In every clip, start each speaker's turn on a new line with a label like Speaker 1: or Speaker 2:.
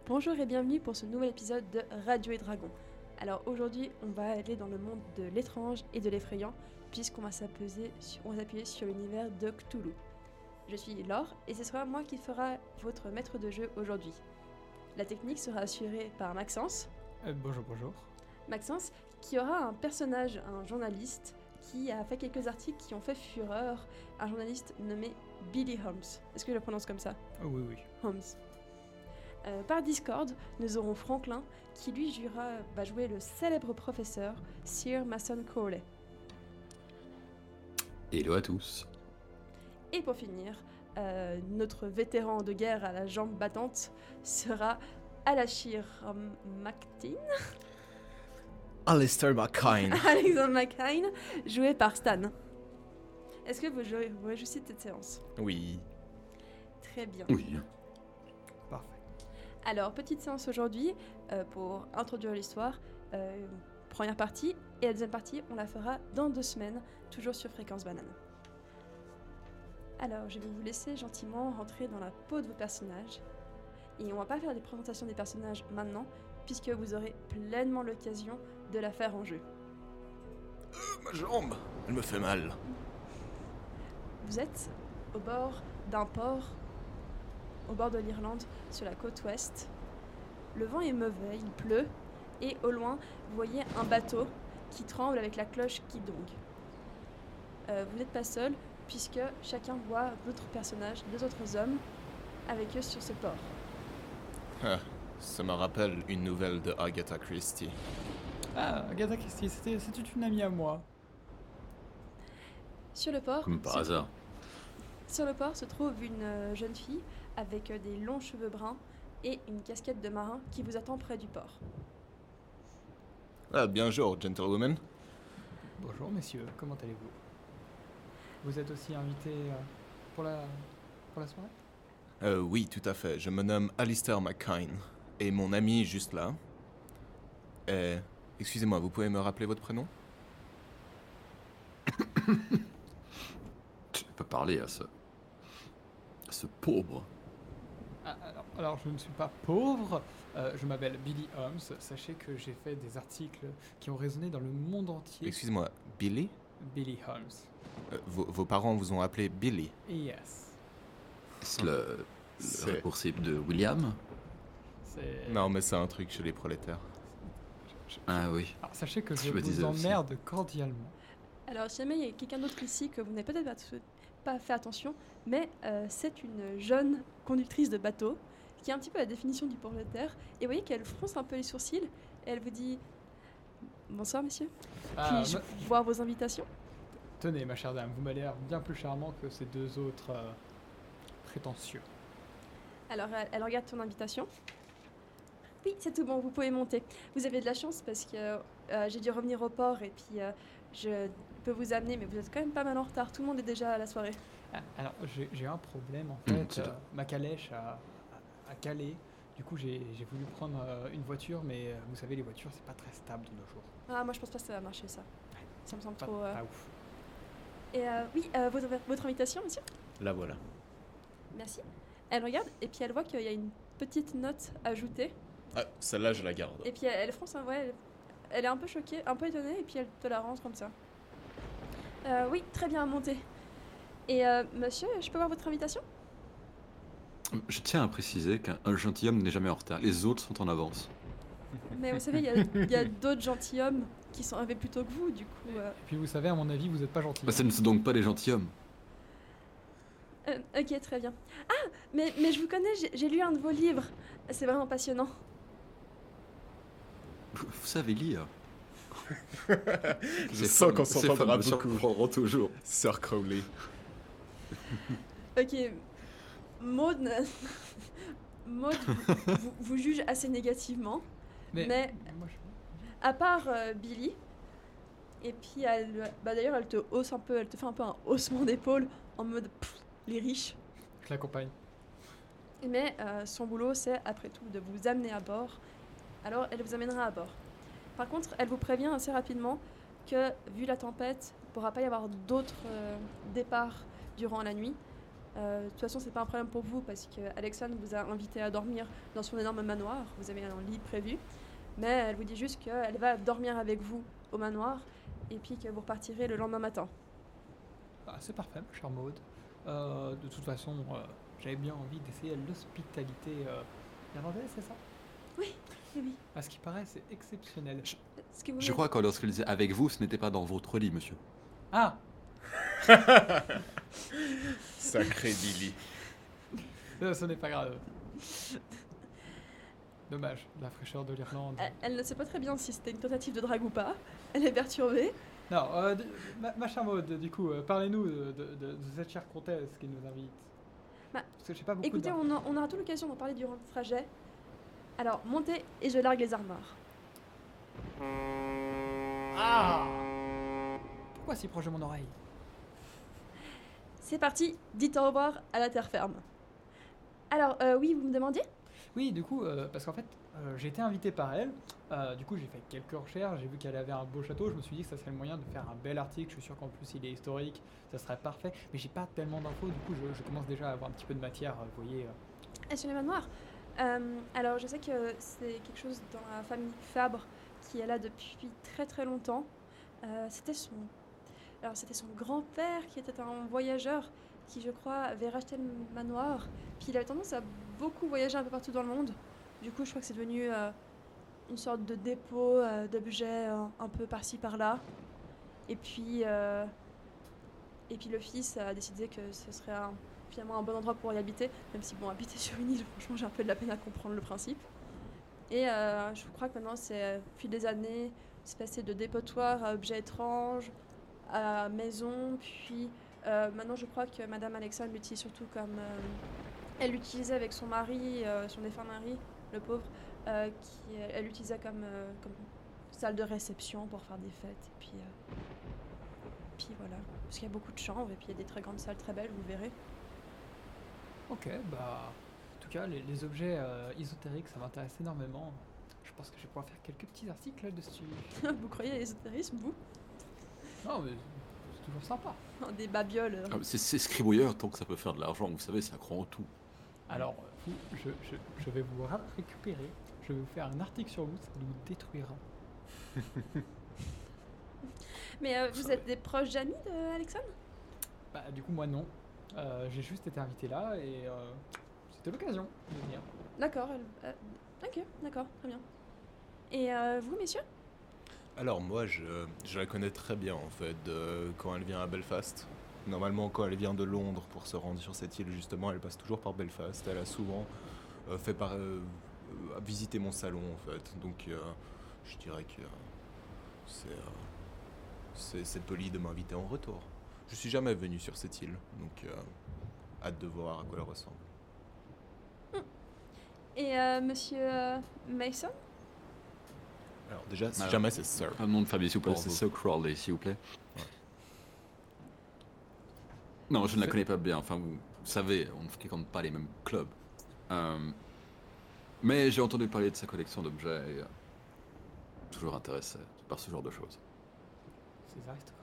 Speaker 1: Bonjour et bienvenue pour ce nouvel épisode de Radio et Dragon. Alors aujourd'hui, on va aller dans le monde de l'étrange et de l'effrayant, puisqu'on va s'appuyer sur l'univers de Cthulhu. Je suis Laure et ce sera moi qui fera votre maître de jeu aujourd'hui. La technique sera assurée par Maxence.
Speaker 2: Bonjour.
Speaker 1: Maxence, qui aura un personnage, un journaliste, qui a fait quelques articles qui ont fait fureur, un journaliste nommé Billy Holmes. Est-ce que je le prononce comme ça ?
Speaker 2: Oui.
Speaker 1: Holmes. Par Discord, nous aurons Franklin, qui lui va jouer le célèbre professeur Sir Mason Crowley.
Speaker 3: Hello à tous.
Speaker 1: Et pour finir, notre vétéran de guerre à la jambe battante sera Alashir McTeen.
Speaker 3: Alistair McKine.
Speaker 1: Alexander McKine, joué par Stan. Est-ce que vous réjouissez de cette séance ?
Speaker 3: Oui.
Speaker 1: Très bien.
Speaker 3: Oui.
Speaker 2: Parfait.
Speaker 1: Alors, petite séance aujourd'hui pour introduire l'histoire. Première partie, et la deuxième partie, on la fera dans 2 semaines, toujours sur Fréquence Banane. Alors, je vais vous laisser gentiment rentrer dans la peau de vos personnages. Et on va pas faire des présentations des personnages maintenant, puisque vous aurez pleinement l'occasion de la faire en jeu.
Speaker 3: Ma jambe, elle me fait mal.
Speaker 1: Vous êtes au bord d'un port, au bord de l'Irlande, sur la côte ouest. Le vent est mauvais, il pleut, et au loin, vous voyez un bateau qui tremble avec la cloche qui dongue. Vous n'êtes pas seul, puisque chacun voit d'autres personnages, 2 autres hommes, avec eux sur ce port.
Speaker 3: Ah, ça me rappelle une nouvelle de Agatha Christie.
Speaker 2: Ah, Agatha Christie, c'était une amie à moi.
Speaker 1: Sur le port,
Speaker 3: Comme par hasard.
Speaker 1: Sur le port se trouve une jeune fille avec des longs cheveux bruns et une casquette de marin qui vous attend près du port.
Speaker 3: Ah, bonjour, gentlewoman.
Speaker 2: Bonjour messieurs, comment allez-vous? Vous êtes aussi invité pour la soirée?
Speaker 3: Oui, tout à fait. Je me nomme Alistair McKine. Et mon ami est juste là. Excusez-moi, vous pouvez me rappeler votre prénom?
Speaker 4: Tu peux parler à ce pauvre.
Speaker 2: Ah, alors, je ne suis pas pauvre, je m'appelle Billy Holmes. Sachez que j'ai fait des articles qui ont résonné dans le monde entier.
Speaker 3: Excusez-moi, Billy?
Speaker 2: Billy Holmes.
Speaker 3: Vos parents vous ont appelé Billy?
Speaker 2: Yes.
Speaker 4: Est-ce le
Speaker 3: C'est-
Speaker 4: raccourci de William?
Speaker 2: C'est...
Speaker 3: Non, mais c'est un truc chez les prolétaires.
Speaker 4: Ah oui.
Speaker 2: Alors, sachez que
Speaker 4: Je
Speaker 2: je
Speaker 4: me
Speaker 2: vous
Speaker 4: disais aussi.
Speaker 2: emmerde cordialement.
Speaker 1: Alors, si jamais il y a quelqu'un d'autre ici que vous n'avez peut-être pas fait attention, mais c'est une jeune conductrice de bateau qui est un petit peu la définition du prolétaire. Et vous voyez qu'elle fronce un peu les sourcils et elle vous dit « Bonsoir, monsieur.
Speaker 2: Ah,
Speaker 1: Puis-je voir vos invitations ?»
Speaker 2: Tenez, ma chère dame, vous m'avez l'air bien plus charmant que ces 2 autres prétentieux.
Speaker 1: Alors, elle regarde ton invitation. Oui, c'est tout bon, vous pouvez monter. Vous avez de la chance parce que j'ai dû revenir au port et puis je peux vous amener, mais vous êtes quand même pas mal en retard. Tout le monde est déjà à la soirée.
Speaker 2: Ah, alors, j'ai un problème en fait.
Speaker 4: c'est tout.
Speaker 2: Ma calèche a calé. Du coup, j'ai voulu prendre une voiture, mais vous savez, les voitures, c'est pas très stable de nos jours.
Speaker 1: Ah, moi je pense pas que ça va marcher ça. Ça me semble
Speaker 2: Pas,
Speaker 1: trop.
Speaker 2: pas ouf.
Speaker 1: Et oui, votre invitation, monsieur.
Speaker 3: La voilà.
Speaker 1: Merci. Elle regarde et puis elle voit qu'il y a une petite note ajoutée.
Speaker 3: Ah, celle-là, je la garde.
Speaker 1: Et puis elle fronce un ouais, elle est un peu choquée, un peu étonnée, et puis elle te la rend comme ça. Oui, très bien, montez. Et monsieur, je peux voir votre invitation ?
Speaker 4: Je tiens à préciser qu'un gentilhomme n'est jamais en retard. Les autres sont en avance.
Speaker 1: Mais vous savez, il y a d'autres gentilshommes qui sont arrivés plus tôt que vous, du coup.
Speaker 2: Et puis, vous savez, à mon avis, vous êtes pas gentil.
Speaker 4: Bah, ce ne sont donc pas des gentilshommes.
Speaker 1: Ok, très bien. Ah, mais je vous connais, j'ai lu un de vos livres. C'est vraiment passionnant.
Speaker 4: Vous savez lire.
Speaker 3: Je sens qu'on
Speaker 4: Ces
Speaker 3: s'entendra
Speaker 4: femmes me
Speaker 3: beaucoup.
Speaker 4: surprendront toujours.
Speaker 3: Sir Crowley.
Speaker 1: Ok, Maud, Maud vous juge assez négativement, mais
Speaker 2: moi,
Speaker 1: à part Billy, et puis d'ailleurs elle te hausse un peu, elle te fait un peu un haussement d'épaule en mode les riches.
Speaker 2: je l'accompagne.
Speaker 1: Mais son boulot c'est après tout de vous amener à bord, alors elle vous amènera à bord. Par contre, elle vous prévient assez rapidement que vu la tempête, il ne pourra pas y avoir d'autres départs durant la nuit. De toute façon, c'est pas un problème pour vous parce que Alexandre vous a invité à dormir dans son énorme manoir. Vous avez un lit prévu. Mais elle vous dit juste qu'elle va dormir avec vous au manoir et puis que vous repartirez le lendemain matin.
Speaker 2: Ah, c'est parfait, ma chère Maud. De toute façon, j'avais bien envie d'essayer l'hospitalité irlandaise, c'est ça?
Speaker 1: Oui, oui.
Speaker 2: À ce qui paraît, c'est exceptionnel.
Speaker 1: Ce que vous
Speaker 4: Je
Speaker 1: voulez-
Speaker 4: crois que lorsqu'il disait avec vous, ce n'était pas dans votre lit, monsieur.
Speaker 2: Ah,
Speaker 3: Sacré Billy.
Speaker 2: ce n'est pas grave. Dommage, la fraîcheur de l'Irlande.
Speaker 1: Elle ne sait pas très bien si c'était une tentative de drague ou pas. Elle est perturbée.
Speaker 2: Non, ma chère Maud, du coup, parlez-nous de cette chère comtesse qui nous invite.
Speaker 1: Bah,
Speaker 2: Parce que j'ai pas beaucoup
Speaker 1: Écoutez,
Speaker 2: d'infos.
Speaker 1: on aura toute l'occasion d'en parler durant le trajet. Alors, montez et je largue les armoires.
Speaker 2: Ah! Pourquoi si proche de mon oreille?
Speaker 1: C'est parti, dites au revoir à la terre ferme. Alors, oui, vous me demandiez?
Speaker 2: Oui, du coup, parce qu'en fait, j'ai été invité par elle. Du coup, j'ai fait quelques recherches. J'ai vu qu'elle avait un beau château. Je me suis dit que ça serait le moyen de faire un bel article. Je suis sûr qu'en plus, il est historique. Ça serait parfait. Mais j'ai pas tellement d'infos. Du coup, je commence déjà à avoir un petit peu de matière. Vous voyez.
Speaker 1: Et sur les manoirs alors, je sais que c'est quelque chose dans la famille Fabre qui est là depuis très très longtemps. C'était son grand-père qui était un voyageur qui, je crois, avait racheté le manoir. Puis il avait tendance à beaucoup voyager un peu partout dans le monde. Du coup, je crois que c'est devenu une sorte de dépôt d'objets un peu par-ci par-là. Et puis le fils a décidé que ce serait finalement un bon endroit pour y habiter, même si bon, habiter sur une île, franchement, j'ai un peu de la peine à comprendre le principe. Et je crois que maintenant, au fil des années, c'est passé de dépotoir à objets étranges, à maison, puis maintenant, je crois que Madame Alexandre l'utilise surtout comme... elle l'utilisait avec son mari, son défunt mari, le pauvre, elle l'utilisait comme salle de réception pour faire des fêtes. Et puis voilà, parce qu'il y a beaucoup de chambres et puis il y a des très grandes salles très belles, vous verrez.
Speaker 2: Ok, bah. En tout cas, les objets ésotériques, ça m'intéresse énormément. Je pense que je vais pouvoir faire quelques petits articles là-dessus.
Speaker 1: Vous croyez à l'ésotérisme, vous?
Speaker 2: Non, mais c'est toujours sympa.
Speaker 1: Des babioles.
Speaker 4: Ah, mais c'est scribouilleur tant que ça peut faire de l'argent. Vous savez, ça croit en tout.
Speaker 2: Alors, je vais vous récupérer. Je vais vous faire un article sur vous, ça nous détruira.
Speaker 1: Mais vous êtes des proches amis d'Alexandre?
Speaker 2: Bah, du coup, moi non. J'ai juste été invité là et c'était l'occasion de venir.
Speaker 1: D'accord. Ok, d'accord, très bien. Et vous, messieurs?
Speaker 3: Alors moi, je la connais très bien en fait, quand elle vient à Belfast. Normalement, quand elle vient de Londres pour se rendre sur cette île, justement, elle passe toujours par Belfast. Elle a souvent visité mon salon en fait. Donc je dirais que c'est poli de m'inviter en retour. Je suis jamais venu sur cette île, donc hâte de voir à quoi elle ressemble.
Speaker 1: Et monsieur Mason?
Speaker 3: Alors déjà, si
Speaker 4: Alors,
Speaker 3: jamais c'est Sir.
Speaker 4: Un nom de famille, s'il vous plaît.
Speaker 3: Pour
Speaker 4: C'est
Speaker 3: vous.
Speaker 4: Sir Crawley, s'il vous plaît.
Speaker 3: Ouais.
Speaker 4: Non, je ne la connais pas bien. Enfin, vous savez, on ne fréquente pas les mêmes clubs. Mais j'ai entendu parler de sa collection d'objets et toujours intéressé par ce genre de choses.
Speaker 2: Ces aristocrates.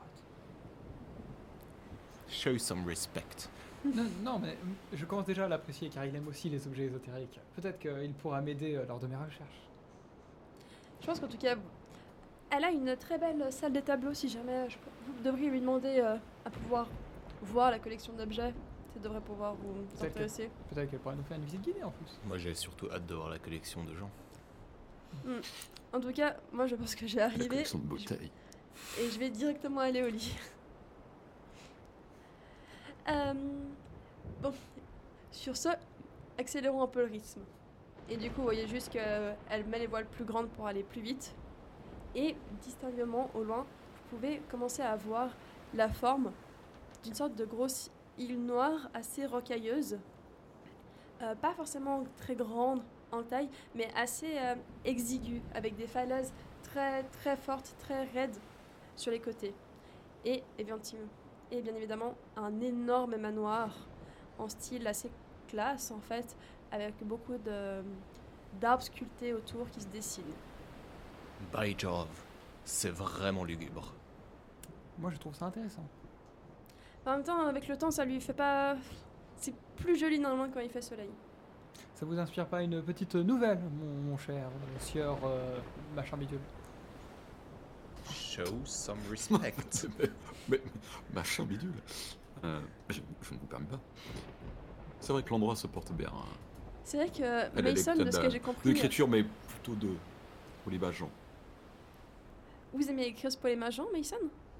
Speaker 3: Show some respect.
Speaker 2: Non, mais je commence déjà à l'apprécier car il aime aussi les objets ésotériques. Peut-être qu'il pourra m'aider lors de mes recherches.
Speaker 1: Je pense qu'en tout cas, elle a une très belle salle des tableaux. Si jamais vous devriez lui demander à pouvoir voir la collection d'objets, ça devrait pouvoir vous
Speaker 2: Peut-être
Speaker 1: intéresser.
Speaker 2: Peut-être qu'elle pourra nous faire une visite guidée en plus.
Speaker 3: Moi, j'ai surtout hâte de voir la collection de gens.
Speaker 1: En tout cas, moi je pense que j'ai
Speaker 4: La
Speaker 1: arrivé
Speaker 4: collection de bouteilles.
Speaker 1: et je vais directement aller au lit. Bon, sur ce, accélérons un peu le rythme. Et du coup, vous voyez juste qu'elle met les voiles plus grandes pour aller plus vite. Et distinctement, au loin, vous pouvez commencer à voir la forme d'une sorte de grosse île noire assez rocailleuse. Pas forcément très grande en taille, mais assez exiguë, avec des falaises très très fortes, très raides sur les côtés. Et bien évidemment, un énorme manoir en style assez classe en fait, avec beaucoup d'arbres sculptés autour qui se dessinent.
Speaker 3: By Jove, c'est vraiment lugubre.
Speaker 2: Moi je trouve ça intéressant.
Speaker 1: En même temps, avec le temps, ça lui fait pas c'est plus joli normalement quand il fait soleil.
Speaker 2: Ça vous inspire pas une petite nouvelle, mon cher sieur machin bidule?
Speaker 3: Show some respect.
Speaker 4: mais machin bidule. Je ne vous permets pas. C'est vrai que l'endroit se porte bien. Hein.
Speaker 1: C'est vrai que
Speaker 4: Elle a
Speaker 1: Mason,
Speaker 4: des-
Speaker 1: de ce que j'ai compris,
Speaker 4: L'écriture, mais plutôt de polybageant.
Speaker 1: vous aimez écrire pour les magens, Mason?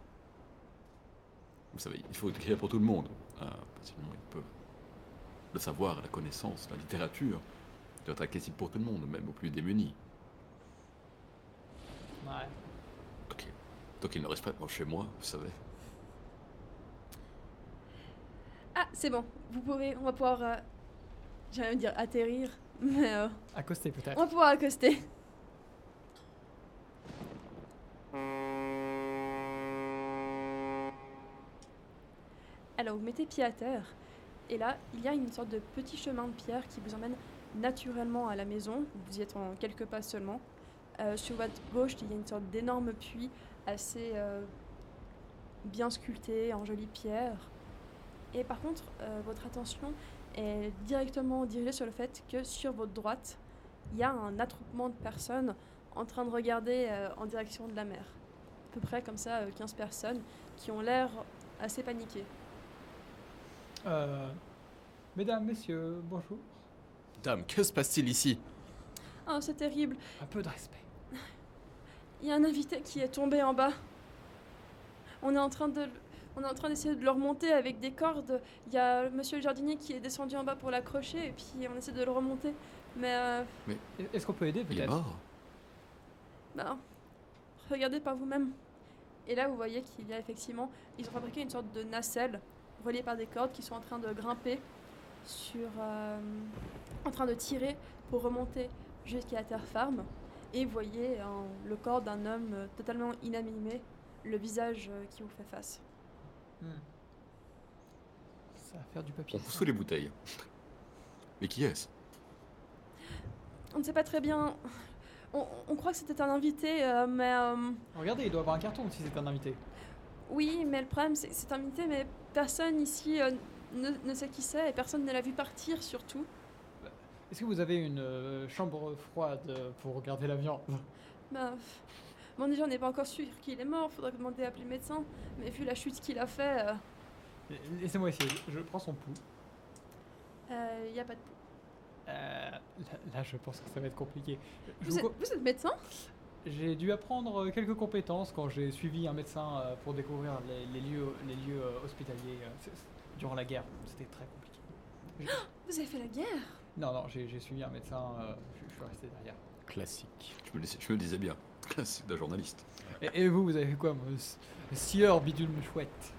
Speaker 4: Vous savez, il faut écrire pour tout le monde. Sinon, il peut. Le savoir, la connaissance, la littérature doit être accessible pour tout le monde, même aux plus démunis.
Speaker 2: Ouais.
Speaker 4: Donc il ne reste pas de chez moi, vous savez.
Speaker 1: Ah, c'est bon. On va pouvoir, j'allais dire atterrir, mais
Speaker 2: Accosté
Speaker 1: on
Speaker 2: peut-être.
Speaker 1: va pouvoir accoster. Alors, vous mettez pied à terre, et là, il y a une sorte de petit chemin de pierre qui vous emmène naturellement à la maison. Vous y êtes en quelques pas seulement. Sur votre gauche, il y a une sorte d'énorme puits assez bien sculpté en jolie pierre. Et par contre, votre attention est directement dirigée sur le fait que sur votre droite, il y a un attroupement de personnes en train de regarder en direction de la mer. À peu près comme ça, 15 personnes qui ont l'air assez paniquées.
Speaker 2: Mesdames, messieurs, bonjour.
Speaker 3: Dame, que se passe-t-il ici?
Speaker 1: Oh, c'est terrible.
Speaker 2: Un peu de respect.
Speaker 1: Il y a un invité qui est tombé en bas. On est en train d'essayer de le remonter avec des cordes. Il y a monsieur le jardinier qui est descendu en bas pour l'accrocher et puis on essaie de le remonter. Mais
Speaker 2: Est-ce qu'on peut aider
Speaker 4: Il est
Speaker 2: peut-être?
Speaker 4: mort.
Speaker 1: bah, regardez par vous-même. Et là, vous voyez qu'il y a effectivement, ils ont fabriqué une sorte de nacelle reliée par des cordes qui sont en train de grimper en train de tirer pour remonter jusqu'à la terre ferme. Et vous voyez le corps d'un homme totalement inanimé, le visage qui vous fait face.
Speaker 2: Ça va faire du
Speaker 4: On
Speaker 2: papier.
Speaker 4: pousse les bouteilles. Mais qui est-ce?
Speaker 1: On ne sait pas très bien. On croit que c'était un invité, mais
Speaker 2: Regardez, il doit avoir un carton si c'est un invité.
Speaker 1: oui, mais le problème c'est un invité, mais personne ici ne sait qui c'est et personne ne l'a vu partir surtout.
Speaker 2: Est-ce que vous avez une chambre froide pour regarder la viande?
Speaker 1: Bah, bon, déjà on n'est pas encore sûr qu'il est mort, faudrait demander à appeler le médecin, mais vu la chute qu'il a fait,
Speaker 2: Laissez-moi essayer, je prends son pouls.
Speaker 1: il n'y a pas de pouls.
Speaker 2: Là, je pense que ça va être compliqué.
Speaker 1: Vous êtes médecin?
Speaker 2: J'ai dû apprendre quelques compétences quand j'ai suivi un médecin pour découvrir les lieux hospitaliers durant la guerre. C'était très compliqué.
Speaker 1: Vous avez fait la guerre?
Speaker 2: Non, j'ai suivi un médecin, je suis resté derrière.
Speaker 3: Classique.
Speaker 4: Je me disais bien. Classique d'un journaliste.
Speaker 2: Et vous avez fait quoi, sieur bidule chouette?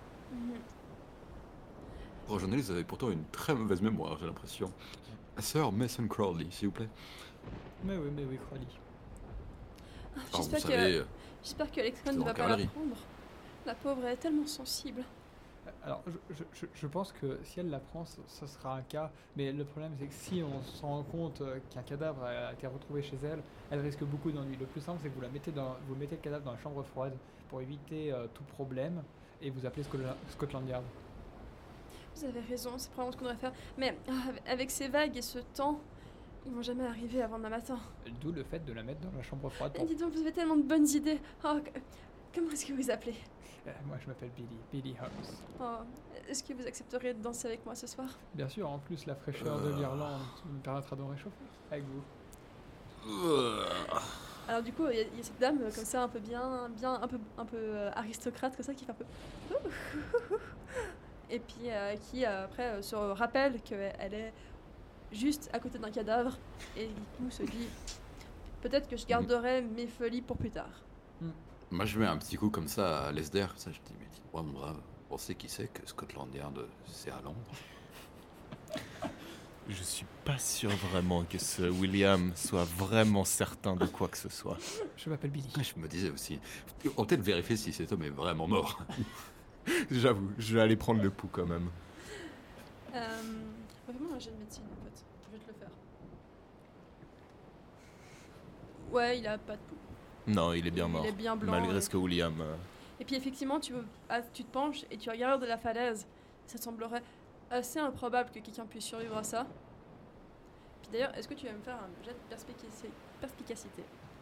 Speaker 4: Pour un journaliste, vous avez pourtant une très mauvaise mémoire, j'ai l'impression. Sir Mason Crowley, s'il vous plaît.
Speaker 2: Mais oui, Crowley.
Speaker 1: Ah,
Speaker 4: Alors, vous
Speaker 1: j'espère
Speaker 4: savez,
Speaker 1: j'espère que Alexandre
Speaker 4: c'est
Speaker 1: ne
Speaker 4: en
Speaker 1: va pas
Speaker 4: cavalerie.
Speaker 1: l'apprendre. La pauvre, elle est tellement sensible.
Speaker 2: Alors, je pense que si elle l'apprend, ce sera un cas. Mais le problème, c'est que si on se rend compte qu'un cadavre a été retrouvé chez elle, elle risque beaucoup d'ennuis. Le plus simple, c'est que vous mettez le cadavre dans la chambre froide pour éviter tout problème et vous appelez Scotland Yard.
Speaker 1: Vous avez raison, c'est probablement ce qu'on devrait faire. Mais avec ces vagues et ce temps, ils vont jamais arriver avant demain matin.
Speaker 2: D'où le fait de la mettre dans la chambre froide.
Speaker 1: Et dis donc, vous avez tellement de bonnes idées. Oh, comment est-ce que vous vous appelez?
Speaker 2: Moi, je m'appelle Billy Holmes.
Speaker 1: Oh, est-ce que vous accepteriez de danser avec moi ce soir?
Speaker 2: Bien sûr, en plus, la fraîcheur de l'Irlande me permettra de me réchauffer avec vous.
Speaker 1: Alors du coup, il y a cette dame comme ça, un peu un peu aristocrate comme ça, qui fait un peu... Et puis qui après se rappelle qu'elle est juste à côté d'un cadavre et du coup se dit peut-être que je garderai mes folies pour plus tard.
Speaker 4: Moi, je mets un petit coup comme ça à l'Esder, comme ça, je dis, mais dis-moi, mon brave, on sait qui c'est que Scotland Yard, c'est à Londres.
Speaker 3: Je suis pas sûr vraiment que ce William soit vraiment certain de quoi que ce soit.
Speaker 2: Je m'appelle Billy.
Speaker 4: Je me disais aussi, on peut peut-être vérifier si cet homme est vraiment mort.
Speaker 3: J'avoue, je vais aller prendre le pouls quand même.
Speaker 1: Vraiment un jeu de médecine en fait, je vais te le faire. Ouais, il a pas de pouls.
Speaker 3: Non, il est bien mort.
Speaker 1: Il est bien blanc.
Speaker 3: Malgré ce que William...
Speaker 1: Et puis effectivement, tu te penches et tu regardes la falaise. Ça semblerait assez improbable que quelqu'un puisse survivre à ça. Puis d'ailleurs, est-ce que tu vas me faire un jet de perspicacité?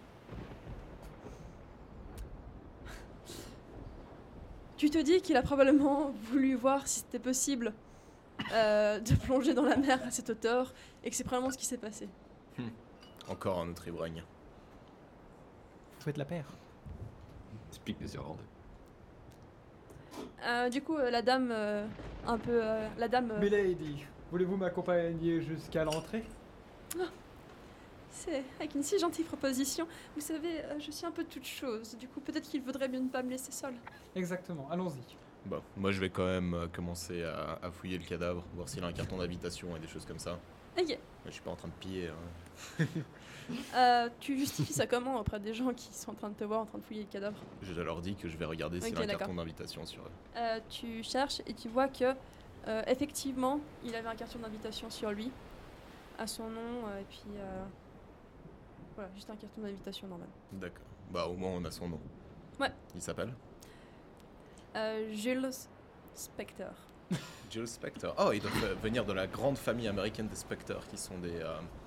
Speaker 1: Tu te dis qu'il a probablement voulu voir si c'était possible de plonger dans la mer à cette hauteur et que c'est probablement ce qui s'est passé.
Speaker 3: Encore un autre ivrogne.
Speaker 2: Faites la paire.
Speaker 4: Typique des Irlandais.
Speaker 1: Du coup, la dame,
Speaker 2: Milady, voulez-vous m'accompagner jusqu'à l'entrée?
Speaker 1: c'est avec une si gentille proposition. Vous savez, je suis un peu toute chose. Du coup, peut-être qu'il vaudrait mieux ne pas me laisser seule.
Speaker 2: Exactement, allons-y.
Speaker 3: Bon, moi je vais quand même commencer à fouiller le cadavre, voir s'il a un carton d'invitation et des choses comme ça.
Speaker 1: Ok.
Speaker 3: Je suis pas en train de piller.
Speaker 1: Tu justifies ça comment auprès des gens qui sont en train de te voir en train de fouiller le cadavre?
Speaker 3: Je leur dis que je vais regarder s'il
Speaker 1: Ok,
Speaker 3: a un
Speaker 1: d'accord.
Speaker 3: carton d'invitation sur eux.
Speaker 1: Tu cherches et tu vois que effectivement, il avait un carton d'invitation sur lui, à son nom, et puis voilà, juste un carton d'invitation normal.
Speaker 3: D'accord. Bah au moins on a son nom.
Speaker 1: Ouais.
Speaker 3: Il s'appelle
Speaker 1: Jules Spector.
Speaker 3: Jill Spector. Oh, il doit venir de la grande famille américaine des Spector, qui sont des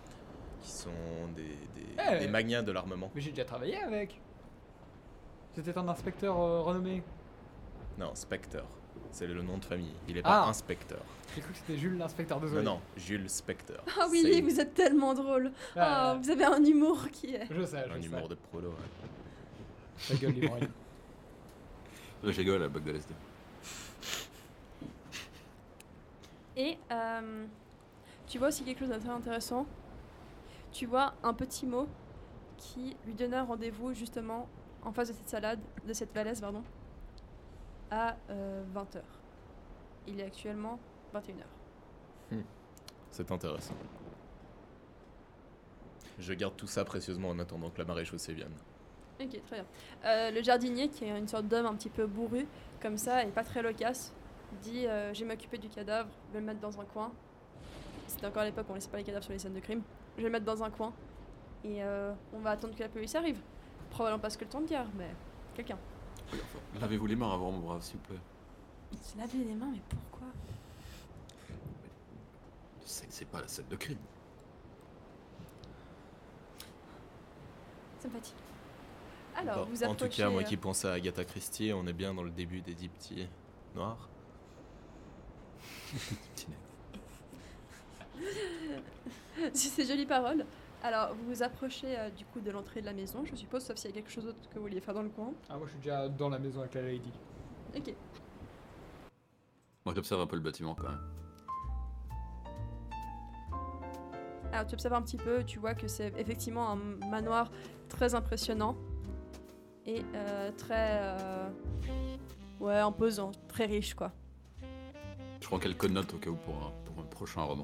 Speaker 2: Eh.
Speaker 3: des magnats de l'armement.
Speaker 2: Mais j'ai déjà travaillé avec. C'était un inspecteur renommé.
Speaker 3: Non, Spector. C'est le nom de famille. Il est pas inspecteur.
Speaker 2: J'ai cru que c'était Jules l'inspecteur, désolé.
Speaker 3: Non, Jules Spector.
Speaker 1: Ah oui,
Speaker 3: C'est
Speaker 1: vous êtes tellement drôle.
Speaker 2: Ah,
Speaker 1: Vous avez un humour qui est...
Speaker 2: je sais,
Speaker 3: un humour de prolo. Ouais.
Speaker 2: Ta gueule, l'ivrogne.
Speaker 4: Je rigole à la bague de l'SD.
Speaker 1: Et tu vois aussi quelque chose de très intéressant. Tu vois un petit mot qui lui donnait un rendez-vous justement en face de cette salade, de cette valaise, pardon, à 20h. Il est actuellement 21h.
Speaker 3: C'est intéressant. Je garde tout ça précieusement en attendant que la marée chaussée vienne.
Speaker 1: Ok, très bien. Le jardinier, qui est une sorte d'homme un petit peu bourru, comme ça, et pas très loquace, dit je vais m'occuper du cadavre, je vais le mettre dans un coin. C'était encore à l'époque où on laissait pas les cadavres sur les scènes de crime. Je vais le mettre dans un coin et on va attendre que la police arrive. Probablement pas ce que le temps de guerre, mais quelqu'un.
Speaker 4: Oui, enfin, lavez-vous les mains avant mon brave, s'il vous plaît.
Speaker 1: Se laver les mains, mais pourquoi?
Speaker 4: C'est pas la scène de crime.
Speaker 1: Sympathique. Alors,
Speaker 3: Bon,
Speaker 1: vous
Speaker 3: en
Speaker 1: approchez...
Speaker 3: tout cas, moi qui pensais à Agatha Christie, on est bien dans le début des 10 petits noirs.
Speaker 4: Petit nez.
Speaker 1: C'est jolies paroles. Alors, vous vous approchez du coup de l'entrée de la maison, je suppose, sauf s'il y a quelque chose d'autre que vous vouliez faire dans le coin.
Speaker 2: Ah, moi je suis déjà dans la maison avec la lady.
Speaker 1: Ok.
Speaker 4: Moi j'observe un peu le bâtiment quand même.
Speaker 1: Alors, tu observes un petit peu, tu vois que c'est effectivement un manoir très impressionnant et très... ouais, imposant, très riche, quoi.
Speaker 4: Je prends quelques notes au cas où pour un prochain roman.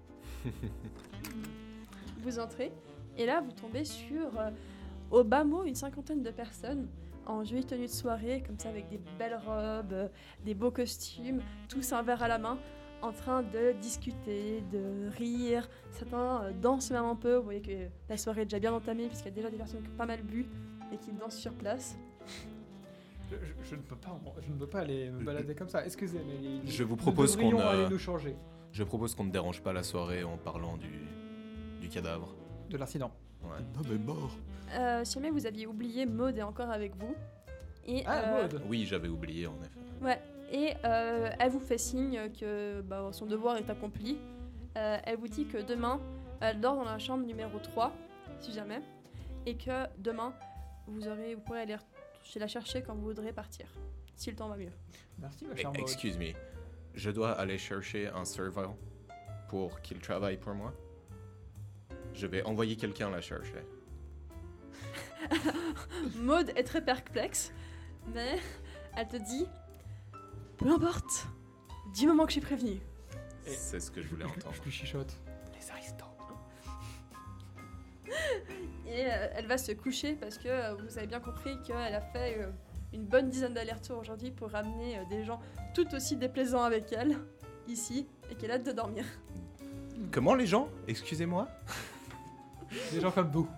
Speaker 1: Vous entrez, et là, vous tombez sur, au bas mot, une cinquantaine de personnes en jolie tenue de soirée, comme ça, avec des belles robes, des beaux costumes, tous un verre à la main, en train de discuter, de rire. Certains dansent même un peu. Vous voyez que la soirée est déjà bien entamée, puisqu'il y a déjà des personnes qui ont pas mal bu et qui dansent sur place.
Speaker 2: Je ne peux pas aller me balader comme ça. Excusez, mais
Speaker 3: Je vous propose
Speaker 2: nous devrions
Speaker 3: qu'on,
Speaker 2: aller nous changer
Speaker 3: Je propose qu'on ne dérange pas la soirée en parlant du cadavre.
Speaker 2: de l'incident.
Speaker 3: Ouais.
Speaker 4: Un homme est mort.
Speaker 1: Si jamais vous aviez oublié, Maud est encore avec vous. Et,
Speaker 2: Ah, Maud.
Speaker 3: Oui, j'avais oublié en effet.
Speaker 1: Ouais, et elle vous fait signe que son devoir est accompli. Elle vous dit que demain, elle dort dans la chambre numéro 3, si jamais, et que demain, vous pourrez aller la chercher quand vous voudrez partir, si le temps va mieux.
Speaker 2: Merci, ma chère Maud.
Speaker 3: Excuse me, je dois aller chercher un serveur pour qu'il travaille pour moi. Je vais envoyer quelqu'un la chercher.
Speaker 1: Maud est très perplexe, mais elle te dit peu importe, du moment que je suis prévenue.
Speaker 3: C'est ce que je voulais entendre.
Speaker 2: Je lui chuchote. Les aristants.
Speaker 1: Et elle va se coucher parce que vous avez bien compris qu'elle a fait une bonne dizaine d'allers-retours aujourd'hui pour ramener des gens tout aussi déplaisants avec elle, ici, et qu'elle a hâte de dormir.
Speaker 3: Comment les gens? Excusez-moi?
Speaker 2: Des gens comme vous.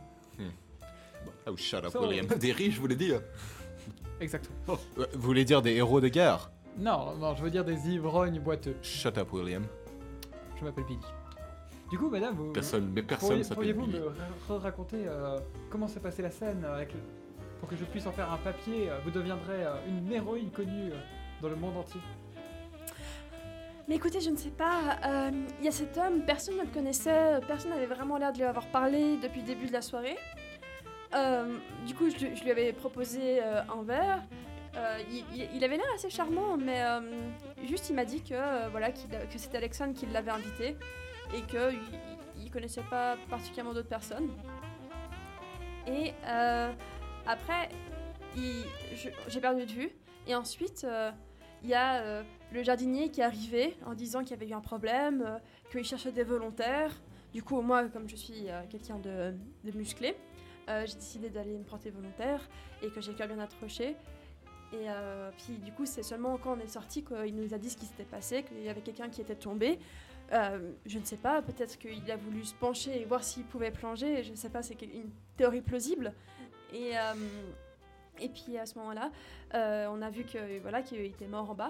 Speaker 3: Oh, shut up,
Speaker 2: So-
Speaker 3: William.
Speaker 4: Des riches, je voulais dire.
Speaker 2: Exactement.
Speaker 3: Vous voulez dire des héros de guerre?
Speaker 2: Non, je veux dire des ivrognes boiteux.
Speaker 3: Shut up, William.
Speaker 2: Je m'appelle Billy. Du coup, madame, vous...
Speaker 4: Personne s'appelle
Speaker 2: Pourriez-vous
Speaker 4: Billy.
Speaker 2: me raconter comment s'est passée la scène pour que je puisse en faire un papier. Vous deviendrez une héroïne connue dans le monde entier.
Speaker 1: Mais écoutez, je ne sais pas, il y a cet homme, personne ne le connaissait, personne n'avait vraiment l'air de lui avoir parlé depuis le début de la soirée. Du coup, je lui avais proposé un verre. Il avait l'air assez charmant, mais juste il m'a dit que, voilà, que c'était Alexandre qui l'avait invité et qu'il connaissait pas particulièrement d'autres personnes. Et après, j'ai perdu de vue. Et ensuite, il y a le jardinier qui est arrivé en disant qu'il y avait eu un problème, qu'il cherchait des volontaires. Du coup, moi, comme je suis quelqu'un de musclé, j'ai décidé d'aller me porter volontaire et que j'ai le cœur bien accroché. Et puis du coup, c'est seulement quand on est sorti qu'il nous a dit ce qui s'était passé, qu'il y avait quelqu'un qui était tombé. Je ne sais pas, peut-être qu'il a voulu se pencher et voir s'il pouvait plonger. Je ne sais pas, c'est une théorie plausible. Et puis à ce moment-là, on a vu que voilà qu'il était mort en bas.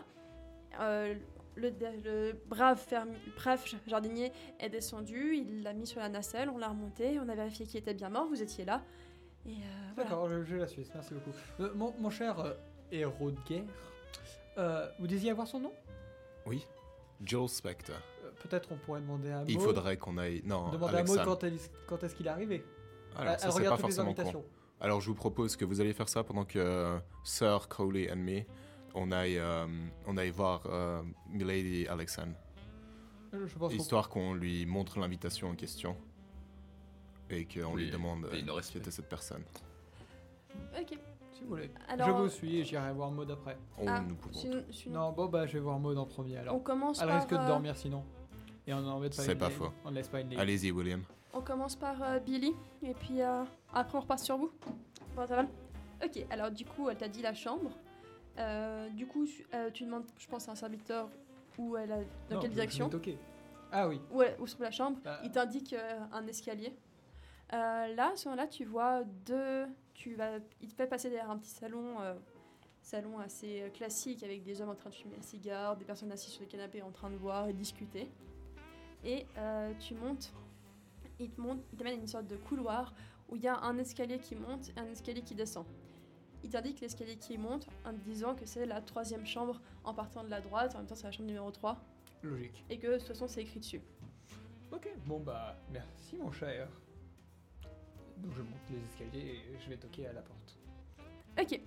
Speaker 1: Le brave jardinier est descendu, il l'a mis sur la nacelle, on l'a remonté, on a vérifié qu'il était bien mort, vous étiez là. Et voilà.
Speaker 2: D'accord, je la suis, merci beaucoup. Mon cher héros de guerre, vous disiez avoir son nom?
Speaker 3: Oui, Joel Spector.
Speaker 2: Peut-être on pourrait demander à Maud.
Speaker 3: Il faudrait qu'on aille... Non,
Speaker 2: Demander
Speaker 3: Alexandre.
Speaker 2: à Maud quand est-ce qu'il est arrivé.
Speaker 3: Alors, ça,
Speaker 2: elle
Speaker 3: c'est
Speaker 2: regarde
Speaker 3: pas
Speaker 2: toutes les
Speaker 3: forcément
Speaker 2: invitations.
Speaker 3: con. Alors, je vous propose que vous alliez faire ça pendant que Sir Crowley et moi, on aille voir Milady Alexandre.
Speaker 2: Je pense
Speaker 3: Histoire qu'on lui montre l'invitation en question et qu'on lui demande qui était cette personne.
Speaker 1: Ok.
Speaker 2: si vous voulez.
Speaker 1: Alors,
Speaker 2: Je vous suis et j'irai voir Maud après.
Speaker 3: Nous pouvons.
Speaker 2: Non, bon bah je vais voir Maud en premier alors.
Speaker 1: On commence
Speaker 2: Elle
Speaker 1: par...
Speaker 2: risque de dormir sinon. Et on n'embête pas
Speaker 3: C'est
Speaker 2: une
Speaker 3: pas
Speaker 2: lane.
Speaker 3: faux.
Speaker 2: On ne laisse pas une lane.
Speaker 3: Allez-y, William.
Speaker 1: On commence par Billy, et puis après on repasse sur vous. Bon, ça va? Ok, alors du coup, elle t'a dit la chambre. Du coup, tu demandes, je pense, à un serviteur où elle a, dans
Speaker 2: Non,
Speaker 1: quelle
Speaker 2: je
Speaker 1: direction.
Speaker 2: vais toquer. Ah oui.
Speaker 1: Où se trouve la chambre. Il t'indique un escalier. Là, à ce moment-là, tu vois il te fait passer derrière un petit salon, salon assez classique avec des hommes en train de fumer un cigare, des personnes assises sur le canapé en train de boire et discuter. Et tu montes. Il t'amène à une sorte de couloir où il y a un escalier qui monte et un escalier qui descend. Il t'indique l'escalier qui monte en te disant que c'est la 3e chambre en partant de la droite, en même temps c'est la chambre numéro 3.
Speaker 2: Logique.
Speaker 1: Et que de toute façon c'est écrit dessus.
Speaker 2: Ok, bon bah merci mon cher. Donc je monte les escaliers et je vais toquer à la porte.
Speaker 1: Ok.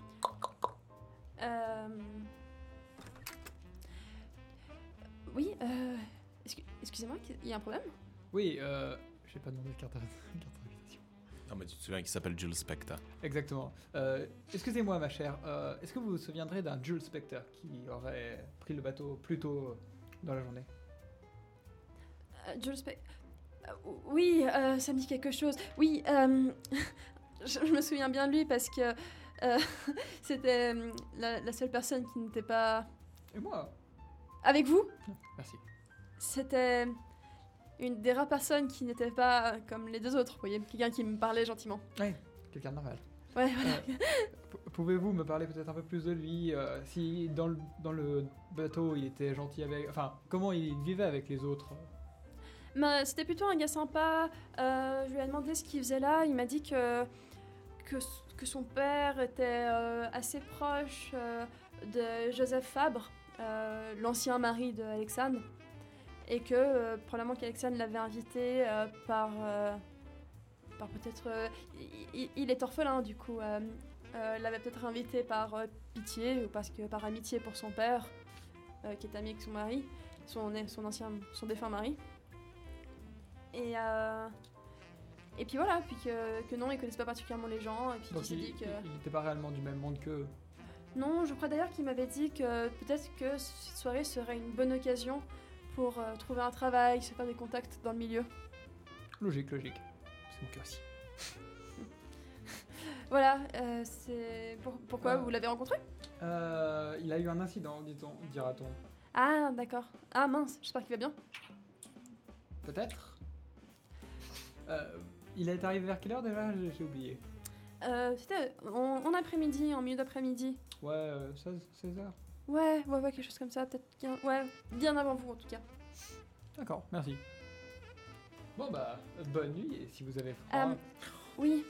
Speaker 1: Oui, excusez-moi, il y a un problème?
Speaker 2: Oui, j'ai pas demandé de carte d'invitation.
Speaker 3: Non, mais tu te souviens qu'il s'appelle Jules Spector.
Speaker 2: Exactement. Excusez-moi ma chère, est-ce que vous vous souviendrez d'un Jules Spector qui aurait pris le bateau plus tôt dans la journée?
Speaker 1: Jules Spector... oui, ça me dit quelque chose. Oui, je me souviens bien de lui parce que c'était la seule personne qui n'était pas...
Speaker 2: Et moi?
Speaker 1: Avec vous?
Speaker 2: Merci.
Speaker 1: C'était une des rares personnes qui n'était pas comme les deux autres, vous voyez, quelqu'un qui me parlait gentiment.
Speaker 2: Ouais, quelqu'un de normal.
Speaker 1: Ouais, voilà.
Speaker 2: Pouvez-vous me parler peut-être un peu plus de lui, si dans le bateau il était gentil avec... Enfin, comment il vivait avec les autres?
Speaker 1: Mais c'était plutôt un gars sympa. Je lui ai demandé ce qu'il faisait là. Il m'a dit que son père était assez proche de Joseph Fabre, l'ancien mari de Alexandre, et que probablement qu'Alexandre l'avait invité par peut-être... il est orphelin du coup. L'avait peut-être invité par pitié ou parce que par amitié pour son père, qui est ami avec son mari, son défunt mari. Et puis voilà, puis que non, ils connaissent pas particulièrement les gens, et puis
Speaker 2: Donc
Speaker 1: qu'il s'est dit que...
Speaker 2: il n'était pas réellement du même monde qu'eux.
Speaker 1: Non, je crois d'ailleurs qu'il m'avait dit que peut-être que cette soirée serait une bonne occasion pour trouver un travail, se faire des contacts dans le milieu.
Speaker 2: Logique. C'est mon cas aussi.
Speaker 1: Voilà, c'est... Pourquoi vous l'avez rencontré?
Speaker 2: Il a eu un incident, dira-t-on.
Speaker 1: Ah, d'accord. Ah mince, j'espère qu'il va bien.
Speaker 2: Peut-être. Il est arrivé vers quelle heure déjà? J'ai oublié.
Speaker 1: C'était en après-midi, en milieu d'après-midi.
Speaker 2: Ouais, 16h.
Speaker 1: Ouais, quelque chose comme ça, peut-être bien avant vous en tout cas.
Speaker 2: D'accord, merci. Bon bah, bonne nuit, et si vous avez froid...
Speaker 1: Oui.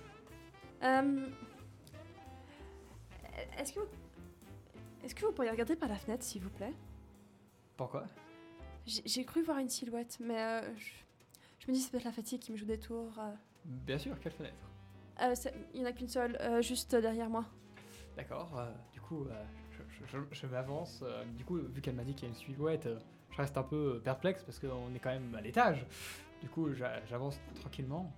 Speaker 1: Est-ce que vous pourriez regarder par la fenêtre, s'il vous plaît?
Speaker 2: Pourquoi?
Speaker 1: J'ai cru voir une silhouette, mais je me dis c'est peut-être la fatigue qui me joue des tours.
Speaker 2: Bien sûr, quelle fenêtre?
Speaker 1: Il n'y en a qu'une seule, juste derrière moi.
Speaker 2: D'accord, du coup, je m'avance. Du coup, vu qu'elle m'a dit qu'il y a une silhouette, je reste un peu perplexe parce qu'on est quand même à l'étage. Du coup, j'avance tranquillement.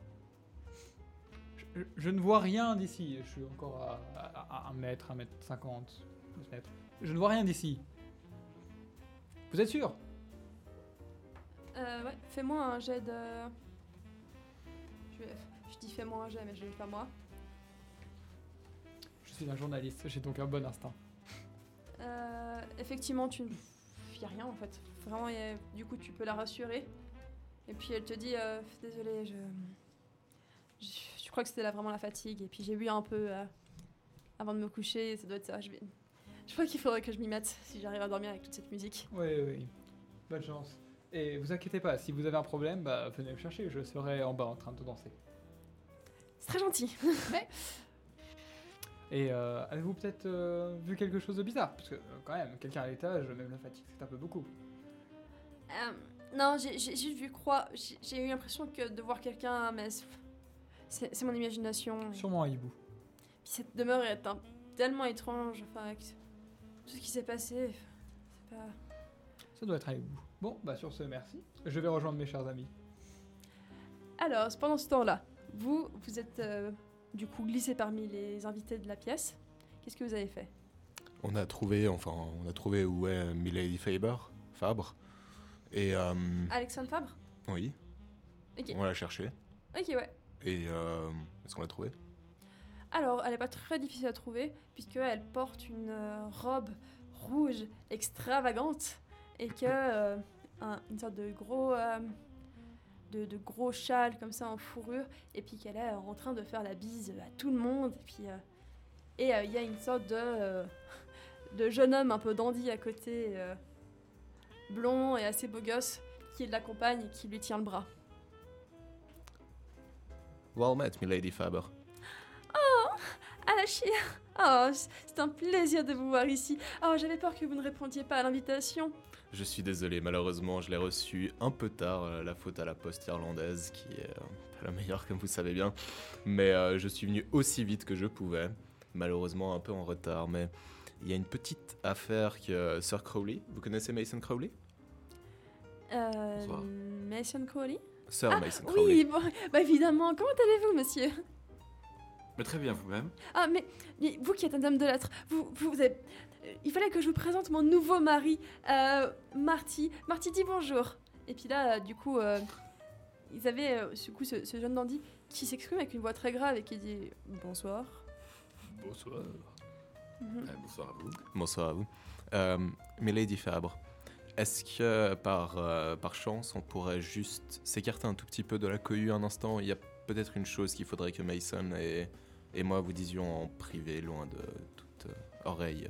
Speaker 2: Je ne vois rien d'ici. Je suis encore à 1 mètre, 1m50, 2 mètres. Je ne vois rien d'ici. Vous êtes sûr?
Speaker 1: Ouais, fais-moi un jet de... Je dis fais-moi un jet, mais je ne le fais pas moi.
Speaker 2: Je suis un journaliste, j'ai donc un bon instinct.
Speaker 1: Effectivement, il n'y a rien en fait. Vraiment, du coup, tu peux la rassurer. Et puis elle te dit, désolée, je crois que c'était vraiment la fatigue. Et puis j'ai bu un peu avant de me coucher, ça doit être ça. Je crois qu'il faudrait que je m'y mette si j'arrive à dormir avec toute cette musique.
Speaker 2: Oui. Bonne chance. Et vous inquiétez pas, si vous avez un problème, bah, venez me chercher, je serai en bas en train de danser.
Speaker 1: C'est très gentil.
Speaker 2: Et avez-vous peut-être vu quelque chose de bizarre? Parce que quand même, quelqu'un à l'étage, même la fatigue, c'est un peu beaucoup.
Speaker 1: Non, j'ai juste vu j'ai eu l'impression de voir quelqu'un, mais c'est mon imagination.
Speaker 2: Sûrement un hibou.
Speaker 1: Puis cette demeure est tellement étrange, enfin, avec tout ce qui s'est passé, c'est pas...
Speaker 2: Ça doit être un hibou. Bon, bah sur ce, merci. Je vais rejoindre mes chers amis.
Speaker 1: Alors, pendant ce temps-là, vous êtes du coup glissé parmi les invités de la pièce. Qu'est-ce que vous avez fait?
Speaker 3: On a trouvé où est Milady Fabre. Et
Speaker 1: Alexandre Fabre?
Speaker 3: oui,
Speaker 1: Ok.
Speaker 3: on l'a cherché.
Speaker 1: Ok, ouais.
Speaker 3: Et est-ce qu'on l'a trouvé?
Speaker 1: Alors, elle n'est pas très difficile à trouver, puisqu'elle porte une robe rouge extravagante, et que une sorte de gros... de gros châles comme ça en fourrure, et puis qu'elle est en train de faire la bise à tout le monde, et puis il y a une sorte de jeune homme un peu dandy à côté, blond et assez beau gosse, qui l'accompagne et qui lui tient le bras.
Speaker 3: Well met, Milady Faber.
Speaker 1: Ah la chire! Oh, c'est un plaisir de vous voir ici. Oh, j'avais peur que vous ne répondiez pas à l'invitation.
Speaker 3: Je suis désolé, malheureusement, je l'ai reçu un peu tard, la faute à la poste irlandaise, qui est pas la meilleure, comme vous savez bien. Mais je suis venu aussi vite que je pouvais, malheureusement un peu en retard. Mais il y a une petite affaire que Sir Crowley, vous connaissez Mason Crowley?
Speaker 4: Bonsoir.
Speaker 1: Mason Crowley?
Speaker 3: Sir Mason Crowley.
Speaker 1: Oui, bon, bah évidemment. Comment allez-vous, monsieur?
Speaker 4: Mais très bien vous-même.
Speaker 1: Ah, mais vous qui êtes un homme de lettres, vous avez... Il fallait que je vous présente mon nouveau mari, Marty. Marty, dis bonjour. Et puis là, du coup, ils avaient ce jeune dandy qui s'exprime avec une voix très grave et qui dit bonsoir.
Speaker 3: Bonsoir.
Speaker 4: Bonsoir à vous.
Speaker 3: Bonsoir à vous. Milady Fabre, est-ce que par chance, on pourrait juste s'écarter un tout petit peu de la cohue un instant? Il y a peut-être une chose qu'il faudrait que Mason et moi vous disions en privé, loin de toute oreille.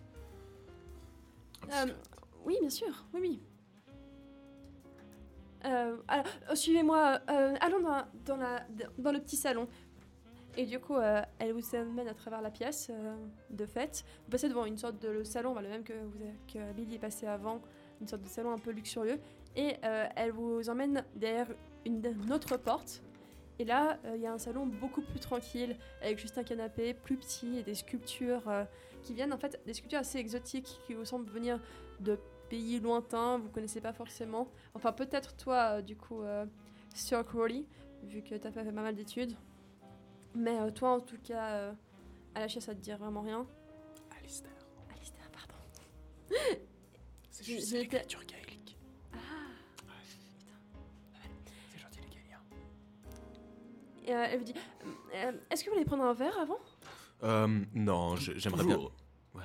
Speaker 1: Oui, bien sûr, oui. Alors, suivez-moi, allons dans le petit salon. Et du coup, elle vous amène à travers la pièce de fête. Vous passez devant une sorte de salon, le même que Billy est passé avant, une sorte de salon un peu luxurieux. Et elle vous emmène derrière une autre porte. Et là, il y a un salon beaucoup plus tranquille, avec juste un canapé plus petit et des sculptures qui viennent, en fait, des sculptures assez exotiques qui vous semblent venir de pays lointains, vous connaissez pas forcément. Enfin, peut-être toi, du coup, Sir Crowley, vu que t'as pas fait pas mal d'études. Mais toi, en tout cas, à la chaise, ça te dit vraiment rien.
Speaker 3: Alistair.
Speaker 1: Alistair, pardon.
Speaker 3: C'est juste l'écriture gaélique.
Speaker 1: Ah,
Speaker 3: C'est gentil les Gaéliens.
Speaker 1: et elle vous dit, est-ce que vous voulez prendre un verre avant?
Speaker 3: Non, j'aimerais bien.
Speaker 4: Toujours.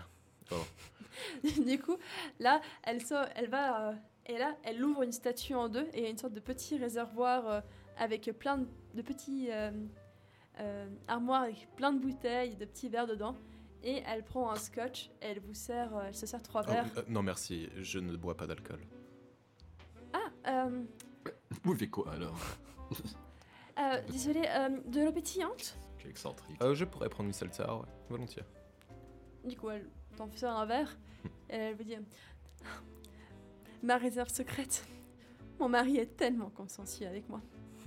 Speaker 1: Du coup, là, elle va, et là, elle ouvre une statue en deux, et il y a une sorte de petit réservoir avec plein de petits armoires avec plein de bouteilles, de petits verres dedans. Et elle prend un scotch et elle se sert 3
Speaker 3: Oh,
Speaker 1: verres.
Speaker 3: non, merci, je ne bois pas d'alcool.
Speaker 4: Vous faites quoi alors?
Speaker 1: Désolée, de l'eau pétillante?
Speaker 4: J'ai excentrique.
Speaker 3: Je pourrais prendre une seltzer, ouais, volontiers.
Speaker 1: Du coup, elle t'en fait un verre et elle vous dit ma réserve secrète. Mon mari est tellement consciencieux avec moi.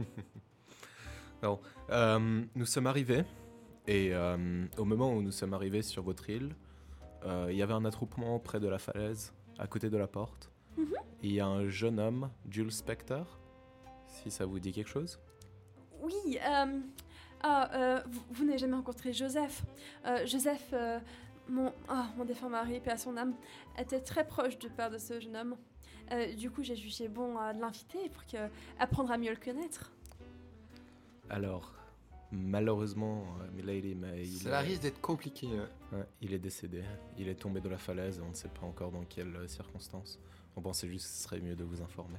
Speaker 3: Nous sommes arrivés, et au moment où nous sommes arrivés sur votre île, il y avait un attroupement près de la falaise, à côté de la porte.
Speaker 1: Mhm.
Speaker 3: Et il y a un jeune homme, Jules Spector, si ça vous dit quelque chose.
Speaker 1: Oui, vous n'avez jamais rencontré Joseph. Joseph, mon défunt mari, paix à son âme, était très proche du père de ce jeune homme. Du coup, j'ai jugé bon de l'inviter pour apprendre à mieux le connaître.
Speaker 3: Alors, malheureusement, Milady, mais
Speaker 5: Ça risque d'être compliqué.
Speaker 3: ouais, il est décédé. Il est tombé de la falaise et on ne sait pas encore dans quelles circonstances. On pensait juste que ce serait mieux de vous informer.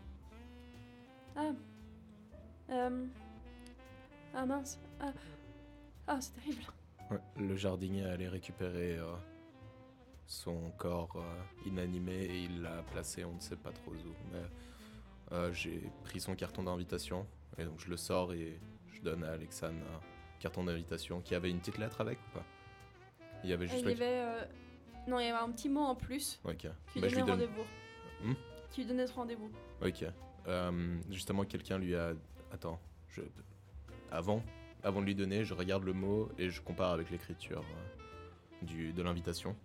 Speaker 1: Mince. C'est terrible.
Speaker 3: Ouais, le jardinier allait récupérer son corps inanimé et il l'a placé on ne sait pas trop où. Mais j'ai pris son carton d'invitation et donc je le sors et je donne à Alexane un carton d'invitation qui avait une petite lettre avec ou pas? Il y avait juste
Speaker 1: Il y avait un petit mot en plus
Speaker 3: Ok.
Speaker 1: qui
Speaker 3: Bah,
Speaker 1: lui
Speaker 3: je lui
Speaker 1: donnait
Speaker 3: donne.
Speaker 1: rendez-vous. Qui lui donnait ce rendez-vous.
Speaker 3: Ok. Justement, quelqu'un lui a. Attends. Avant de lui donner, je regarde le mot et je compare avec l'écriture de l'invitation.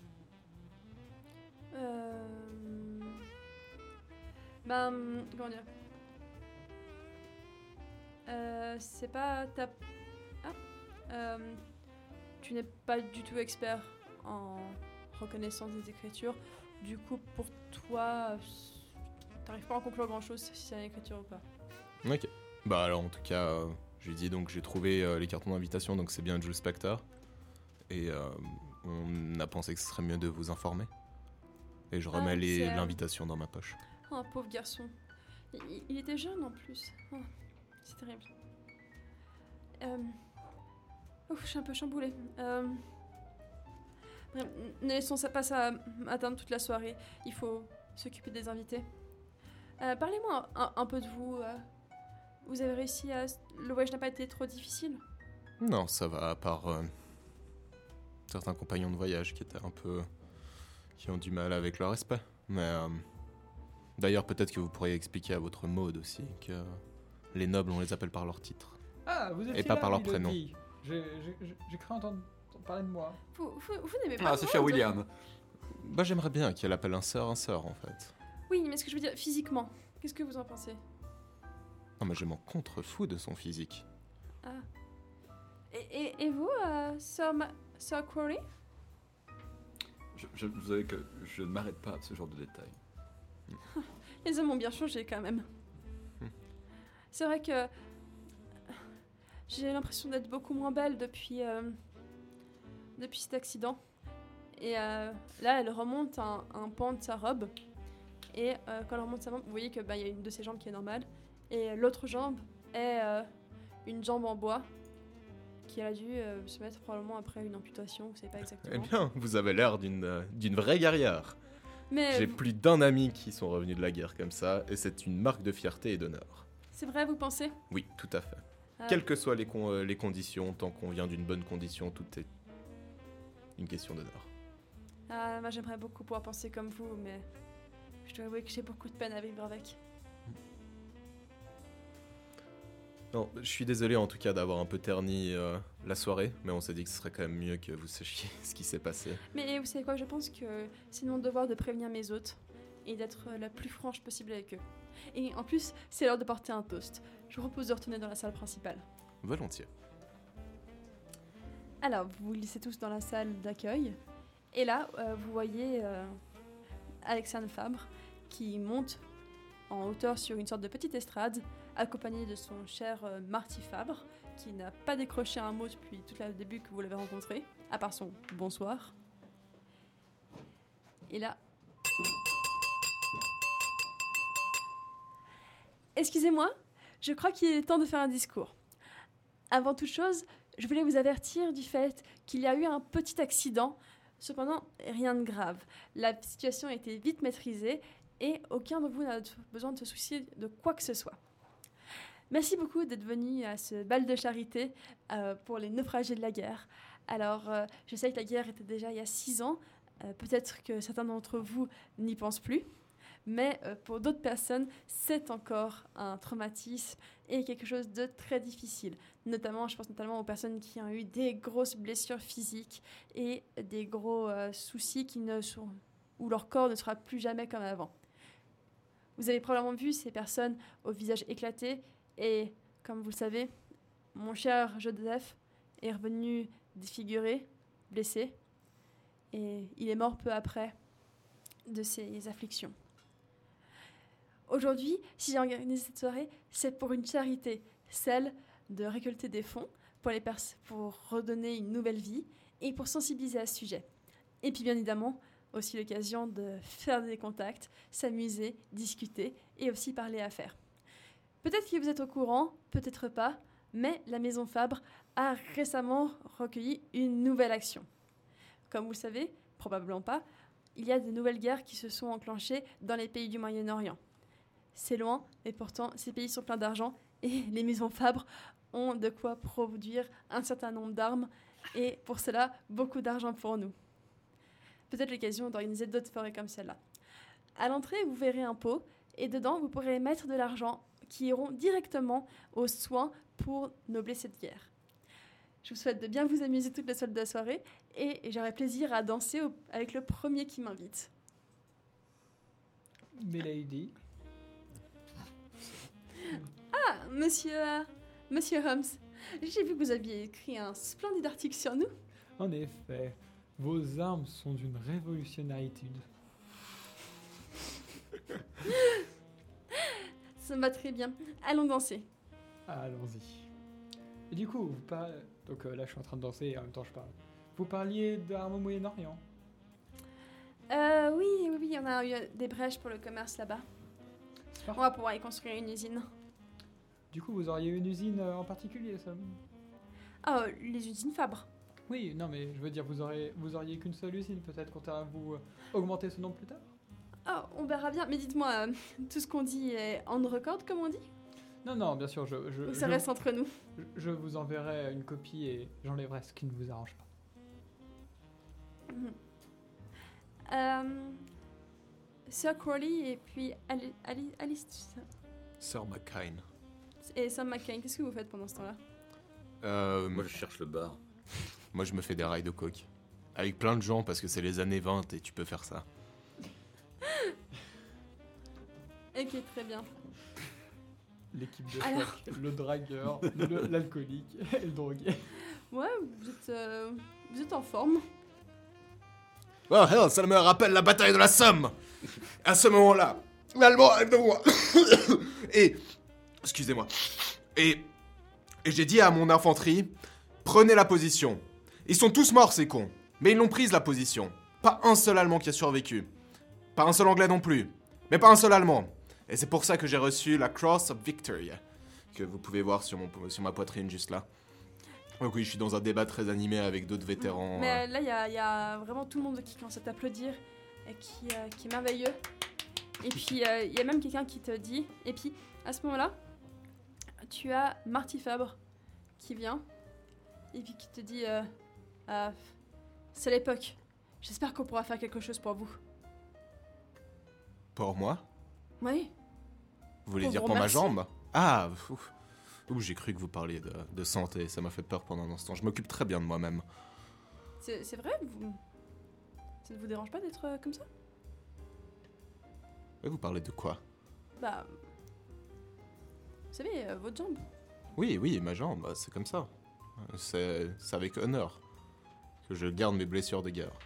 Speaker 1: Comment dire c'est pas ta... tu n'es pas du tout expert en reconnaissance des écritures. Du coup, pour toi, t'arrives pas à en conclure grand-chose si c'est une écriture ou pas.
Speaker 3: Ok. Bah alors, en tout cas, je lui dis donc j'ai trouvé les cartons d'invitation, donc c'est bien Jules Spector. Et on a pensé que ce serait mieux de vous informer. Et je remets
Speaker 1: c'est-
Speaker 3: l'invitation dans ma poche.
Speaker 1: Oh, un pauvre garçon. Il était jeune en plus. Oh, c'est terrible. Je suis un peu chamboulée. Bref, ne laissons ça pas ça atteindre toute la soirée. Il faut s'occuper des invités. Parlez-moi un peu de vous. Vous avez réussi à... Le voyage n'a pas été trop difficile?
Speaker 3: Non, ça va, à part certains compagnons de voyage qui étaient un peu... qui ont du mal avec le respect. Mais d'ailleurs, peut-être que vous pourriez expliquer à votre Maud aussi que les nobles, on les appelle par leur titre.
Speaker 2: Ah, vous êtes
Speaker 3: Et pas par leur prénom.
Speaker 2: J'ai cru entendre parler de moi.
Speaker 1: Vous n'aimez pas
Speaker 4: C'est
Speaker 1: Maud?
Speaker 4: cher William.
Speaker 3: Bah j'aimerais bien qu'elle appelle un sœur en fait.
Speaker 1: Oui, mais ce que je veux dire, physiquement, qu'est-ce que vous en pensez?
Speaker 3: Non mais je m'en contrefous de son physique.
Speaker 1: Et vous, Sir Crowley?
Speaker 4: Vous savez que je ne m'arrête pas à ce genre de détails.
Speaker 1: Les hommes ont bien changé quand même. C'est vrai que j'ai l'impression d'être beaucoup moins belle depuis cet accident. Et là, elle remonte un pan de sa robe. Et quand elle remonte sa jambe, vous voyez que y a une de ses jambes qui est normale. Et l'autre jambe est une jambe en bois qui a dû se mettre probablement après une amputation, vous savez pas exactement.
Speaker 3: Eh bien, vous avez l'air d'une vraie guerrière.
Speaker 1: Mais
Speaker 3: J'ai plus d'un ami qui sont revenus de la guerre comme ça, et c'est une marque de fierté et d'honneur.
Speaker 1: c'est vrai, vous pensez?
Speaker 3: Oui, tout à fait.
Speaker 1: Ah.
Speaker 3: Quelles que soient les conditions, tant qu'on vient d'une bonne condition, tout est une question d'honneur.
Speaker 1: Moi j'aimerais beaucoup pouvoir penser comme vous, mais je dois avouer que j'ai beaucoup de peine à vivre avec.
Speaker 3: Non, je suis désolé en tout cas d'avoir un peu terni la soirée, mais on s'est dit que ce serait quand même mieux que vous sachiez ce qui s'est passé.
Speaker 1: Mais vous savez quoi, je pense que c'est mon devoir de prévenir mes hôtes et d'être la plus franche possible avec eux. Et en plus, c'est l'heure de porter un toast. Je vous propose de retourner dans la salle principale.
Speaker 3: Volontiers.
Speaker 1: Alors, vous vous glissez tous dans la salle d'accueil. Et là, vous voyez Alexandre Fabre qui monte en hauteur sur une sorte de petite estrade, accompagné de son cher Marty Fabre, qui n'a pas décroché un mot depuis tout le début que vous l'avez rencontré, à part son bonsoir. Et là... Excusez-moi, je crois qu'il est temps de faire un discours. Avant toute chose, Je voulais vous avertir du fait qu'il y a eu un petit accident, cependant rien de grave. La situation a été vite maîtrisée et aucun de vous n'a besoin de se soucier de quoi que ce soit. Merci beaucoup d'être venu à ce bal de charité pour les naufragés de la guerre. Alors, je sais que la guerre était déjà il y a 6 ans. Peut-être que certains d'entre vous n'y pensent plus. Mais pour d'autres personnes, c'est encore un traumatisme et quelque chose de très difficile. Je pense notamment aux personnes qui ont eu des grosses blessures physiques et des gros soucis où leur corps ne sera plus jamais comme avant. Vous avez probablement vu ces personnes au visage éclaté et, comme vous le savez, mon cher Joseph est revenu défiguré, blessé, et il est mort peu après de ses afflictions. Aujourd'hui, si j'ai organisé cette soirée, c'est pour une charité, celle de récolter des fonds pour redonner une nouvelle vie et pour sensibiliser à ce sujet. Et puis bien évidemment, aussi l'occasion de faire des contacts, s'amuser, discuter et aussi parler affaires. Peut-être que vous êtes au courant, peut-être pas, mais la Maison Fabre a récemment recueilli une nouvelle action. Comme vous le savez, probablement pas, il y a de nouvelles guerres qui se sont enclenchées dans les pays du Moyen-Orient. C'est loin, et pourtant, ces pays sont pleins d'argent et les Maisons Fabre ont de quoi produire un certain nombre d'armes et pour cela, beaucoup d'argent pour nous. Peut-être l'occasion d'organiser d'autres soirées comme celle-là. À l'entrée, vous verrez un pot et dedans, vous pourrez mettre de l'argent qui iront directement aux soins pour nos blessés de guerre. Je vous souhaite de bien vous amuser toute la soirée de la soirée et j'aurai plaisir à danser avec le premier qui m'invite.
Speaker 2: Milady.
Speaker 1: Ah, monsieur Holmes, j'ai vu que vous aviez écrit un splendide article sur nous.
Speaker 2: En effet, vos armes sont d'une révolutionnaitude.
Speaker 1: Ça me va très bien. Allons danser.
Speaker 2: Allons-y. Et du coup, donc là je suis en train de danser et en même temps je parle. Vous parliez d'armes au Moyen-Orient.
Speaker 1: Oui, on a eu des brèches pour le commerce là-bas. On va pouvoir y construire une usine.
Speaker 2: Du coup, vous auriez une usine en particulier, ça?
Speaker 1: Ah, les usines Fabre.
Speaker 2: Oui, non mais je veux dire, vous auriez qu'une seule usine, peut-être comptez-vous augmenter ce nombre plus tard?
Speaker 1: Ah, on verra bien. Mais dites-moi, tout ce qu'on dit est on the record, comme on dit?
Speaker 2: Non, bien sûr,
Speaker 1: Ça reste entre nous.
Speaker 2: Je vous enverrai une copie et j'enlèverai ce qui ne vous arrange pas.
Speaker 1: Sir Crowley et puis Alice
Speaker 3: Sir McCain.
Speaker 1: et Sam McCain, qu'est-ce que vous faites pendant ce temps-là?
Speaker 4: Moi, je cherche le bar.
Speaker 3: Moi, je me fais des rails de coke. Avec plein de gens, parce que c'est les années 20 et tu peux faire ça.
Speaker 1: Ok, très bien.
Speaker 2: L'équipe de
Speaker 1: Alors-
Speaker 2: choc, le dragueur, l'alcoolique et le drogué.
Speaker 1: Ouais, vous êtes en forme.
Speaker 3: Oh hell, ça me rappelle la bataille de la Somme. À ce moment-là, l'Allemand arrive devant moi. Excusez-moi. Et j'ai dit à mon infanterie, prenez la position. Ils sont tous morts, ces cons. Mais ils l'ont prise, la position. Pas un seul Allemand qui a survécu. Pas un seul Anglais non plus. Mais pas un seul Allemand. Et c'est pour ça que j'ai reçu la Cross of Victory, que vous pouvez voir sur ma poitrine juste là. Donc oui, je suis dans un débat très animé avec d'autres vétérans.
Speaker 1: Mais là, il y a vraiment tout le monde qui commence à t'applaudir et qui est merveilleux. Et puis, il y a même quelqu'un qui te dit... Et puis, à ce moment-là, tu as Marty Fabre qui vient et puis qui te dit... c'est l'époque. J'espère qu'on pourra faire quelque chose pour vous.
Speaker 3: Pour moi?
Speaker 1: Oui.
Speaker 3: Vous voulez
Speaker 1: Pour
Speaker 3: dire
Speaker 1: vous
Speaker 3: pour ma
Speaker 1: remercier.
Speaker 3: jambe? Ah, ouf. Ouh, j'ai cru que vous parliez de santé, ça m'a fait peur pendant un instant. Je m'occupe très bien de moi-même.
Speaker 1: C'est vrai ça ne vous dérange pas d'être comme ça?
Speaker 3: Et vous parlez de quoi?
Speaker 1: Bah... Vous savez, votre jambe.
Speaker 3: Oui, ma jambe, c'est comme ça. C'est avec honneur que je garde mes blessures de guerre.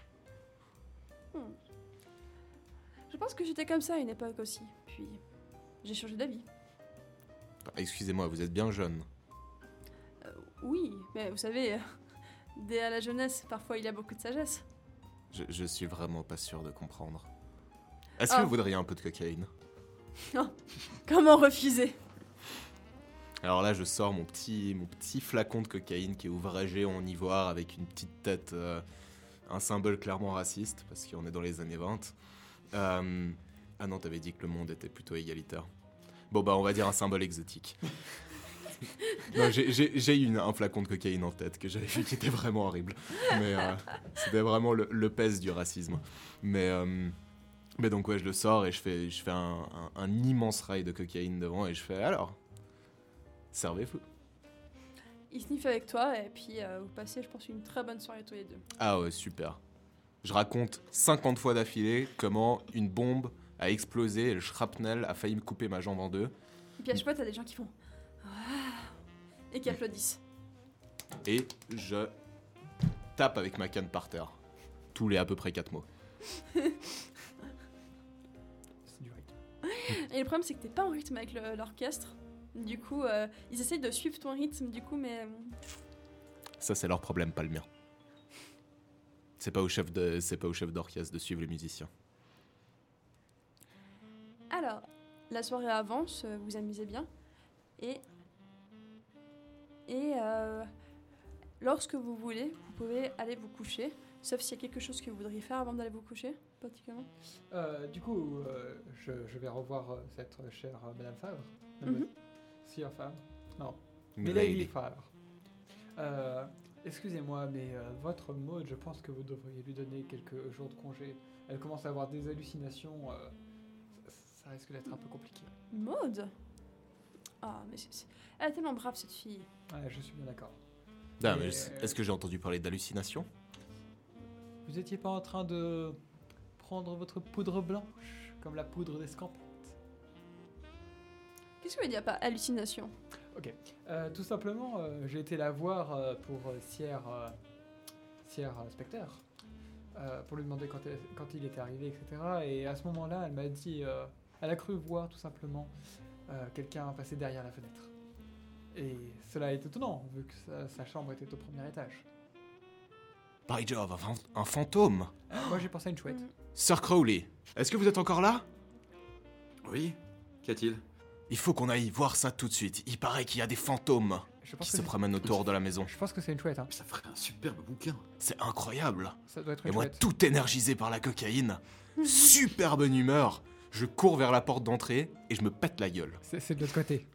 Speaker 1: Je pense que j'étais comme ça à une époque aussi. Puis, j'ai changé d'avis.
Speaker 3: Ah, excusez-moi, vous êtes bien jeune.
Speaker 1: Oui, mais vous savez, dès à la jeunesse, parfois il y a beaucoup de sagesse.
Speaker 3: Je suis vraiment pas sûr de comprendre. Est-ce que
Speaker 1: Oh.
Speaker 3: vous voudriez un peu de cocaïne?
Speaker 1: Comment refuser?
Speaker 3: Alors là, je sors mon petit flacon de cocaïne qui est ouvragé en ivoire avec une petite tête, un symbole clairement raciste, parce qu'on est dans les années 20. Ah non, t'avais dit que le monde était plutôt égalitaire. Bon bah, on va dire un symbole exotique. Non, j'ai eu un flacon de cocaïne en tête que j'avais vu qui était vraiment horrible. Mais c'était vraiment le pèse du racisme. Mais donc ouais, je le sors et je fais un immense rail de cocaïne devant et je fais alors, servez-vous.
Speaker 1: Il sniffe avec toi et puis vous passez, je pense, une très bonne soirée tous les deux.
Speaker 3: Ah ouais, super. Je raconte 50 fois d'affilée comment une bombe a explosé et le shrapnel a failli me couper ma jambe en deux.
Speaker 1: Et puis à chaque fois, t'as des gens qui font et qui applaudissent.
Speaker 3: Et je tape avec ma canne par terre. Tous les à peu près 4 mots.
Speaker 2: C'est du rythme.
Speaker 1: Et le problème, c'est que t'es pas en rythme avec l'orchestre. Du coup, ils essayent de suivre ton rythme, du coup, mais...
Speaker 3: Ça, c'est leur problème, pas le mien. C'est pas au chef d'orchestre de suivre les musiciens.
Speaker 1: Alors, la soirée avance, vous vous amusez bien. Et lorsque vous voulez, vous pouvez aller vous coucher. Sauf s'il y a quelque chose que vous voudriez faire avant d'aller vous coucher, particulièrement.
Speaker 2: Du coup, je vais revoir cette chère Madame Favre.
Speaker 1: Mhm.
Speaker 2: Sir Favre. Non.
Speaker 3: Milady.
Speaker 2: Milady Favre. Excusez-moi, mais votre Maud, je pense que vous devriez lui donner quelques jours de congé. Elle commence à avoir des hallucinations. Ça risque d'être un peu compliqué.
Speaker 1: Maud. Ah, mais elle est tellement brave, cette fille.
Speaker 2: Ouais, je suis bien d'accord.
Speaker 3: Ah,
Speaker 2: Mais,
Speaker 3: mais est-ce que j'ai entendu parler d'hallucinations?
Speaker 2: Vous étiez pas en train de prendre votre poudre blanche, comme la poudre d'escampette?
Speaker 1: Qu'est-ce que veut dire pas hallucination?
Speaker 2: Tout simplement, j'ai été la voir pour Sierre Specter, pour lui demander quand il était arrivé, etc. Et à ce moment-là, elle m'a dit, elle a cru voir tout simplement quelqu'un passer derrière la fenêtre. Et cela est étonnant, vu que sa chambre était au premier étage.
Speaker 3: By Jove, un fantôme.
Speaker 2: Moi, j'ai pensé à une chouette.
Speaker 3: Sir Crowley, est-ce que vous êtes encore là?
Speaker 4: Oui. Qu'y a-t-il?
Speaker 3: Il faut qu'on aille voir ça tout de suite. Il paraît qu'il y a des fantômes
Speaker 2: Je pense
Speaker 3: qui
Speaker 2: que
Speaker 3: se
Speaker 2: c'est-
Speaker 3: promènent autour de la maison.
Speaker 2: Je pense que c'est une chouette, hein.
Speaker 4: Ça ferait un superbe bouquin.
Speaker 3: C'est incroyable.
Speaker 2: Ça doit être
Speaker 3: Et
Speaker 2: une
Speaker 3: moi,
Speaker 2: chouette.
Speaker 3: tout énergisé par la cocaïne, super bonne humeur, je cours vers la porte d'entrée et je me pète la gueule.
Speaker 2: C'est de l'autre côté.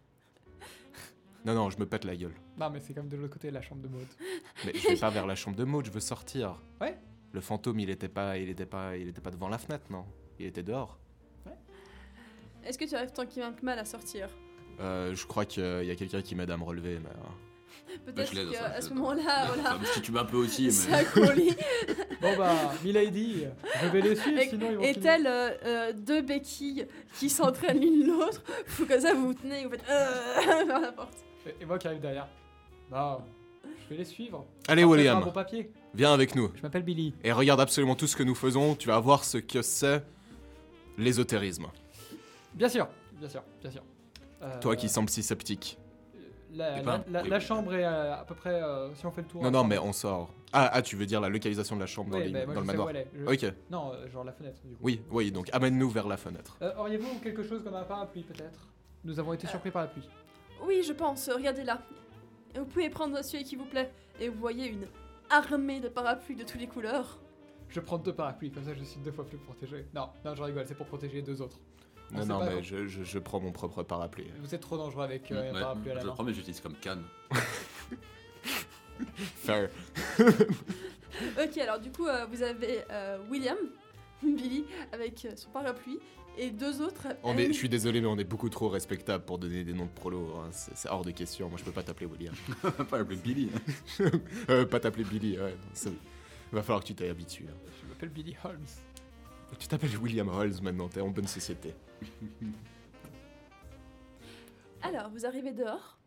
Speaker 3: Non, je me pète la gueule.
Speaker 2: Non, mais c'est comme de l'autre côté, la chambre de Maud.
Speaker 3: Mais je vais pas vers la chambre de Maud, je veux sortir.
Speaker 2: Ouais.
Speaker 3: Le fantôme, il était pas devant la fenêtre, non? Il était dehors.
Speaker 1: Est-ce que tu arrives tant qu'il que mal à sortir?
Speaker 3: Je crois qu'il y a quelqu'un qui m'aide à me relever, mais...
Speaker 1: Peut-être
Speaker 4: je l'aide, ça,
Speaker 1: qu'à
Speaker 4: je
Speaker 1: ce
Speaker 4: l'aide.
Speaker 1: moment-là,
Speaker 4: Ça
Speaker 1: voilà,
Speaker 4: me situe un peu aussi, mais...
Speaker 1: ça Crowley
Speaker 2: Bon bah, Milady, je vais les suivre, sinon ils vont
Speaker 1: et
Speaker 2: finir.
Speaker 1: telles deux béquilles qui s'entraînent l'une l'autre, faut comme ça vous vous tenez et vous faites vers la porte.
Speaker 2: Et moi qui arrive derrière. Non, je vais les suivre.
Speaker 3: Allez,
Speaker 2: Après,
Speaker 3: William,
Speaker 2: un bon papier.
Speaker 3: viens avec nous.
Speaker 2: Je m'appelle Billy.
Speaker 3: Et regarde absolument tout ce que nous faisons, tu vas voir ce que c'est l'ésotérisme.
Speaker 2: Bien sûr, bien sûr, bien sûr.
Speaker 3: Toi qui sembles si sceptique.
Speaker 2: La,
Speaker 4: Et pas-
Speaker 2: la-
Speaker 4: oui.
Speaker 2: la chambre est à peu près, si on fait le tour...
Speaker 3: Non, mais on sort. Ah, tu veux dire la localisation de la chambre
Speaker 2: Ouais, bah, moi,
Speaker 3: dans
Speaker 2: je
Speaker 3: le
Speaker 2: sais où
Speaker 3: manoir.
Speaker 2: elle est.
Speaker 3: Ok,
Speaker 2: Non, genre la fenêtre, du coup.
Speaker 3: oui, donc amène-nous vers la fenêtre.
Speaker 2: Auriez-vous quelque chose comme un parapluie, peut-être? Nous avons été surpris par la pluie.
Speaker 1: Oui, je pense, regardez là. Et vous pouvez prendre celui qui vous plaît. Et vous voyez une armée de parapluies de toutes les couleurs.
Speaker 2: Je prends 2 parapluies, comme ça je suis 2 fois plus protégé. Non, je rigole, c'est pour protéger les 2 autres. On sait
Speaker 3: Non,
Speaker 2: pas
Speaker 3: mais
Speaker 2: quand-
Speaker 3: je prends mon propre parapluie.
Speaker 2: Vous êtes trop dangereux avec un
Speaker 4: Ouais,
Speaker 2: parapluie à la
Speaker 4: je le
Speaker 2: main.
Speaker 4: prends, mais j'utilise comme canne.
Speaker 3: Fair.
Speaker 1: Ok, alors du coup, vous avez William, Billy, avec son parapluie, et deux autres.
Speaker 3: Je suis désolé, mais on est beaucoup trop respectable pour donner des noms de prolos. Hein. C'est hors de question. Moi, je peux pas t'appeler William.
Speaker 4: Pas appeler Billy.
Speaker 3: Pas t'appeler Billy, ouais. Non, va falloir que tu t'y habitues. Hein.
Speaker 2: Je m'appelle Billy Holmes.
Speaker 3: Tu t'appelles William Halls maintenant, t'es en bonne société.
Speaker 1: Alors, vous arrivez dehors.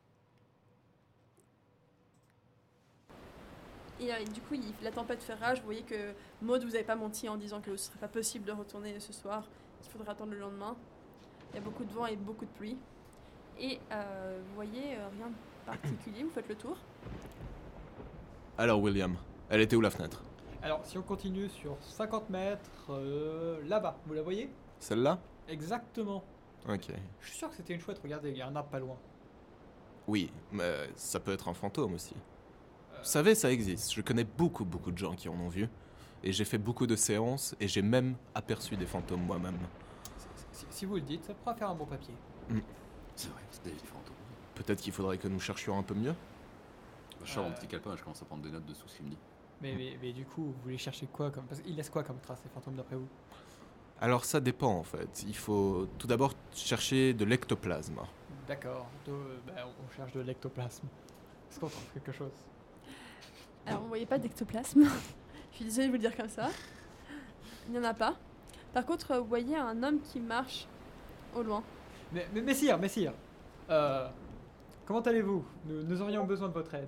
Speaker 1: Et du coup, la tempête fait rage. Vous voyez que Maud vous avez pas menti en disant que ce serait pas possible de retourner ce soir, qu'il faudra attendre le lendemain. Il y a beaucoup de vent et beaucoup de pluie. Et vous voyez rien de particulier, vous faites le tour.
Speaker 3: Alors, William, elle était où la fenêtre?
Speaker 2: Alors, si on continue sur 50 mètres, là-bas, vous la voyez?
Speaker 3: Celle-là?
Speaker 2: Exactement.
Speaker 3: Ok.
Speaker 2: Je suis sûr que c'était une chouette, regardez, il y a un arbre pas loin.
Speaker 3: Oui, mais ça peut être un fantôme aussi. Vous savez, ça existe. Je connais beaucoup de gens qui en ont vu. Et j'ai fait beaucoup de séances et j'ai même aperçu des fantômes moi-même.
Speaker 2: Si vous le dites, ça pourra faire un bon papier.
Speaker 4: C'est vrai, c'est des fantômes.
Speaker 3: Peut-être qu'il faudrait que nous cherchions un peu mieux.
Speaker 4: Je sors mon petit calepin et je commence à prendre des notes de ce qu'il me dit.
Speaker 2: Mais du coup, vous voulez chercher quoi comme... Parce qu'ils laissent quoi comme trace, les fantômes, d'après vous?
Speaker 3: Alors ça dépend en fait. Il faut tout d'abord chercher de l'ectoplasme.
Speaker 2: D'accord, on cherche de l'ectoplasme. Est-ce qu'on trouve quelque chose?
Speaker 1: Alors, on voyait pas d'ectoplasme. Je suis désolée de vous le dire comme ça. Il n'y en a pas. Par contre, vous voyez un homme qui marche au loin.
Speaker 2: Mais messire, comment allez-vous? Nous aurions besoin de votre aide.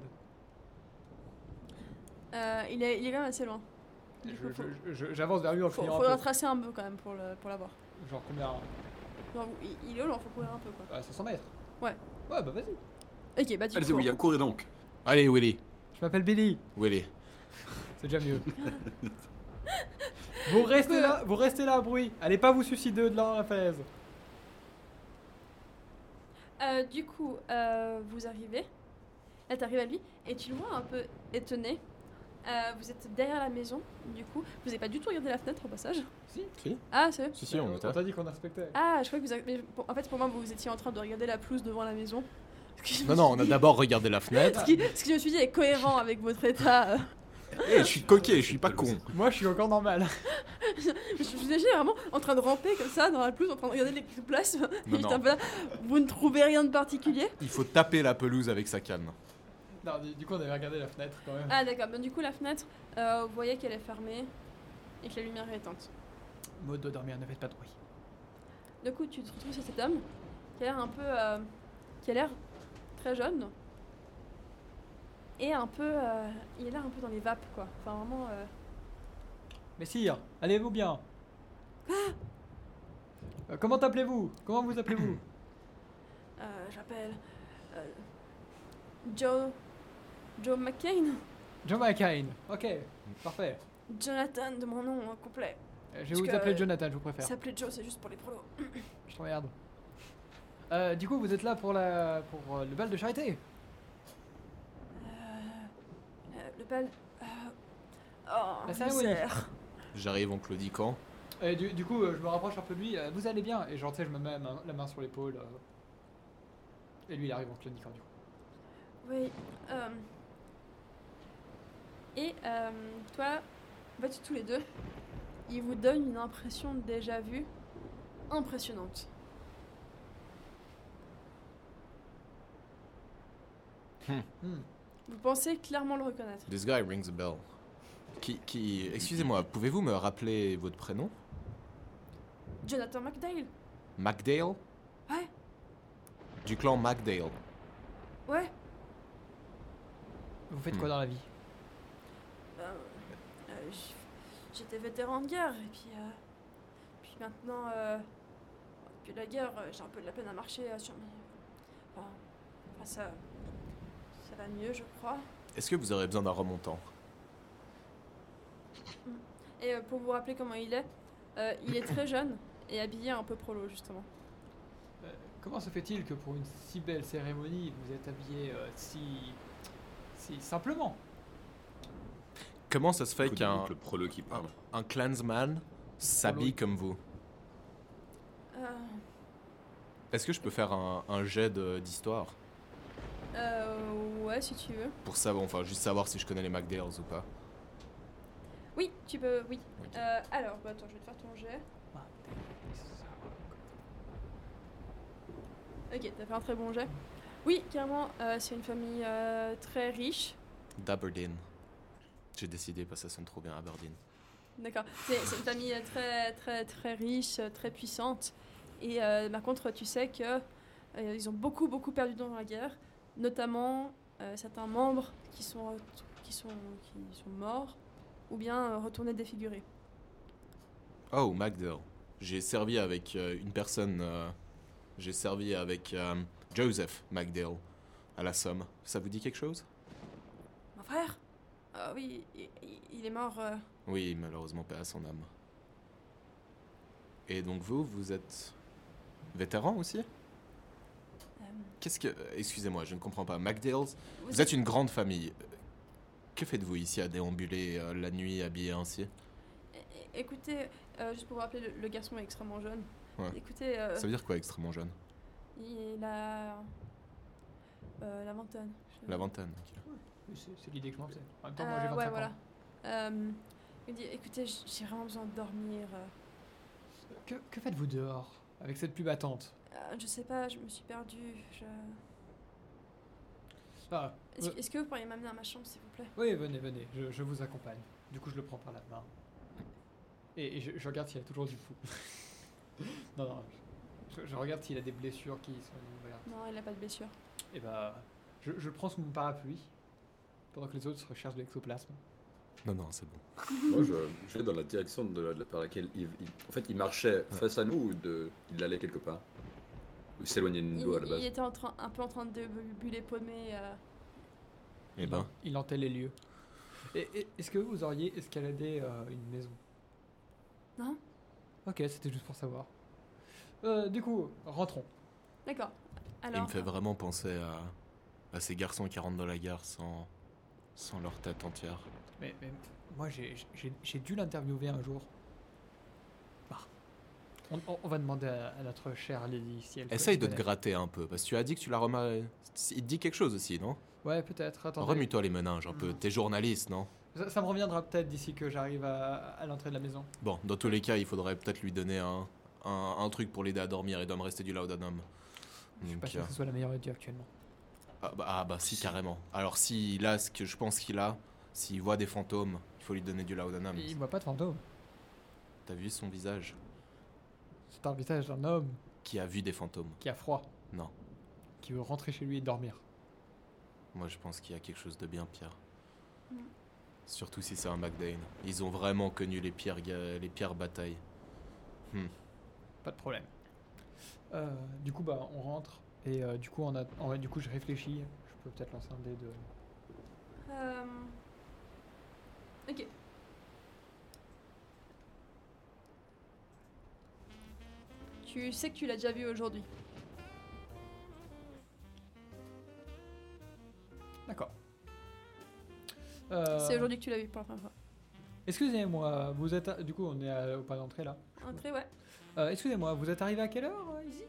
Speaker 1: Il est quand même assez loin. Du coup,
Speaker 2: J'avance vers lui en le criant un
Speaker 1: faudra
Speaker 2: peu.
Speaker 1: tracer un peu quand même pour l'avoir.
Speaker 2: Genre combien?
Speaker 1: Genre, il est au loin, faut courir un peu quoi.
Speaker 2: 500 mètres.
Speaker 1: Ouais.
Speaker 2: Ouais, bah vas-y.
Speaker 1: Ok, bah du
Speaker 4: Allez,
Speaker 1: coup.
Speaker 4: William, courez donc.
Speaker 3: Allez Willy,
Speaker 2: Je m'appelle Billy.
Speaker 3: Willy.
Speaker 2: C'est déjà mieux. Vous restez là, bruit. Allez pas vous suicider de la falaise.
Speaker 1: Du coup, vous arrivez. Là, t'arrives à lui et tu le vois un peu étonné. Vous êtes derrière la maison, du coup. Vous n'avez pas du tout regardé la fenêtre au passage.
Speaker 3: Si,
Speaker 1: Ah, c'est vrai.
Speaker 3: si, on était.
Speaker 2: On t'a dit qu'on inspectait.
Speaker 1: Ah, je crois que vous avez... mais en fait, pour moi, vous étiez en train de regarder la pelouse devant la maison.
Speaker 3: Non, on a d'abord regardé la fenêtre.
Speaker 1: Ce que je me suis dit est cohérent avec votre état.
Speaker 3: Eh, je suis coquet, je suis pas con.
Speaker 2: Moi, je suis encore normal.
Speaker 1: Je vous imagine vraiment en train de ramper comme ça dans la pelouse, en train de regarder l'ectoplasme.
Speaker 3: Non,
Speaker 1: Et j'étais
Speaker 3: non.
Speaker 1: un peu là, vous ne trouvez rien de particulier?
Speaker 3: Il faut taper la pelouse avec sa canne.
Speaker 2: Non, du coup, on avait regardé la fenêtre quand même.
Speaker 1: Ah, d'accord. Ben, du coup, la fenêtre, vous voyez qu'elle est fermée et que la lumière est éteinte.
Speaker 2: Mode de dormir, ne faites pas de bruit.
Speaker 1: Du coup, tu te retrouves sur cet homme qui a l'air un peu. Qui a l'air très jeune. Et un peu. Il a l'air un peu dans les vapes, quoi. Enfin, vraiment.
Speaker 2: Messire, allez-vous bien? Comment t'appelez-vous? Comment vous appelez-vous?
Speaker 1: J'appelle. Joe McCain.
Speaker 2: John McCain. Ok, parfait.
Speaker 1: Jonathan de mon nom complet.
Speaker 2: Je vais vous appeler Jonathan, je vous préfère.
Speaker 1: S'appeler Joe, c'est juste pour les prolos.
Speaker 2: Je te regarde. Du coup, vous êtes là pour le bal de charité?
Speaker 1: Le bal. Oh,
Speaker 2: La cérémonie.
Speaker 1: misère.
Speaker 3: J'arrive en claudiquant.
Speaker 2: Et du coup, je me rapproche un peu de lui. Vous allez bien? Et genre, tu sais, je me mets la main sur l'épaule. Et lui, il arrive en claudiquant du coup.
Speaker 1: Oui. Et toi, en fait, tous les deux, ils vous donnent une impression de déjà vu impressionnante. Vous pensez clairement le reconnaître.
Speaker 3: This guy rings a bell. Excusez-moi, pouvez-vous me rappeler votre prénom?
Speaker 1: Jonathan McDale.
Speaker 3: MacDale?
Speaker 1: Ouais.
Speaker 3: Du clan MacDale.
Speaker 1: Ouais.
Speaker 2: Vous faites quoi dans la vie?
Speaker 1: J'étais vétéran de guerre et puis maintenant que la guerre, j'ai un peu de la peine à marcher sur mes. Enfin, ça va mieux, je crois.
Speaker 3: Est-ce que vous aurez besoin d'un remontant?
Speaker 1: Et pour vous rappeler comment il est très jeune et habillé un peu prolo justement.
Speaker 2: Comment se fait-il que pour une si belle cérémonie, vous êtes habillé si simplement?
Speaker 3: Comment ça se fait qu'un
Speaker 4: Le prolo qui parle.
Speaker 3: un clansman s'habille comme vous? Est-ce que je peux faire un jet d'histoire?
Speaker 1: Ouais, si tu veux.
Speaker 3: Pour savoir, enfin, juste savoir si je connais les MacDales ou pas.
Speaker 1: Oui, tu peux, oui.
Speaker 3: Ok.
Speaker 1: Alors, attends, je vais te faire ton jet. Ok, t'as fait un très bon jet. Oui, carrément, c'est une famille très riche.
Speaker 3: D'Aberdeen. J'ai décidé parce que ça sonne trop bien Aberdeen.
Speaker 1: D'accord. C'est une famille très riche, très puissante. Et par contre, tu sais que ils ont beaucoup perdu dans la guerre, notamment certains membres qui sont morts ou bien retournés défigurés.
Speaker 3: Oh, MacDale. J'ai servi avec une personne. J'ai servi avec Joseph MacDale à la Somme. Ça vous dit quelque chose?
Speaker 1: Mon frère? Oui, il est mort.
Speaker 3: Oui, malheureusement, paix à son âme. Et donc vous êtes vétéran aussi? Qu'est-ce que... Excusez-moi, je ne comprends pas. McDales, vous êtes une grande famille. Que faites-vous ici à déambuler la nuit habillé ainsi?
Speaker 1: Écoutez, juste pour vous rappeler, le garçon est extrêmement jeune.
Speaker 3: Ouais.
Speaker 1: Écoutez,
Speaker 3: Ça veut dire quoi, extrêmement jeune?
Speaker 1: il a... la vingtaine.
Speaker 3: La vingtaine, ok.
Speaker 2: Oui, c'est l'idée que je m'en faisais. En même temps, moi j'ai 25
Speaker 1: ouais,
Speaker 2: ans.
Speaker 1: voilà. Il dit, écoutez, j'ai vraiment besoin de dormir.
Speaker 2: Que faites-vous dehors, avec cette pluie battante?
Speaker 1: Je sais pas, je me suis perdue.
Speaker 2: Ah,
Speaker 1: Est-ce que vous pourriez m'amener à ma chambre, s'il vous plaît?
Speaker 2: oui, venez, je vous accompagne. Du coup, je le prends par la main. Et je regarde s'il y a toujours du fou. non, je regarde s'il a des blessures qui sont ouvertes.
Speaker 1: Non, il a pas de blessure.
Speaker 2: Et bah, je le prends sous mon parapluie, pendant que les autres recherchent de l'exoplasme.
Speaker 3: Non, c'est bon.
Speaker 4: Moi, je vais dans la direction par laquelle en fait, il marchait face à nous ou il allait quelque part. Ou il s'éloignait de nous à la base.
Speaker 1: Il était un peu en train de débuler paumé.
Speaker 3: Eh ben,
Speaker 2: Il hantait les lieux. Et est-ce que vous auriez escaladé une maison?
Speaker 1: Non?
Speaker 2: Ok, c'était juste pour savoir. Du coup, rentrons.
Speaker 1: D'accord. Alors,
Speaker 3: il me fait vraiment penser à ces garçons qui rentrent dans la gare sans leur tête entière.
Speaker 2: Mais moi, j'ai dû l'interviewer un jour. Ah. On va demander à notre chère Lady si elle
Speaker 3: Essaye de te
Speaker 2: connaît.
Speaker 3: gratter un peu, parce que tu as dit que tu l'as remarqué. Il te dit quelque chose aussi, non?
Speaker 2: Ouais, peut-être. Attendez.
Speaker 3: Remue-toi les meninges un peu. T'es journaliste, non?
Speaker 2: Ça me reviendra peut-être d'ici que j'arrive à l'entrée de la maison.
Speaker 3: Bon, dans tous les cas, il faudrait peut-être lui donner un truc pour l'aider à dormir et doit me rester du laudanum.
Speaker 2: Je suis pas
Speaker 3: Donc,
Speaker 2: sûr que ce soit la meilleure idée actuellement.
Speaker 3: Ah bah si, carrément. Alors s'il a ce que je pense qu'il a, s'il voit des fantômes, il faut lui donner du laudanum.
Speaker 2: Il voit pas de fantôme.
Speaker 3: T'as vu son visage?
Speaker 2: C'est un visage d'un homme
Speaker 3: Qui a vu des fantômes?
Speaker 2: qui a froid,
Speaker 3: Non.
Speaker 2: qui veut rentrer chez lui et dormir.
Speaker 3: Moi je pense qu'il y a quelque chose de bien pire.
Speaker 1: Mm.
Speaker 3: Surtout si c'est un McDane. Ils ont vraiment connu les pires batailles.
Speaker 2: Pas de problème. Du coup, bah, on rentre. Et du coup, du coup, je réfléchis. Je peux peut-être lancer un dé de...
Speaker 1: Ok. Tu sais que tu l'as déjà vu aujourd'hui.
Speaker 2: D'accord.
Speaker 1: C'est aujourd'hui que tu l'as vu pour la première fois.
Speaker 2: Excusez-moi, vous êtes... Du coup, on est au pas d'entrée, là.
Speaker 1: Entrée, ouais.
Speaker 2: Excusez-moi, vous êtes arrivé à quelle heure, ici?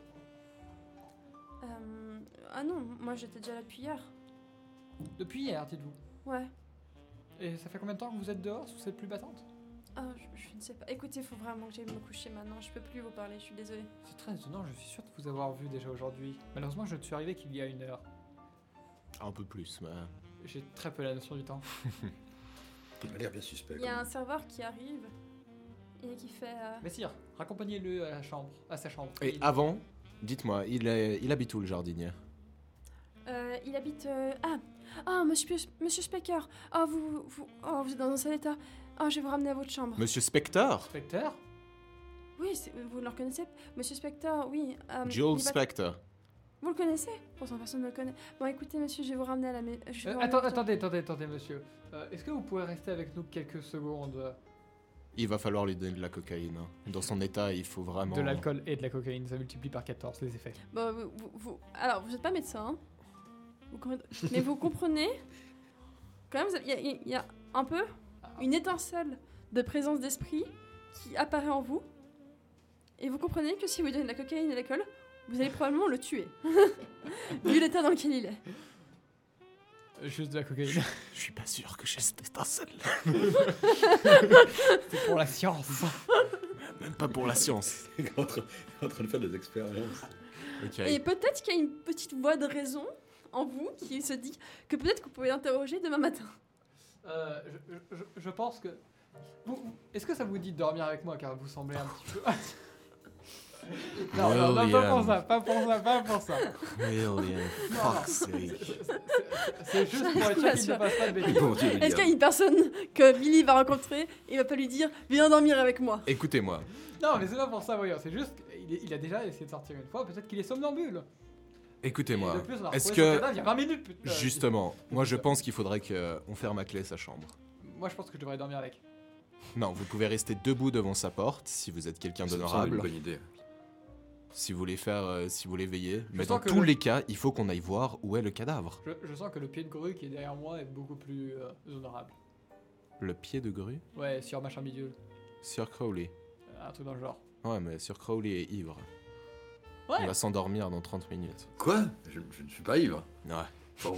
Speaker 1: Ah non, moi j'étais déjà là depuis hier.
Speaker 2: Depuis hier, dites-vous.
Speaker 1: Ouais.
Speaker 2: Et ça fait combien de temps que vous êtes dehors sous cette pluie battante?
Speaker 1: Ah, je ne sais pas. Écoutez, faut vraiment que j'aille me coucher maintenant. Je peux plus vous parler, je suis désolée.
Speaker 2: C'est très étonnant, je suis sûr de vous avoir vu déjà aujourd'hui. Malheureusement, je ne suis arrivé qu'il y a 1 heure.
Speaker 3: Un peu plus, mais...
Speaker 2: J'ai très peu la notion du temps.
Speaker 4: Il m'a l'air bien suspect.
Speaker 1: Il y a un serveur qui arrive et qui fait...
Speaker 2: Messire, raccompagnez-le à sa chambre.
Speaker 3: Et avant, dites-moi, il habite où le jardinier?
Speaker 1: il habite... monsieur Specker. Ah, vous êtes dans un sale état. Ah, je vais vous ramener à votre chambre.
Speaker 3: Monsieur Spector?
Speaker 2: Spectre?
Speaker 1: Oui, vous le reconnaissez? Monsieur Spector, oui.
Speaker 3: Joel
Speaker 1: il va-
Speaker 3: Spector.
Speaker 1: Vous le connaissez? Pourtant, personne ne le connaît. Bon, écoutez, monsieur, je vais vous ramener à la maison.
Speaker 2: Attendez, monsieur. Est-ce que vous pouvez rester avec nous quelques secondes?
Speaker 3: Il va falloir lui donner de la cocaïne. Hein. Dans son état, il faut vraiment...
Speaker 2: De l'alcool et de la cocaïne, ça multiplie par 14 les effets.
Speaker 1: Bon, alors, vous n'êtes pas médecin, hein. Mais vous comprenez? Quand même, il y a un peu une étincelle de présence d'esprit qui apparaît en vous. Et vous comprenez que si vous lui donnez de la cocaïne et de l'alcool, vous allez probablement le tuer. Vu l'état dans lequel il est.
Speaker 2: Juste de la cocaïne.
Speaker 3: Je suis pas sûr que j'ai cette étincelle.
Speaker 2: C'est pour la science.
Speaker 3: Même pas pour la science.
Speaker 4: Il est en train de faire des expériences.
Speaker 3: Ok.
Speaker 1: Et peut-être qu'il y a une petite voix de raison en vous qui se dit que peut-être que vous pouvez l'interroger demain matin.
Speaker 2: Je pense que... Est-ce que ça vous dit de dormir avec moi car vous semblez un petit peu... non, pas pour ça.
Speaker 3: William, fuck's sake.
Speaker 2: C'est juste pour être sûr qu'il ne passe pas de bêtises.
Speaker 4: Bon Dieu,
Speaker 1: Est-ce qu'il y a une personne que Billy va rencontrer et va pas lui dire viens dormir avec moi?
Speaker 3: Écoutez-moi,
Speaker 2: Non, mais c'est pas pour ça, voyons. C'est juste qu'il a déjà essayé de sortir une fois. Peut-être qu'il est somnambule. Et
Speaker 3: écoutez-moi.
Speaker 2: de plus, on a
Speaker 3: Est-ce
Speaker 2: retrouvé son
Speaker 3: que...
Speaker 2: cadavre il y a 20 minutes, putain.
Speaker 3: Justement, moi je pense qu'il faudrait qu'on ferme à clé sa chambre.
Speaker 2: Moi, je pense que je devrais dormir avec.
Speaker 3: Non, vous pouvez rester debout devant sa porte si vous êtes quelqu'un
Speaker 4: C'est une
Speaker 3: d'honorable.
Speaker 4: bonne idée.
Speaker 3: si vous voulez si vous voulez veiller. Mais
Speaker 2: sens
Speaker 3: dans
Speaker 2: que
Speaker 3: tous les cas, il faut qu'on aille voir où est le cadavre.
Speaker 2: Je sens que le pied de grue qui est derrière moi est beaucoup plus honorable.
Speaker 3: Le pied de grue
Speaker 2: Ouais, sur machin bidule.
Speaker 3: sur Crowley.
Speaker 2: Un truc dans le genre.
Speaker 3: Ouais, mais sur Crowley est ivre.
Speaker 2: Ouais.
Speaker 3: Il va s'endormir dans 30 minutes.
Speaker 4: Quoi je ne suis pas ivre.
Speaker 3: Ouais.
Speaker 4: Bon.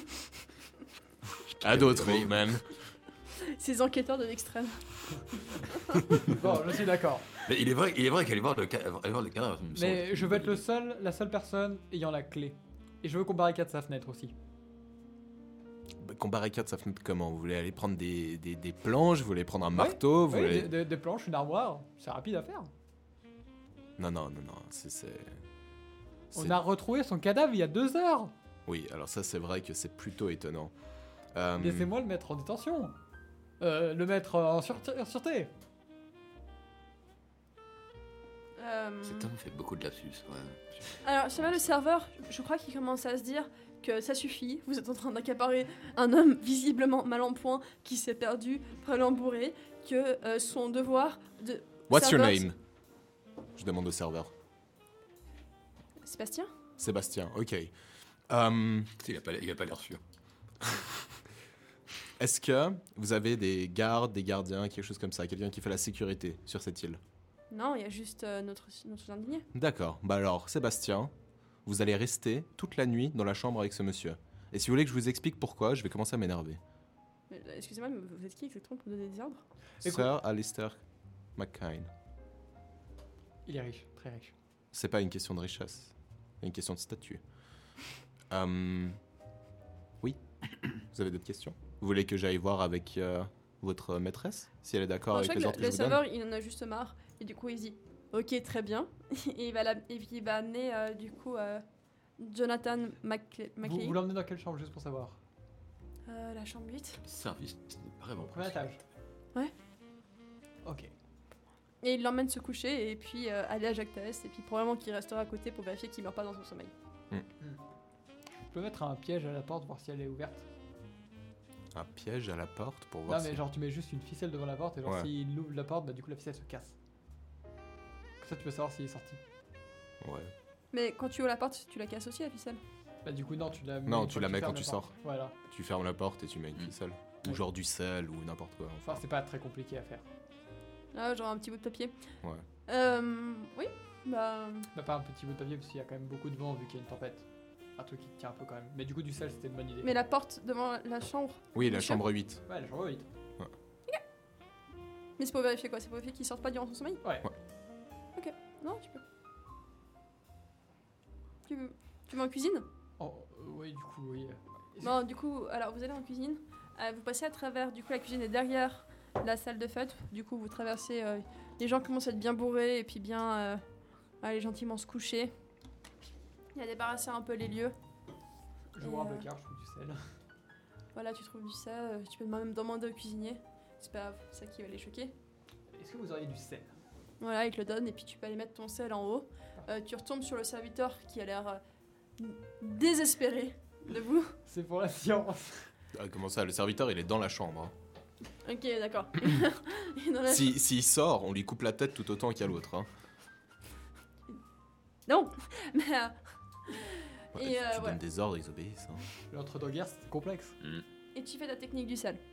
Speaker 3: À d'autres, oui, même.
Speaker 1: Ces enquêteurs de l'extrême.
Speaker 2: Bon, je suis d'accord.
Speaker 4: Mais il est vrai qu'aller voir le cadavre, ça me semble-
Speaker 2: Mais je veux être la seule personne ayant la clé. Et je veux qu'on barricade sa fenêtre aussi.
Speaker 3: Qu'on barricade sa fenêtre comment? Vous voulez aller prendre des planches? Vous voulez prendre un marteau? Vous
Speaker 2: Oui,
Speaker 3: voulez...
Speaker 2: des planches, une armoire, c'est rapide à faire.
Speaker 3: Non, c'est...
Speaker 2: On a retrouvé son cadavre il y a 2 heures.
Speaker 3: Oui, alors ça c'est vrai que c'est plutôt étonnant.
Speaker 2: Laissez-moi le mettre en détention. Le mettre en sûreté.
Speaker 4: Cet homme fait beaucoup de lapsus. Ouais.
Speaker 1: Alors, ça va, le serveur, je crois qu'il commence à se dire que ça suffit. Vous êtes en train d'accaparer un homme visiblement mal en point qui s'est perdu, probablement bourré, que son devoir de.
Speaker 3: What's your
Speaker 1: serveur-
Speaker 3: name? Je demande au serveur.
Speaker 1: Sébastien?
Speaker 3: Sébastien, ok.
Speaker 4: Il a pas l'air sûr.
Speaker 3: Est-ce que vous avez des gardes, des gardiens, quelque chose comme ça, quelqu'un qui fait la sécurité sur cette île?
Speaker 1: Non, il y a juste notre jardinier.
Speaker 3: D'accord, bah alors Sébastien, vous allez rester toute la nuit dans la chambre avec ce monsieur. Et si vous voulez que je vous explique pourquoi, je vais commencer à m'énerver.
Speaker 1: Excusez-moi, mais vous êtes qui exactement pour donner des ordres?
Speaker 2: Écoute-
Speaker 3: Sir Alistair McKine.
Speaker 2: Il est riche, très riche.
Speaker 3: C'est pas une question de richesse, c'est une question de statut. Oui. Vous avez d'autres questions? Vous voulez que j'aille voir avec votre maîtresse, si elle est d'accord
Speaker 1: Non,
Speaker 3: avec
Speaker 1: je
Speaker 3: les
Speaker 1: crois
Speaker 3: ordres
Speaker 1: que
Speaker 3: que
Speaker 1: le
Speaker 3: je vous donne?
Speaker 1: serveur, il en a juste marre. Et du coup, il se dit ok, très bien. Et il va amener du coup Jonathan
Speaker 2: Vous l'emmenez dans quelle chambre, juste pour savoir?
Speaker 1: la chambre 8.
Speaker 4: Le service n'est pas vraiment
Speaker 2: Premier étage.
Speaker 1: Ouais.
Speaker 2: Ok.
Speaker 1: Et il l'emmène se coucher et puis aller à Jacques Thalès. Et puis probablement qu'il restera à côté pour vérifier qu'il meurt pas dans son sommeil.
Speaker 2: Je peux mettre un piège à la porte, voir si elle est ouverte.
Speaker 3: Un piège à la porte pour voir
Speaker 2: Non, mais
Speaker 3: si...
Speaker 2: genre tu mets juste une ficelle devant la porte et genre
Speaker 3: Ouais.
Speaker 2: s'il ouvre la porte, bah du coup la ficelle se casse. Comme ça tu peux savoir s'il est sorti.
Speaker 3: Ouais.
Speaker 1: Mais quand tu ouvres la porte, tu la casses aussi la ficelle.
Speaker 2: Bah du coup non, tu la mets.
Speaker 3: Non,
Speaker 2: une
Speaker 3: tu
Speaker 2: fois
Speaker 3: la
Speaker 2: que
Speaker 3: mets
Speaker 2: fermes
Speaker 3: quand
Speaker 2: la
Speaker 3: tu
Speaker 2: porte.
Speaker 3: sors.
Speaker 2: Voilà.
Speaker 3: Tu fermes la porte et tu mets une ficelle. Ou
Speaker 2: Ouais.
Speaker 3: genre du sel ou n'importe quoi.
Speaker 2: Enfin, c'est pas très compliqué à faire.
Speaker 1: Ah, genre un petit bout de papier.
Speaker 3: Ouais.
Speaker 1: Oui, bah.
Speaker 2: Bah pas un petit bout de papier parce qu'il y a quand même beaucoup de vent vu qu'il y a une tempête. Un truc qui tient un peu quand même. Mais du coup du sel c'était une bonne idée.
Speaker 1: Mais la porte devant la chambre.
Speaker 3: Oui, la
Speaker 1: Monsieur
Speaker 3: chambre 8.
Speaker 2: Ouais, la chambre 8.
Speaker 1: Mais c'est pour vérifier quoi? C'est pour vérifier qu'il sorte pas durant son sommeil?
Speaker 2: Ouais.
Speaker 1: Non, tu peux. Tu vas en cuisine?
Speaker 2: Oh, oui, du coup, oui.
Speaker 1: Bon, du coup, alors vous allez en cuisine. Vous passez à travers, du coup, la cuisine est derrière la salle de fête. Du coup, vous traversez. Les gens commencent à être bien bourrés et puis bien aller gentiment se coucher. Il a débarrassé un peu les lieux.
Speaker 2: Je vois un placard, je trouve du sel.
Speaker 1: Voilà, tu trouves du sel. Tu peux même demander au cuisinier. C'est pas grave, c'est ça qui va les choquer.
Speaker 2: Est-ce que vous auriez du sel?
Speaker 1: Voilà, il te le donne et puis tu peux aller mettre ton sel en haut. Tu retombes sur le serviteur qui a l'air désespéré de vous.
Speaker 2: C'est pour la science.
Speaker 3: Ah, comment ça? Le serviteur, il est dans la chambre. Hein.
Speaker 1: Ok, d'accord. Il est dans la-
Speaker 3: S'il sort, on lui coupe la tête tout autant qu'à l'autre. Hein.
Speaker 1: Non, mais
Speaker 3: Ouais,
Speaker 1: Et,
Speaker 3: tu
Speaker 1: voilà.
Speaker 3: donnes des ordres, ils obéissent. Hein.
Speaker 2: L'entre-deux-guerres, c'est complexe.
Speaker 1: et tu fais la technique du sel.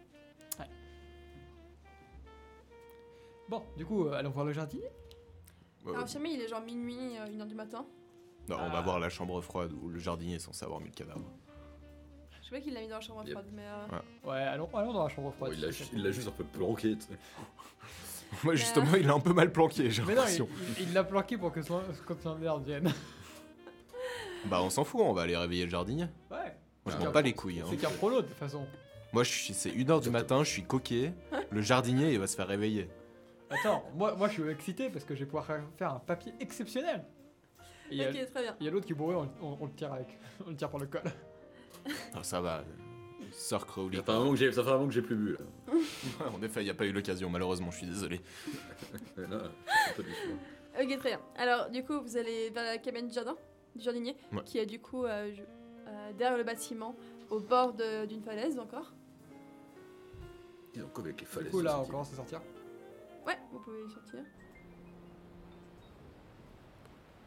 Speaker 2: Bon, du coup, allons voir le jardinier.
Speaker 1: Alors jamais il est genre minuit, 1h du matin.
Speaker 3: Non, on
Speaker 2: Ah.
Speaker 3: va voir la chambre froide où le jardinier est censé avoir mis le cadavre.
Speaker 1: Je sais pas qu'il l'a mis dans la chambre
Speaker 4: Yep.
Speaker 1: froide, mais
Speaker 2: Ouais, allons dans la chambre froide.
Speaker 4: Il l'a juste un peu planqué. Tu sais.
Speaker 3: Moi, justement, il est un peu mal planqué, j'ai
Speaker 2: Mais non,
Speaker 3: l'impression.
Speaker 2: il l'a planqué pour que son merde vienne.
Speaker 3: Bah, on s'en fout, on va aller réveiller le jardinier.
Speaker 2: Ouais.
Speaker 3: Moi, je
Speaker 2: C'est
Speaker 3: m'en bats les couilles. Hein.
Speaker 2: C'est qu'un prolo de toute façon.
Speaker 3: Moi, c'est 1h du matin, je suis coquet. Le jardinier, il va se faire réveiller.
Speaker 2: Attends, moi je suis excité parce que je vais pouvoir faire un papier exceptionnel. Et il y a,
Speaker 1: ok, très bien.
Speaker 2: il y a l'autre qui est bourré, on le tire avec. On le tire par le col.
Speaker 3: Ah, ça va. Sir Crowley.
Speaker 4: Ça fait un moment que j'ai plus bu. Là.
Speaker 3: Ouais, en effet, il n'y a pas eu l'occasion, malheureusement, je suis désolé.
Speaker 4: Là, c'est un peu déçu.
Speaker 1: Ok, très bien. Alors du coup, vous allez vers la cabane du jardin, du jardinier,
Speaker 3: Ouais.
Speaker 1: qui est du coup derrière le bâtiment, au bord d'une falaise encore.
Speaker 4: Ils ont comme avec les
Speaker 2: Du
Speaker 4: falaises.
Speaker 2: coup là,
Speaker 4: de
Speaker 2: on
Speaker 4: cette
Speaker 2: commence à sortir.
Speaker 1: Ouais, vous pouvez sortir.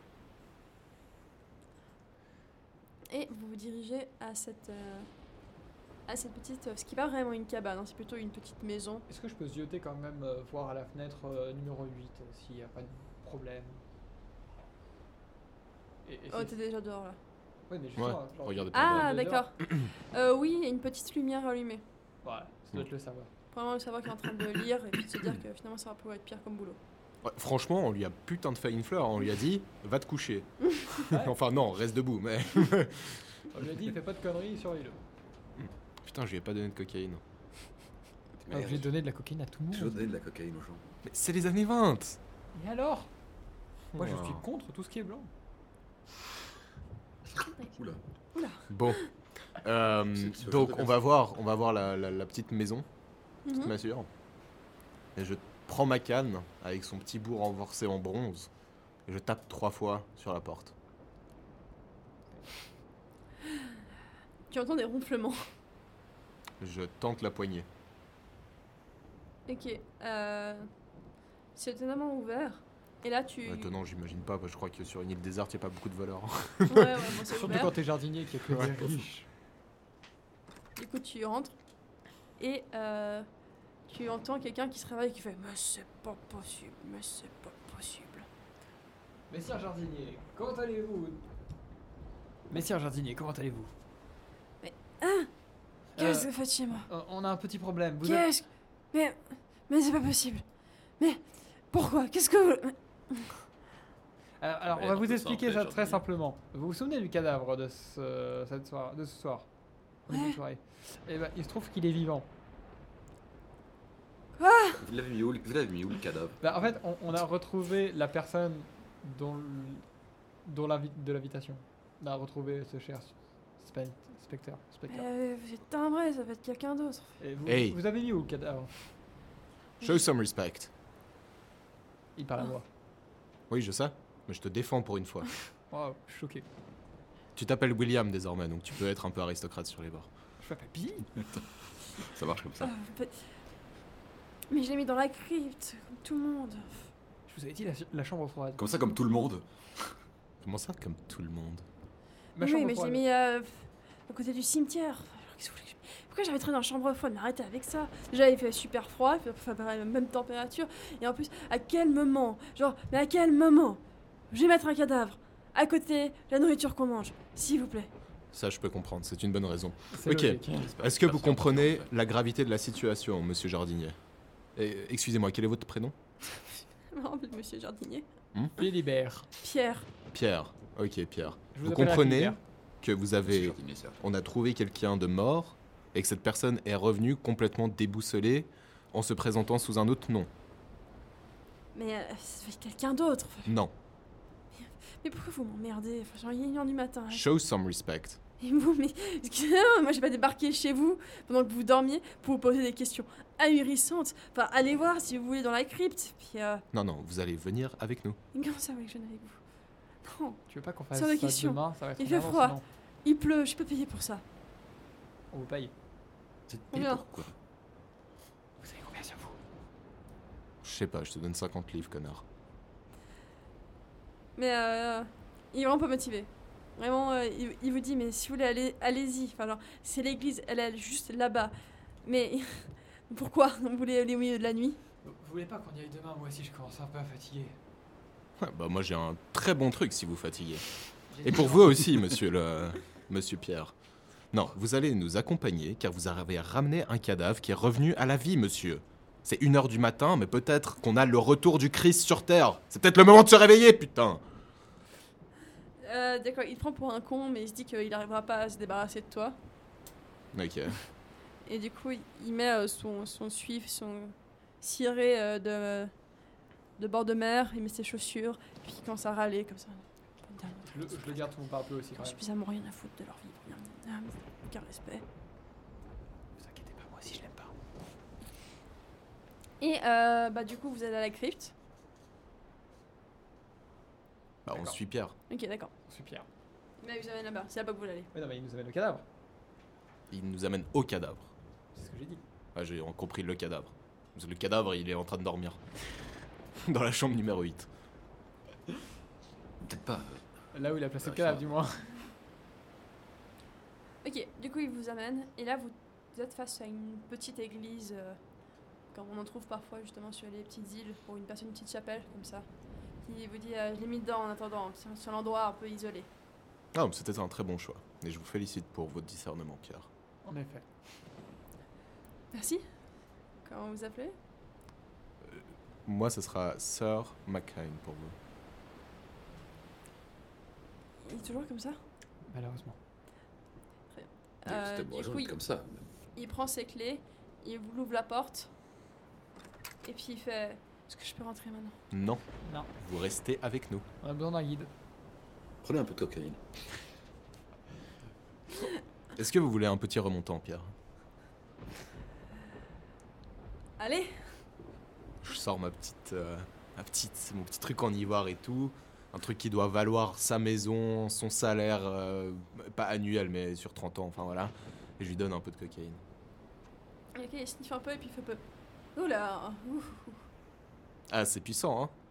Speaker 1: Et vous vous dirigez à cette petite... ce qui n'est pas vraiment une cabane, hein, c'est plutôt une petite maison.
Speaker 2: Est-ce que je peux zioter quand même, voir à la fenêtre numéro 8, s'il n'y a pas de problème?
Speaker 1: Oh, t'es déjà dehors là.
Speaker 2: Oui, mais
Speaker 3: Ouais,
Speaker 2: justement, genre...
Speaker 3: regardez pas.
Speaker 1: Ah,
Speaker 2: dehors.
Speaker 1: d'accord. Oui, il y a une petite lumière allumée.
Speaker 2: Ouais, ça doit être le savoir.
Speaker 1: Probablement le savoir qu'il est en train de lire et puis de se dire que finalement ça va pouvoir être pire comme boulot.
Speaker 3: Ouais, franchement, on lui a putain de fait une fleur. On lui a dit, va te coucher.
Speaker 2: Ouais.
Speaker 3: Enfin, non, reste debout, mais.
Speaker 2: On lui a dit, fais pas de conneries, surveille-le.
Speaker 3: Putain, je lui ai pas donné de cocaïne.
Speaker 2: Ah, je vais donner de la cocaïne à tout le
Speaker 4: Toujours
Speaker 2: monde.
Speaker 4: donner de la cocaïne aux gens.
Speaker 3: Mais c'est les années 20.
Speaker 2: Et alors? Moi, je
Speaker 3: Wow.
Speaker 2: suis contre tout ce qui est blanc.
Speaker 4: Oula.
Speaker 3: Bon.
Speaker 4: Ce
Speaker 3: Donc,
Speaker 4: genre de
Speaker 3: on va voir la petite maison,
Speaker 1: Mhm.
Speaker 3: petite masure. Et je prends ma canne avec son petit bout renversé en bronze. Et je tape 3 fois sur la porte.
Speaker 1: Tu entends des ronflements.
Speaker 3: Je tente la poignée.
Speaker 1: Ok. C'est étonnamment ouvert. Et là tu...
Speaker 3: Étonnant, j'imagine pas, parce que je crois que sur une île déserte, il n'y a pas beaucoup de voleurs.
Speaker 1: Ouais, bon, c'est
Speaker 2: Surtout
Speaker 1: ouvert.
Speaker 2: quand t'es jardinier qui a que
Speaker 3: Ouais.
Speaker 2: des riches.
Speaker 1: Du coup, tu rentres et tu entends quelqu'un qui se réveille et qui fait « Mais c'est pas possible, mais c'est pas possible.
Speaker 2: Messire jardinier, comment allez-vous? Messire jardinier, comment allez-vous?
Speaker 1: Qu'est-ce que vous faites chez moi?
Speaker 2: On a un petit problème. Vous êtes-
Speaker 1: Qu'est-ce que... Mais c'est pas possible. Mais pourquoi? Qu'est-ce que vous...
Speaker 2: Alors, on
Speaker 4: Mais
Speaker 2: va
Speaker 4: on
Speaker 2: vous
Speaker 4: peut
Speaker 2: expliquer
Speaker 4: sortir,
Speaker 2: ça très
Speaker 4: jardinier.
Speaker 2: simplement. Vous vous souvenez du cadavre de ce soir? Au début de
Speaker 1: Ouais.
Speaker 2: soirée. Eh ben, il se trouve qu'il est vivant.
Speaker 4: Vous l'avez mis où le cadavre?
Speaker 2: Bah, en fait, on a retrouvé la personne dont de l'invitation. On a retrouvé ce cher Spectre.
Speaker 1: Vous êtes timbré, ça va être quelqu'un d'autre.
Speaker 2: Et vous,
Speaker 3: Hey.
Speaker 2: vous avez mis où le cadavre?
Speaker 3: Show some respect.
Speaker 2: Il parle à moi.
Speaker 3: Oui, je sais, mais je te défends pour une fois.
Speaker 2: Oh, je suis choqué.
Speaker 3: Tu t'appelles William désormais, donc tu peux être un peu aristocrate sur les bords.
Speaker 2: Je m'appelle Billy.
Speaker 4: Ça marche comme ça.
Speaker 1: Mais je l'ai mis dans la crypte, comme tout le monde.
Speaker 2: Je vous avais dit la chambre froide.
Speaker 4: Comme ça, comme tout le monde.
Speaker 3: Comment ça, comme tout le monde?
Speaker 2: Ma
Speaker 1: Oui,
Speaker 2: chambre
Speaker 1: mais je
Speaker 2: froide.
Speaker 1: l'ai mis à côté du cimetière. Alors, qu'est-ce que vous voulez que pourquoi j'avais traîné dans la chambre froide? Mais arrêtez avec ça. Déjà, il fait super froid, il fait pareil, la même température. Et en plus, à quel moment? Genre, mais à quel moment je vais mettre un cadavre à côté de la nourriture qu'on mange? S'il vous plaît.
Speaker 3: Ça, je peux comprendre, c'est une bonne raison.
Speaker 2: C'est
Speaker 3: Ok.
Speaker 2: logique.
Speaker 3: Est-ce que vous
Speaker 4: Merci,
Speaker 3: comprenez
Speaker 4: en fait.
Speaker 3: la gravité de la situation, monsieur Jardinier? Excusez-moi, quel est votre prénom?
Speaker 1: Je me rappelle, monsieur jardinier.
Speaker 2: Philibert.
Speaker 1: Pierre.
Speaker 3: Pierre. Ok, Pierre.
Speaker 2: Je
Speaker 3: Vous
Speaker 2: appelle
Speaker 3: comprenez
Speaker 2: Philibert.
Speaker 3: que vous
Speaker 4: C'est
Speaker 3: avez...
Speaker 4: jardinier, certes.
Speaker 3: On a trouvé quelqu'un de mort et que cette personne est revenue complètement déboussolée en se présentant sous un autre nom.
Speaker 1: Mais ça fait quelqu'un d'autre.
Speaker 3: Non.
Speaker 1: Mais pourquoi vous m'emmerdez? Enfin, genre, il est 1h du matin. Hein.
Speaker 3: Show some respect.
Speaker 1: Et vous, mais moi j'ai pas débarqué chez vous pendant que vous dormiez pour vous poser des questions ahurissantes. Enfin, allez voir si vous voulez dans la crypte. Puis,
Speaker 3: Non, non, vous allez venir avec nous.
Speaker 1: comment ça va que je vienne avec vous? Non,
Speaker 2: Tu veux pas qu'on fasse
Speaker 1: Sans la
Speaker 2: ça
Speaker 1: question.
Speaker 2: demain? Ça va être
Speaker 1: Il
Speaker 2: en
Speaker 1: fait
Speaker 2: avance,
Speaker 1: froid.
Speaker 2: sinon
Speaker 1: il pleut, je peux payer pour ça.
Speaker 2: On vous paye.
Speaker 4: C'est
Speaker 1: Combien?
Speaker 4: pourquoi?
Speaker 2: Vous savez combien ça vaut?
Speaker 3: Je sais pas, je te donne 50 livres, connard.
Speaker 1: Mais il est vraiment pas motivé. Vraiment, il vous dit, mais si vous voulez, allez-y. Enfin, genre, c'est l'église, elle est juste là-bas. Mais pourquoi vous voulez aller au milieu de la nuit?
Speaker 2: Vous voulez pas qu'on y aille demain? Moi aussi, je commence un peu à fatiguer.
Speaker 3: Bah moi j'ai un très bon truc si vous fatiguez.
Speaker 2: J'ai
Speaker 3: Et
Speaker 2: dit
Speaker 3: pour
Speaker 2: non.
Speaker 3: vous aussi, monsieur Pierre. Non, vous allez nous accompagner car vous avez ramené un cadavre qui est revenu à la vie, monsieur. C'est 1h du matin, mais peut-être qu'on a le retour du Christ sur Terre. C'est peut-être le moment de se réveiller, putain.
Speaker 1: D'accord, il te prend pour un con, mais il se dit qu'il n'arrivera pas à se débarrasser de toi.
Speaker 3: Ok.
Speaker 1: Et du coup, il met son suif, son ciré de bord de mer, il met ses chaussures, puis il commence à râler comme ça.
Speaker 2: Je le garde sous mon parapluie aussi
Speaker 1: Ils
Speaker 2: quand
Speaker 1: ont
Speaker 2: même.
Speaker 1: suffisamment rien à foutre de leur vie. Aucun respect.
Speaker 2: Vous inquiétez pas, moi aussi je l'aime pas.
Speaker 1: Et bah du coup, vous allez à la crypte.
Speaker 3: Bah on
Speaker 2: D'accord.
Speaker 3: suit Pierre.
Speaker 1: Ok, d'accord.
Speaker 2: Super.
Speaker 1: Mais vous allez là-bas, c'est là-bas que vous allez.
Speaker 2: Mais non, mais il nous amène le cadavre.
Speaker 3: Il nous amène au cadavre.
Speaker 2: C'est ce que j'ai dit.
Speaker 3: Ah, j'ai compris le cadavre. Parce que le cadavre, il est en train de dormir. Dans la chambre numéro 8.
Speaker 4: Peut-être pas.
Speaker 2: Là où il a placé le
Speaker 4: Ouais,
Speaker 2: cadavre,
Speaker 4: ça.
Speaker 2: du moins.
Speaker 1: Ok, du coup, il vous amène. Et là, vous êtes face à une petite église, comme on en trouve parfois justement sur les petites îles, pour une petite chapelle comme ça. Qui vous dit, je l'ai mis dedans en attendant, sur l'endroit un peu isolé.
Speaker 3: Ah, mais c'était un très bon choix. Et je vous félicite pour votre discernement, Pierre.
Speaker 2: En effet.
Speaker 1: Merci. Comment vous appelez?
Speaker 3: Moi, ce sera Sir McCain pour vous.
Speaker 1: Il est toujours comme ça?
Speaker 2: Malheureusement.
Speaker 4: C'était
Speaker 1: Du
Speaker 4: bon,
Speaker 1: coup,
Speaker 4: comme ça.
Speaker 1: il prend ses clés, il vous ouvre la porte, et puis il fait, est-ce que je peux rentrer maintenant?
Speaker 3: Non,
Speaker 2: Non.
Speaker 3: vous restez avec nous.
Speaker 2: On a besoin d'un guide.
Speaker 4: Prenez un peu de cocaïne.
Speaker 3: Est-ce que vous voulez un petit remontant, Pierre?
Speaker 1: Allez!
Speaker 3: Je sors mon petit truc en ivoire et tout. Un truc qui doit valoir sa maison, son salaire, pas annuel, mais sur 30 ans, enfin voilà. Et je lui donne un peu de cocaïne.
Speaker 1: Ok, il sniffe un peu et puis il fait peu. Oula!
Speaker 3: Ah, c'est puissant, hein?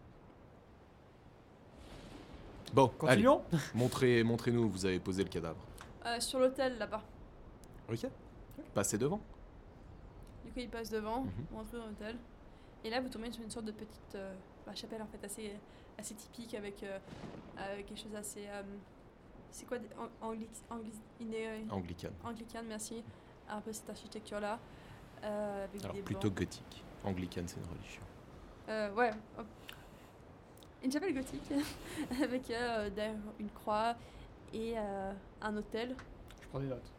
Speaker 3: Bon,
Speaker 2: Continuons.
Speaker 3: allez, montrez-nous où vous avez posé le cadavre.
Speaker 1: Sur l'hôtel là-bas.
Speaker 3: Ok. Passez devant.
Speaker 1: Du coup, il passe devant,
Speaker 3: Mhm.
Speaker 1: vous rentrez dans l'hôtel. Et là, vous tombez sur une sorte de petite chapelle en fait assez typique avec quelque chose assez. C'est quoi
Speaker 3: Anglicane.
Speaker 1: anglicane, merci. Un peu cette architecture-là. Avec
Speaker 3: Alors
Speaker 1: des
Speaker 3: plutôt
Speaker 1: bancs.
Speaker 3: gothique. Anglicane, c'est une religion.
Speaker 1: Ouais. Hop. Une chapelle gothique avec derrière une croix et un autel.
Speaker 2: Je prends des notes.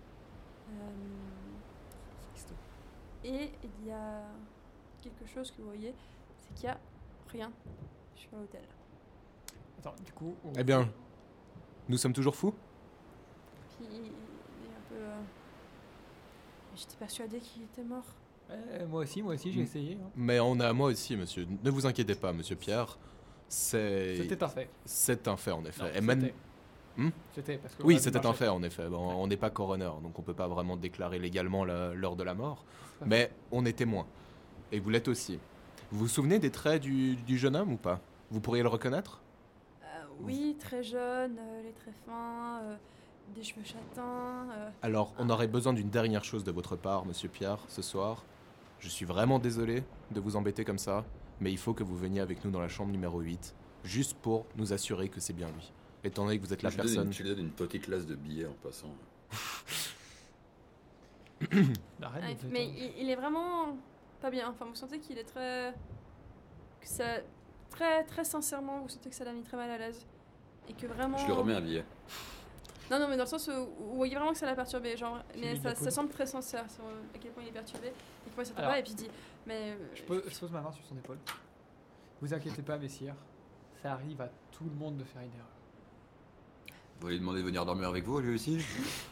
Speaker 1: Et il y a quelque chose que vous voyez, c'est qu'il n'y a rien sur l'autel.
Speaker 2: Attends, du coup.
Speaker 3: Eh bien, nous sommes toujours fous?
Speaker 1: Puis il est un peu. J'étais persuadée qu'il était mort.
Speaker 2: Moi aussi, j'ai
Speaker 3: Mm.
Speaker 2: essayé. Hein.
Speaker 3: Mais moi aussi, monsieur. Ne vous inquiétez pas, monsieur Pierre.
Speaker 2: C'était un fait.
Speaker 3: C'est un fait, en effet.
Speaker 2: Non,
Speaker 3: Et même-
Speaker 2: c'était.
Speaker 3: Hmm
Speaker 2: C'était parce que.
Speaker 3: Oui,
Speaker 2: on a vu
Speaker 3: c'était un
Speaker 2: marcher.
Speaker 3: fait, en effet. Bon, on n'est pas coroner, donc on peut pas vraiment déclarer légalement l'heure de la mort.
Speaker 2: Tout à
Speaker 3: Mais on est témoin. Et vous l'êtes aussi. Vous vous souvenez des traits du jeune homme ou pas? Vous pourriez le reconnaître?
Speaker 1: Oui, très jeune, les traits fins, des cheveux châtains.
Speaker 3: Alors, on aurait besoin d'une dernière chose de votre part, monsieur Pierre, ce soir. Je suis vraiment désolé de vous embêter comme ça, mais il faut que vous veniez avec nous dans la chambre numéro 8, juste pour nous assurer que c'est bien lui. Étant donné que vous êtes la personne...
Speaker 4: Tu lui donnes une petite classe de billets en passant.
Speaker 2: Arrête de te
Speaker 1: Mais
Speaker 2: détendre.
Speaker 1: il est vraiment pas bien. Enfin, vous sentez qu'il est très. Que ça. Très, très sincèrement, vous sentez que ça l'a mis très mal à l'aise. Et que vraiment.
Speaker 4: Je lui remets un billet.
Speaker 1: Non, mais dans le sens où vous voyez vraiment que ça l'a perturbé. Genre,
Speaker 2: Tu
Speaker 1: mais
Speaker 2: lui dis la
Speaker 1: ça
Speaker 2: coude.
Speaker 1: semble très sincère sur à quel point il est perturbé. Et comment ça
Speaker 2: Alors,
Speaker 1: va, et puis il dit. Mais.
Speaker 2: Je pose ma main sur son épaule. Vous inquiétez pas, messire. Ça arrive à tout le monde de faire une erreur.
Speaker 4: Vous allez lui demander de venir dormir avec vous, lui aussi?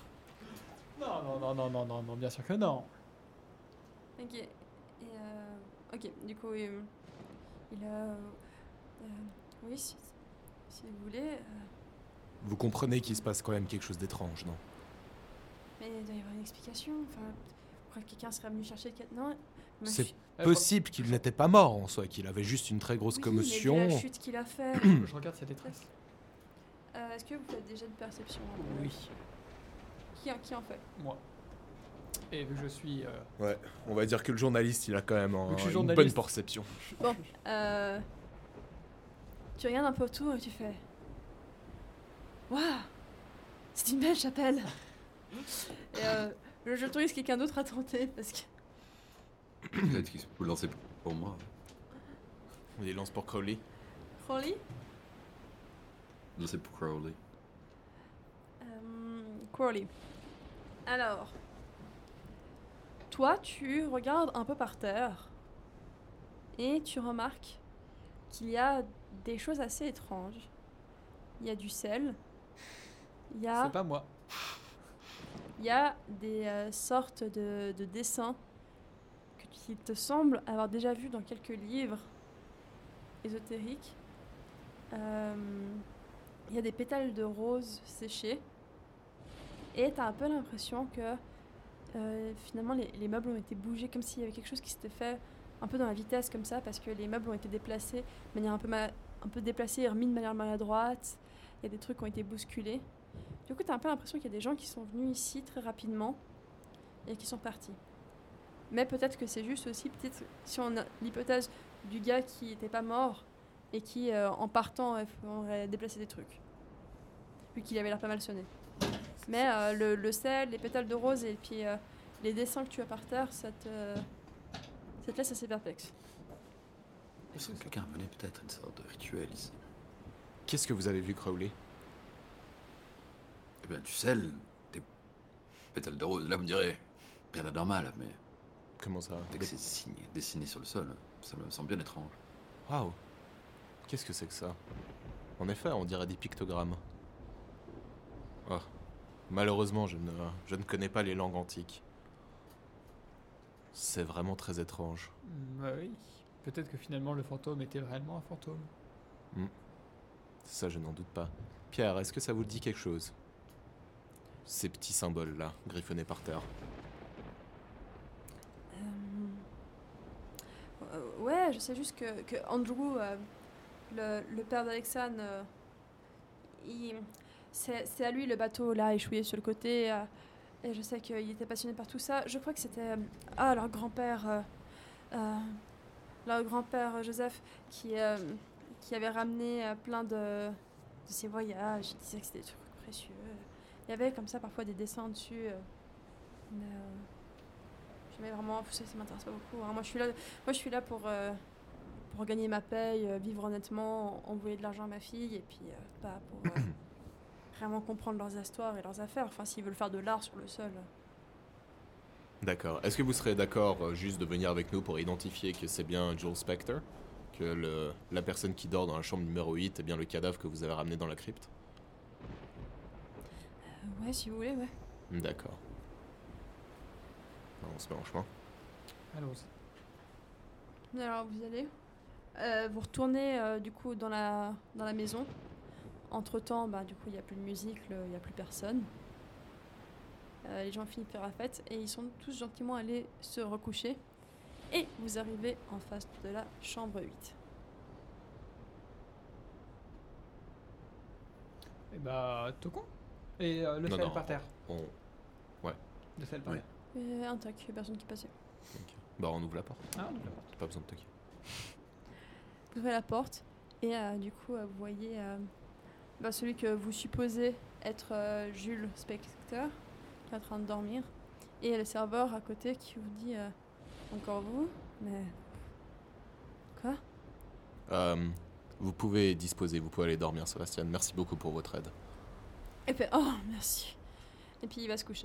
Speaker 2: Non, bien sûr que non.
Speaker 1: Ok. Et ok, du coup, il a. Oui, si vous voulez.
Speaker 3: Vous comprenez qu'il se passe quand même quelque chose d'étrange, non?
Speaker 1: Mais il doit y avoir une explication. Enfin, pourquoi quelqu'un serait venu chercher le Non. moi,
Speaker 3: C'est
Speaker 1: je-
Speaker 3: possible qu'il n'était pas mort en soi, qu'il avait juste une très grosse
Speaker 1: Oui,
Speaker 3: commotion.
Speaker 1: mais vu la chute qu'il a fait.
Speaker 2: Je regarde sa détresse.
Speaker 1: Est-ce que vous faites déjà de perception un peu
Speaker 2: Oui,
Speaker 1: Qui en fait?
Speaker 2: moi. Et vu que je suis.
Speaker 3: Ouais, on va dire que le journaliste, il a quand même
Speaker 2: Vu que je suis
Speaker 3: une bonne
Speaker 2: journaliste.
Speaker 3: perception.
Speaker 1: Bon, tu regardes un peu autour et tu fais. Waouh! C'est une belle chapelle! Et j'autorise quelqu'un d'autre à tenter parce que.
Speaker 4: Peut-être qu'il peut lancer pour moi.
Speaker 3: On les lance pour Crowley.
Speaker 1: Crowley?
Speaker 4: Lancer pour Crowley.
Speaker 1: Crowley. Alors. Toi, tu regardes un peu par terre et tu remarques qu'il y a des choses assez étranges. Il y a du sel. Il y a.
Speaker 2: C'est pas moi.
Speaker 1: Il y a des sortes de dessins qui te semblent avoir déjà vu dans quelques livres ésotériques. Il y a des pétales de rose séchés. Et tu as un peu l'impression que finalement les meubles ont été bougés comme s'il y avait quelque chose qui s'était fait un peu dans la vitesse comme ça, parce que les meubles ont été déplacés de manière un peu déplacée et remis de manière maladroite. Il y a des trucs qui ont été bousculés. Du coup, t'as un peu l'impression qu'il y a des gens qui sont venus ici très rapidement et qui sont partis. Mais peut-être que c'est juste aussi, peut-être si on a l'hypothèse du gars qui n'était pas mort et qui, en partant, aurait déplacé des trucs. Vu qu'il avait l'air pas mal sonné. Mais le sel, les pétales de rose et puis les dessins que tu as par terre, ça te laisse assez perplexe.
Speaker 4: Est-ce que quelqu'un menait peut-être une sorte de rituel ici?
Speaker 3: Qu'est-ce que vous avez vu, Crowley?
Speaker 4: Eh bien, du sel, des pétales de rose. Là, vous me direz, rien d'anormal, mais
Speaker 3: Comment ça?
Speaker 4: dès que c'est signé, dessiné sur le sol, ça me semble bien étrange.
Speaker 3: Waouh! Qu'est-ce que c'est que ça? En effet, on dirait des pictogrammes. Oh. Malheureusement, je ne connais pas les langues antiques. C'est vraiment très étrange.
Speaker 2: Oui. Peut-être que finalement le fantôme était réellement un fantôme.
Speaker 3: Ça, je n'en doute pas. Pierre, est-ce que ça vous dit quelque chose? Ces petits symboles-là, griffonnés par terre.
Speaker 1: Ouais, je sais juste que Andrew, le père d'Alexandre, c'est à lui le bateau là échoué sur le côté. Et je sais qu'il était passionné par tout ça. Je crois que c'était leur grand-père, Joseph, qui avait ramené plein de ses voyages. Il disait que c'était des trucs précieux. Il y avait comme ça parfois des dessins dessus. Mais jamais vraiment, ça m'intéresse pas beaucoup. Hein. Moi, je suis là pour gagner ma paye, vivre honnêtement, envoyer de l'argent à ma fille, et puis pas pour vraiment comprendre leurs histoires et leurs affaires. Enfin, s'ils veulent faire de l'art sur le sol.
Speaker 3: D'accord. Est-ce que vous serez d'accord juste de venir avec nous pour identifier que c'est bien Joel Spector? Que la personne qui dort dans la chambre numéro 8 est bien le cadavre que vous avez ramené dans la crypte?
Speaker 1: Ouais, si vous voulez, ouais.
Speaker 3: D'accord. On se met en chemin.
Speaker 2: Allons-y.
Speaker 1: Alors, vous allez vous retournez du coup dans la maison. Entre-temps, du coup, il n'y a plus de musique, il n'y a plus personne. Les gens finissent de faire la fête et ils sont tous gentiment allés se recoucher. Et vous arrivez en face de la chambre 8.
Speaker 2: Et Tocon. Et le
Speaker 3: Non,
Speaker 2: sel
Speaker 3: non,
Speaker 2: par terre. Le sel par
Speaker 4: Oui.
Speaker 2: terre.
Speaker 1: Et un toc, il n'y a personne qui passait.
Speaker 3: Ok. On ouvre la porte.
Speaker 2: Ah, on ouvre la porte.
Speaker 3: Pas besoin de toquer.
Speaker 1: Vous ouvrez la porte et du coup, vous voyez celui que vous supposez être Jules Spector, qui est en train de dormir. Et le serveur à côté qui vous dit encore vous, mais quoi?
Speaker 3: Vous pouvez disposer, vous pouvez aller dormir, Sébastien. Merci beaucoup pour votre aide.
Speaker 1: Et puis, oh, merci. Et puis il va se coucher.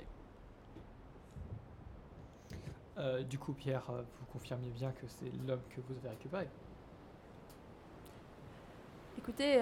Speaker 2: Du coup, Pierre, vous confirmez bien que c'est l'homme que vous avez récupéré.
Speaker 1: Écoutez,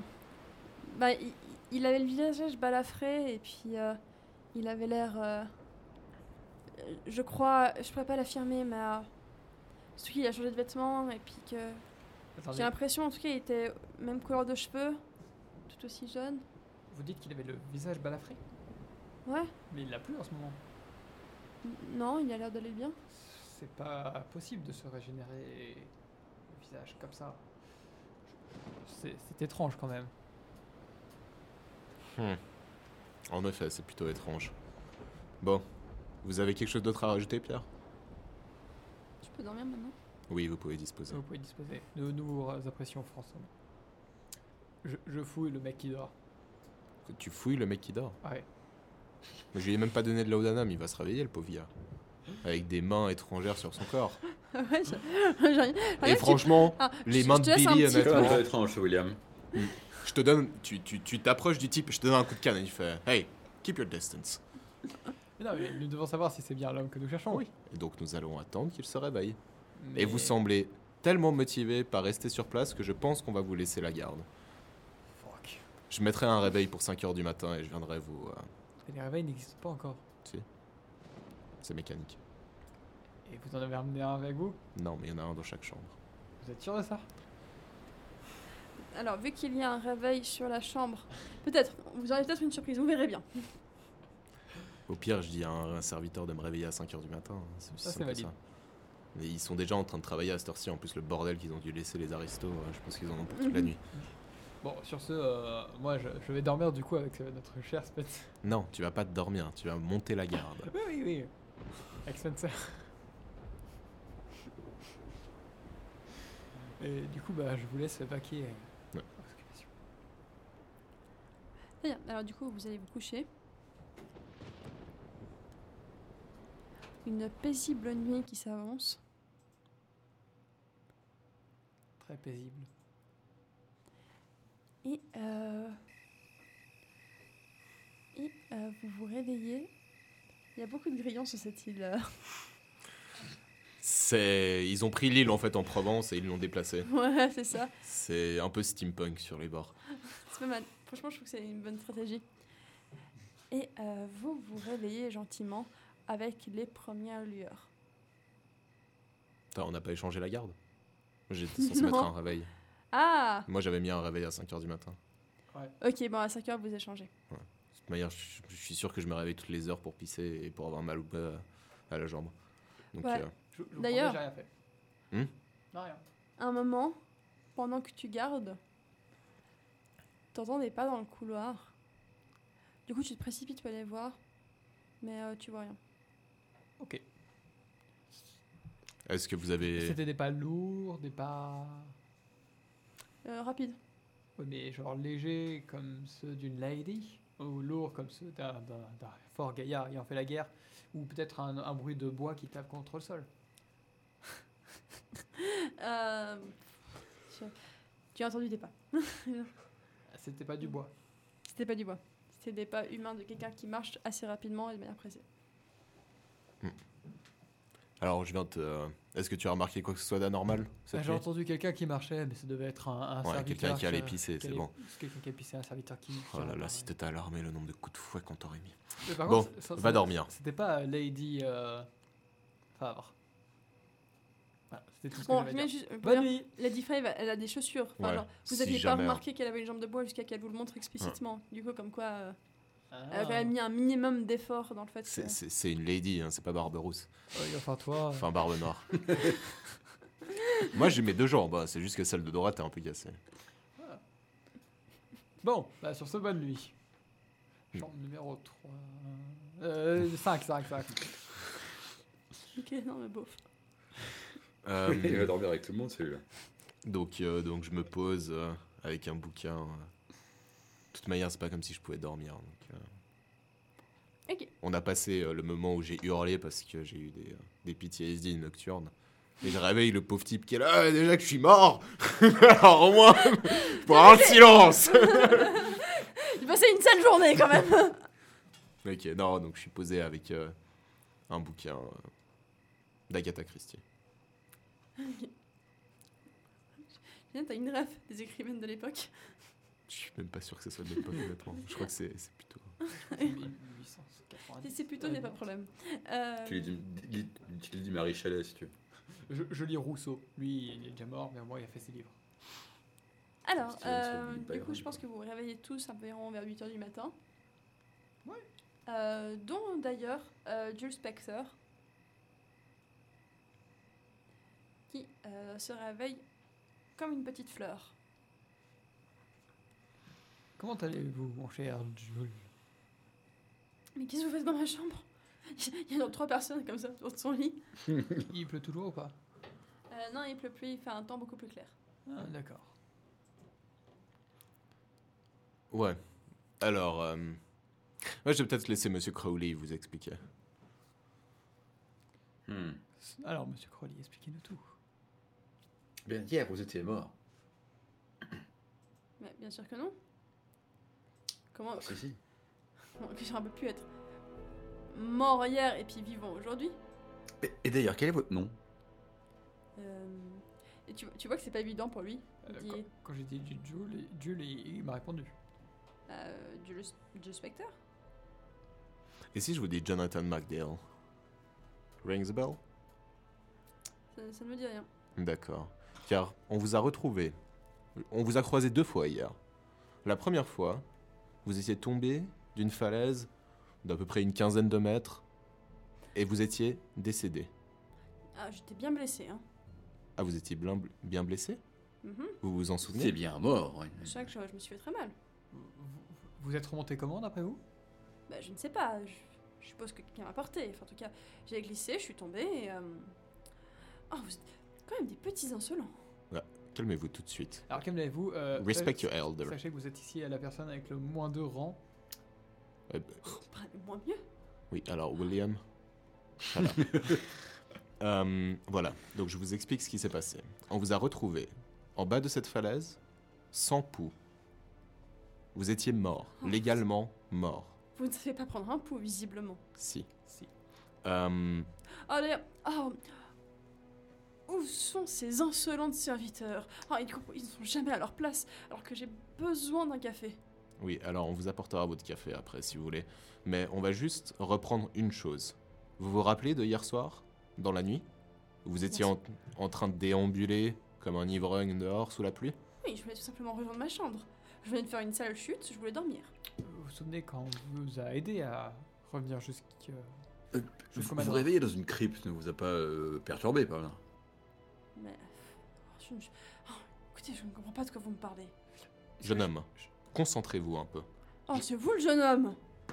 Speaker 1: il avait le visage balafré et puis il avait l'air... je pourrais pas l'affirmer, mais surtout qu'il a changé de vêtements et puis que...
Speaker 2: Attendez,
Speaker 1: J'ai l'impression, en tout cas, il était même couleur de cheveux, tout aussi jeune.
Speaker 2: vous dites qu'il avait le visage balafré,
Speaker 1: Ouais,
Speaker 2: mais il l'a plus en ce moment.
Speaker 1: non, il a l'air d'aller bien.
Speaker 2: C'est pas possible de se régénérer le visage comme ça. C'est étrange quand même.
Speaker 3: En effet, c'est plutôt étrange. Bon, vous avez quelque chose d'autre à rajouter, Pierre?
Speaker 1: Tu peux dormir maintenant?
Speaker 3: Oui, vous pouvez disposer.
Speaker 2: Vous pouvez disposer de nous apprécions François. Je fouille le mec qui dort.
Speaker 3: Tu fouilles le mec qui dort?
Speaker 2: Ouais.
Speaker 3: Mais je lui ai même pas donné de laudanum, il va se réveiller, le pauvre vieillard. Avec des mains étrangères sur son corps.
Speaker 1: Ouais,
Speaker 3: Et franchement, les mains de
Speaker 1: te laisse un
Speaker 3: Billy,
Speaker 1: petit
Speaker 4: C'est
Speaker 3: honnêtement,
Speaker 4: un peu étrange, William.
Speaker 3: je te donne, tu t'approches du type, je te donne un coup de canne et il fait Hey, keep your distance.
Speaker 2: Mais non, mais nous devons savoir si c'est bien l'homme que nous cherchons.
Speaker 3: Oui. Et donc nous allons attendre qu'il se réveille.
Speaker 2: Mais-
Speaker 3: Et vous semblez tellement motivé par rester sur place que je pense qu'on va vous laisser la garde.
Speaker 2: Fuck.
Speaker 3: Je mettrai un réveil pour 5h du matin et je viendrai vous...
Speaker 2: Et les réveils n'existent pas encore.
Speaker 3: C'est mécanique.
Speaker 2: Et vous en avez ramené un avec vous?
Speaker 3: Non, mais il y en a un dans chaque chambre.
Speaker 2: Vous êtes sûr de ça?
Speaker 1: Alors, vu qu'il y a un réveil sur la chambre, vous aurez peut-être une surprise, vous verrez bien.
Speaker 3: Au pire, je dis à un serviteur de me réveiller à 5h du matin. C'est aussi
Speaker 2: Ça,
Speaker 3: simple
Speaker 2: c'est
Speaker 3: que
Speaker 2: valide.
Speaker 3: ça. Mais ils sont déjà en train de travailler à cette heure-ci. En plus, le bordel qu'ils ont dû laisser les aristos, je pense qu'ils en ont pour toute la nuit.
Speaker 2: Bon, sur ce, moi je vais dormir du coup avec notre cher Spencer.
Speaker 3: Non, tu vas pas te dormir, tu vas monter la garde.
Speaker 2: Oui. Avec Spencer. Et du coup, bah, je vous laisse vaquer.
Speaker 3: Ouais.
Speaker 2: aux occupations.
Speaker 1: Très bien. Alors du coup, vous allez vous coucher. Une paisible nuit qui s'avance.
Speaker 2: Très paisible.
Speaker 1: Et vous vous réveillez. Il y a beaucoup de grillons sur cette île.
Speaker 3: Ils ont pris l'île en fait en Provence et ils l'ont déplacée.
Speaker 1: Ouais, c'est ça.
Speaker 3: C'est un peu steampunk sur les bords.
Speaker 1: C'est pas mal. Franchement, je trouve que c'est une bonne stratégie. Et vous vous réveillez gentiment avec les premières lueurs.
Speaker 3: Attends, on n'a pas échangé la garde? J'étais censé
Speaker 1: Non.
Speaker 3: mettre un réveil.
Speaker 1: Ah
Speaker 3: Moi j'avais mis un réveil à 5h du matin.
Speaker 1: Ok, bon, à 5h, vous échangez.
Speaker 3: De toute manière, je suis sûr que je me réveille toutes les heures pour pisser et pour avoir mal ou pas à la jambe. Donc,
Speaker 1: Ouais.
Speaker 2: Je vous
Speaker 1: D'ailleurs-
Speaker 2: promets, j'ai rien fait. Non, rien.
Speaker 1: Un moment, pendant que tu gardes, t'entends des pas dans le couloir. Du coup, tu te précipites pour aller voir, mais tu vois rien.
Speaker 2: Ok.
Speaker 3: est-ce que vous avez...
Speaker 2: C'était des pas lourds, des pas.
Speaker 1: Rapide.
Speaker 2: Ouais, mais genre légers comme ceux d'une lady, ou lourds comme ceux d'un fort gaillard ayant fait la guerre, ou peut-être un bruit de bois qui tape contre le sol.
Speaker 1: Tu as entendu des pas.
Speaker 2: C'était pas du bois.
Speaker 1: C'était pas du bois. C'était des pas humains de quelqu'un qui marche assez rapidement et de manière pressée.
Speaker 3: Alors, je viens de te... Est-ce que tu as remarqué quoi que ce soit d'anormal cette
Speaker 2: J'ai
Speaker 3: nuit?
Speaker 2: entendu quelqu'un qui marchait, mais ça devait être un
Speaker 3: Ouais,
Speaker 2: serviteur.
Speaker 3: quelqu'un qui allait
Speaker 2: a-
Speaker 3: pisser, c'est bon.
Speaker 2: C'est quelqu'un qui a pissé, un serviteur qui.
Speaker 3: Oh là là, si t'étais alarmé le nombre de coups de fouet qu'on t'aurait mis.
Speaker 2: Mais par
Speaker 3: Bon,
Speaker 2: contre,
Speaker 3: va dormir.
Speaker 2: C'était pas Lady Favre. Voilà, c'était tout ce que
Speaker 1: Bon,
Speaker 2: j'avais à
Speaker 1: mais
Speaker 2: dire.
Speaker 1: juste,
Speaker 2: Bonne nuit.
Speaker 1: Lady Five, elle a des chaussures. Enfin,
Speaker 3: Ouais,
Speaker 1: genre, vous
Speaker 3: si
Speaker 1: aviez pas
Speaker 3: jamais, hein.
Speaker 1: remarqué qu'elle avait une jambe de bois jusqu'à qu'elle vous le montre explicitement. Du coup, comme quoi,
Speaker 2: Ah.
Speaker 1: elle a quand même mis un minimum d'effort dans le fait que...
Speaker 3: C'est une lady, hein, c'est pas Barberousse.
Speaker 2: Enfin, toi.
Speaker 3: Enfin, Barbe Noire. Moi, j'ai mes deux jambes, hein, c'est juste que celle de droite est un peu cassée.
Speaker 2: Bon, bah, sur ce, bonne nuit. Chambre numéro 3. 5.
Speaker 1: Ok, non, mais bof.
Speaker 4: Il va dormir avec tout le monde, celui-là.
Speaker 3: Donc je me pose avec un bouquin. De toute manière, c'est pas comme si je pouvais dormir. Donc,
Speaker 1: Ok.
Speaker 3: on a passé le moment où j'ai hurlé parce que j'ai eu des PTSD nocturnes. Et je réveille le pauvre type qui est là, ah, déjà que je suis mort. Alors au moins, pour avoir le silence.
Speaker 1: J'ai passé une sale journée quand même.
Speaker 3: Ok, non, donc je suis posé avec un bouquin d'Agatha Christie.
Speaker 1: T'as une ref des écrivaines de l'époque.
Speaker 3: Je suis même pas sûr que ce soit de l'époque, honnêtement. Je crois que c'est plutôt...
Speaker 2: 1890.
Speaker 1: C'est plutôt, il n'y a pas de problème.
Speaker 4: Tu lui dis Marie Chalet, si tu veux.
Speaker 2: Je lis Rousseau. Lui, il est déjà mort, mais au moins, il a fait ses livres.
Speaker 1: Alors,
Speaker 4: Parce qu'il y a sur le
Speaker 1: du
Speaker 4: Byron,
Speaker 1: coup, je pense
Speaker 4: quoi.
Speaker 1: que vous vous réveillez tous environ vers 8h du matin.
Speaker 2: Ouais.
Speaker 1: Dont d'ailleurs Jules Spector, qui se réveille comme une petite fleur.
Speaker 2: Comment allez-vous, mon cher Jules?
Speaker 1: Mais qu'est-ce que vous faites dans ma chambre? Il y a donc 3 personnes comme ça autour de son lit.
Speaker 2: Il pleut toujours ou pas?
Speaker 1: Non, il pleut plus, il fait un temps beaucoup plus clair.
Speaker 2: Ah, d'accord.
Speaker 3: Ouais. Alors, ouais, je vais peut-être laisser Monsieur Crowley vous expliquer.
Speaker 2: Alors, monsieur Crowley, expliquez-nous tout.
Speaker 4: Bien, hier, vous étiez mort.
Speaker 1: Mais bien sûr que non. Comment
Speaker 4: Ah, si.
Speaker 1: que j'aurais pas pu être mort hier et puis vivant aujourd'hui.
Speaker 4: Et d'ailleurs, quel est votre nom?
Speaker 1: Et tu vois que c'est pas évident pour lui. Il dit
Speaker 2: Quand j'ai dit Jules, il m'a répondu.
Speaker 1: Jules Spector.
Speaker 3: Et si je vous dis Jonathan McDale? Rings a bell?
Speaker 1: Ça ne me dit rien.
Speaker 3: D'accord. Car on vous a retrouvé. On vous a croisé 2 fois hier. La première fois, vous étiez tombé d'une falaise d'à peu près une quinzaine de mètres et vous étiez décédé.
Speaker 1: Ah, j'étais bien blessée, hein.
Speaker 3: Ah, vous étiez bien blessé?
Speaker 1: Mhm.
Speaker 3: Vous vous en
Speaker 4: C'est
Speaker 3: souvenez?
Speaker 4: bien mort. Ouais.
Speaker 1: C'est vrai que je me suis fait très mal.
Speaker 2: Vous êtes remonté comment d'après vous?
Speaker 1: Bah, je ne sais pas. Je suppose que quelqu'un m'a porté. Enfin, en tout cas, j'ai glissé, je suis tombée et. Oh, vous êtes quand même des petits insolents.
Speaker 3: Calmez-vous tout de suite.
Speaker 2: Alors calmez-vous.
Speaker 3: Respect your elder.
Speaker 2: Sachez que vous êtes ici à la personne avec le moins de rang.
Speaker 1: Moins mieux.
Speaker 3: Oui, alors William. Voilà. Voilà, donc je vous explique ce qui s'est passé. On vous a retrouvé en bas de cette falaise, sans pouls. Vous étiez mort,
Speaker 1: Oh.
Speaker 3: légalement mort.
Speaker 1: Vous ne savez pas prendre un pouls, visiblement.
Speaker 3: Si.
Speaker 2: Si.
Speaker 3: Euh,
Speaker 1: Oh, d'ailleurs. Oh. Où sont ces insolents serviteurs? Oh, ils ne sont jamais à leur place, alors que j'ai besoin d'un café.
Speaker 3: oui, alors on vous apportera votre café après si vous voulez. Mais on va juste reprendre une chose. Vous vous rappelez de hier soir, dans la nuit? Vous étiez en train de déambuler comme un ivrogne dehors sous la pluie?
Speaker 1: Oui, je voulais tout simplement rejoindre ma chambre. Je venais de faire une sale chute, je voulais dormir.
Speaker 2: Vous vous souvenez quand on vous a aidé à revenir jusqu'au
Speaker 4: Vous
Speaker 2: Madras.
Speaker 4: réveillez dans une crypte ne vous a pas perturbé par là?
Speaker 1: Mais. Oh, écoutez, je ne comprends pas de quoi vous me parlez.
Speaker 3: Jeune homme, concentrez-vous un peu.
Speaker 1: Oh, c'est vous le jeune homme!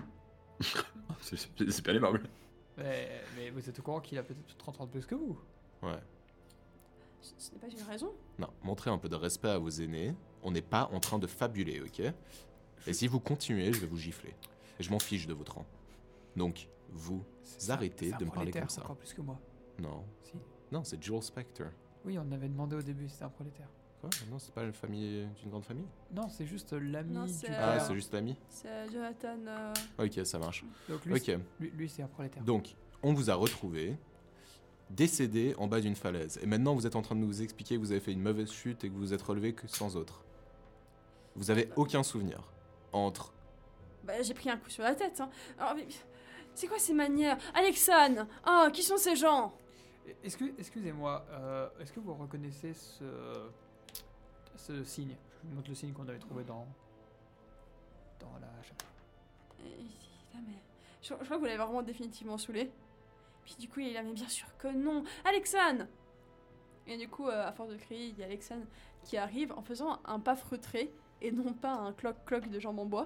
Speaker 4: C'est bien aimable.
Speaker 2: Mais vous êtes au courant qu'il a peut-être 30 ans de plus que vous?
Speaker 3: Ouais.
Speaker 1: Ce n'est pas une raison.
Speaker 3: Non, montrez un peu de respect à vos aînés. On n'est pas en train de fabuler, ok? Et si vous continuez, je vais vous gifler. Et je m'en fiche de votre rang. Donc, vous arrêtez
Speaker 2: C'est un
Speaker 3: de me parler
Speaker 2: prolétaire,
Speaker 3: comme ça.
Speaker 2: Encore plus que moi.
Speaker 3: Non.
Speaker 2: Si.
Speaker 3: Non, c'est Joel Spector.
Speaker 2: Oui, on avait demandé au début, c'était un prolétaire.
Speaker 3: Quoi? Non, c'est pas une famille d'une grande famille?
Speaker 2: Non, c'est juste l'ami
Speaker 1: Non,
Speaker 2: du
Speaker 1: c'est,
Speaker 3: Ah,
Speaker 2: père.
Speaker 3: c'est juste l'ami?
Speaker 1: C'est Jonathan.
Speaker 3: Ok, ça marche.
Speaker 2: Donc lui,
Speaker 3: Ok.
Speaker 2: lui c'est un prolétaire.
Speaker 3: Donc, on vous a retrouvé décédé en bas d'une falaise. Et maintenant, vous êtes en train de nous expliquer que vous avez fait une mauvaise chute et que vous vous êtes relevé que sans autre. Vous avez aucun souvenir entre...
Speaker 1: Bah, j'ai pris un coup sur la tête. Hein. Oh, mais c'est quoi ces manières? Alexandre! Oh, qui sont ces gens?
Speaker 2: Excusez-moi, est-ce que vous reconnaissez ce signe? Je vous montre le signe qu'on avait trouvé dans la chapelle.
Speaker 1: Putain, mais je crois que vous l'avez vraiment définitivement saoulé. Puis du coup, il a mais bien sûr que non. Alexandre! Et du coup, à force de crier, il y a Alexandre qui arrive en faisant un pas feutré et non pas un cloc-cloc de jambes en bois.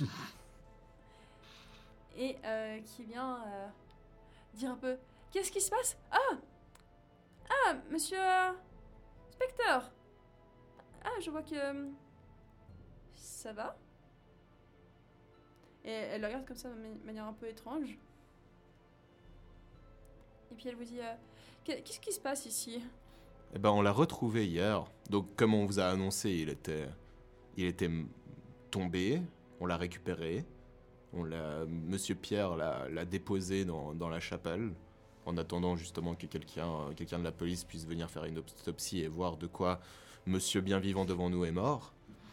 Speaker 1: Et qui vient dire un peu: qu'est-ce qui se passe? Ah, monsieur Spectre! Ah, je vois que ça va. Et elle le regarde comme ça de manière un peu étrange. Et puis elle vous dit: qu'est-ce qui se passe ici?
Speaker 3: Eh ben, on l'a retrouvé hier. Donc, comme on vous a annoncé, il était tombé. On l'a récupéré. Monsieur Pierre l'a déposé dans la chapelle, en attendant justement que quelqu'un de la police puisse venir faire une autopsie et voir de quoi Monsieur bien vivant devant nous est mort.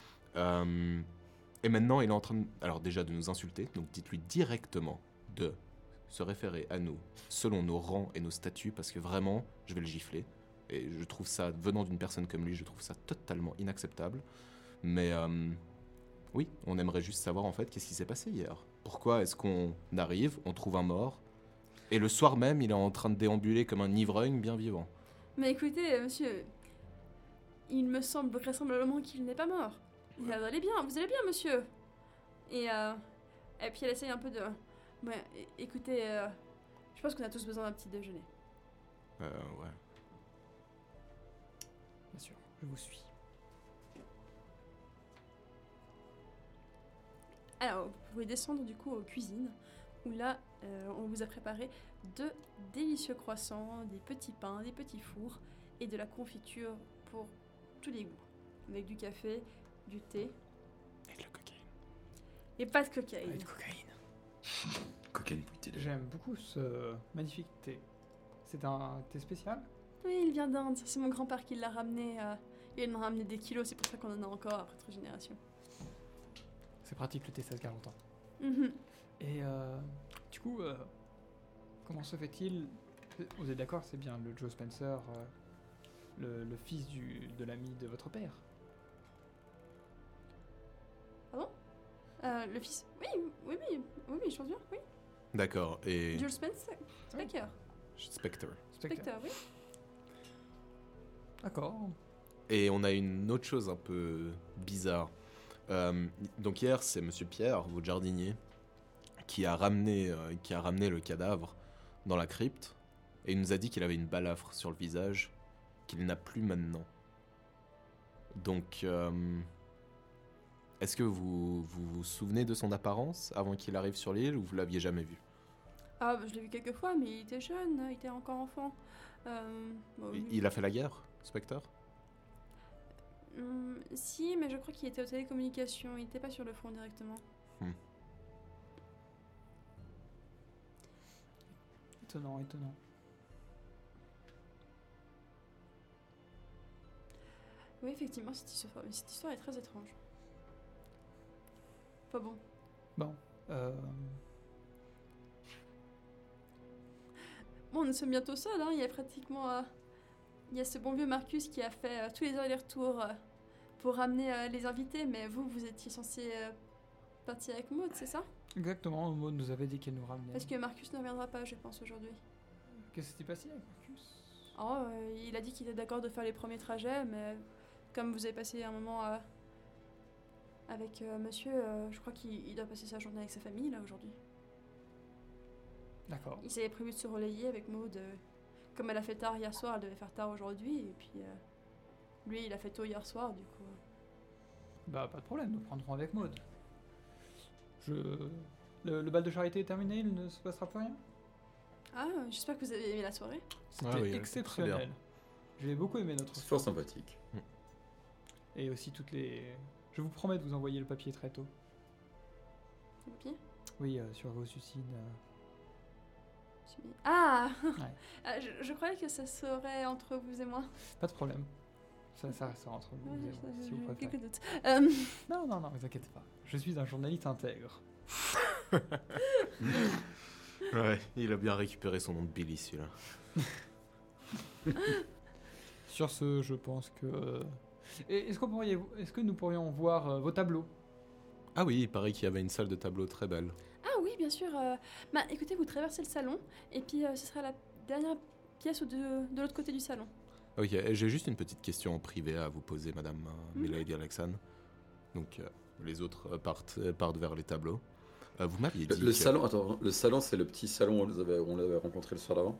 Speaker 3: Et maintenant, il est en train alors déjà de nous insulter. Donc, dites-lui directement de se référer à nous selon nos rangs et nos statuts, parce que vraiment, je vais le gifler. Et je trouve ça, venant d'une personne comme lui, je trouve ça totalement inacceptable. Mais oui, on aimerait juste savoir en fait qu'est-ce qui s'est passé hier. Pourquoi est-ce qu'on arrive, on trouve un mort, et le soir même, il est en train de déambuler comme un ivrogne bien vivant.
Speaker 1: Mais écoutez, monsieur, il me semble vraisemblablement qu'il n'est pas mort. Vous allez bien, monsieur. Et puis elle essaye un peu de... Ouais, écoutez, je pense qu'on a tous besoin d'un petit déjeuner.
Speaker 3: Ouais.
Speaker 2: Bien sûr, je vous suis.
Speaker 1: Alors, vous pouvez descendre du coup aux cuisines, où là, on vous a préparé de délicieux croissants, des petits pains, des petits fours, et de la confiture pour tous les goûts. Avec du café, du thé,
Speaker 3: Et de la cocaïne.
Speaker 1: et pas de cocaïne.
Speaker 2: Avec de cocaïne.
Speaker 4: Cocaine pouille.
Speaker 2: J'aime beaucoup ce magnifique thé. C'est un thé spécial?
Speaker 1: Oui, il vient d'Inde, c'est mon grand-père qui l'a ramené. Il en a ramené des kilos, c'est pour ça qu'on en a encore après 3 générations.
Speaker 2: C'est pratique, le thé, ça se garde longtemps.
Speaker 1: Mhm.
Speaker 2: Et du coup, comment se fait-il? Vous êtes d'accord, c'est bien le Joe Spencer, le fils de l'ami de votre père?
Speaker 1: Le fils... Oui, je pense bien, oui.
Speaker 3: D'accord, et...
Speaker 1: Jules Spencer. Spectre.
Speaker 3: Spectre.
Speaker 1: Spectre, oui.
Speaker 2: D'accord.
Speaker 3: Et on a une autre chose un peu bizarre. Donc hier, c'est Monsieur Pierre, votre jardinier, qui a ramené le cadavre dans la crypte. Et il nous a dit qu'il avait une balafre sur le visage, qu'il n'a plus maintenant. Donc, est-ce que vous souvenez de son apparence avant qu'il arrive sur l'île, ou vous l'aviez jamais vu?
Speaker 1: Ah, je l'ai vu quelques fois, mais il était jeune, il était encore enfant.
Speaker 3: Il a fait la guerre, Spectre?
Speaker 1: Si, mais je crois qu'il était aux télécommunications, il n'était pas sur le front directement.
Speaker 2: Étonnant.
Speaker 1: Oui, effectivement, cette histoire est très étrange. Pas bon.
Speaker 2: Bon,
Speaker 1: Bon, nous sommes bientôt seuls, hein. Il y a pratiquement... il y a ce bon vieux Marcus qui a fait tous les allers-retours pour ramener les invités, mais vous étiez censé partir avec Maud, c'est ça?
Speaker 2: exactement, Maud nous avait dit qu'elle nous ramenait.
Speaker 1: Parce que Marcus ne reviendra pas, je pense, aujourd'hui.
Speaker 2: Qu'est-ce qui s'est passé avec Marcus?
Speaker 1: Oh, il a dit qu'il était d'accord de faire les premiers trajets, mais comme vous avez passé un moment avec monsieur, je crois qu'il doit passer sa journée avec sa famille, là, aujourd'hui.
Speaker 2: D'accord.
Speaker 1: Il s'avait prévu de se relayer avec Maud. Comme elle a fait tard hier soir, elle devait faire tard aujourd'hui, et puis lui, il a fait tôt hier soir, du coup.
Speaker 2: Bah, pas de problème, nous prendrons avec Maud. Le bal de charité est terminé, il ne se passera plus rien?
Speaker 1: Ah, j'espère que vous avez aimé la soirée.
Speaker 2: C'était
Speaker 3: Ah oui, très
Speaker 2: exceptionnel.
Speaker 3: bien.
Speaker 2: J'ai beaucoup aimé notre
Speaker 4: C'est fort sympathique.
Speaker 2: Et aussi toutes les... Je vous promets de vous envoyer le papier très tôt.
Speaker 1: Le papier.
Speaker 2: Oui, sur vos suicides.
Speaker 1: Ah,
Speaker 2: Ouais.
Speaker 1: Ah, je croyais que ça serait entre vous et moi.
Speaker 2: Pas de problème. Ça restera entre vous et moi, si vous
Speaker 1: J'ai
Speaker 2: préférez.
Speaker 1: quelques doutes.
Speaker 2: Non, vous inquiétez pas. Je suis un journaliste intègre.
Speaker 3: Ouais, il a bien récupéré son nom de Billy, celui-là.
Speaker 2: Sur ce, je pense que... Et est-ce que nous pourrions voir vos tableaux?
Speaker 3: Ah oui, il paraît qu'il y avait une salle de tableau très belle.
Speaker 1: Ah oui, bien sûr. Bah, écoutez, vous traversez le salon, et puis ce sera la dernière pièce de l'autre côté du salon.
Speaker 3: Ok, j'ai juste une petite question en privé à vous poser, Madame Milady Alexandre. Donc, les autres partent vers les tableaux. Vous m'aviez dit
Speaker 4: Le salon, attends, le salon, c'est le petit salon où on l'avait rencontré le soir d'avant.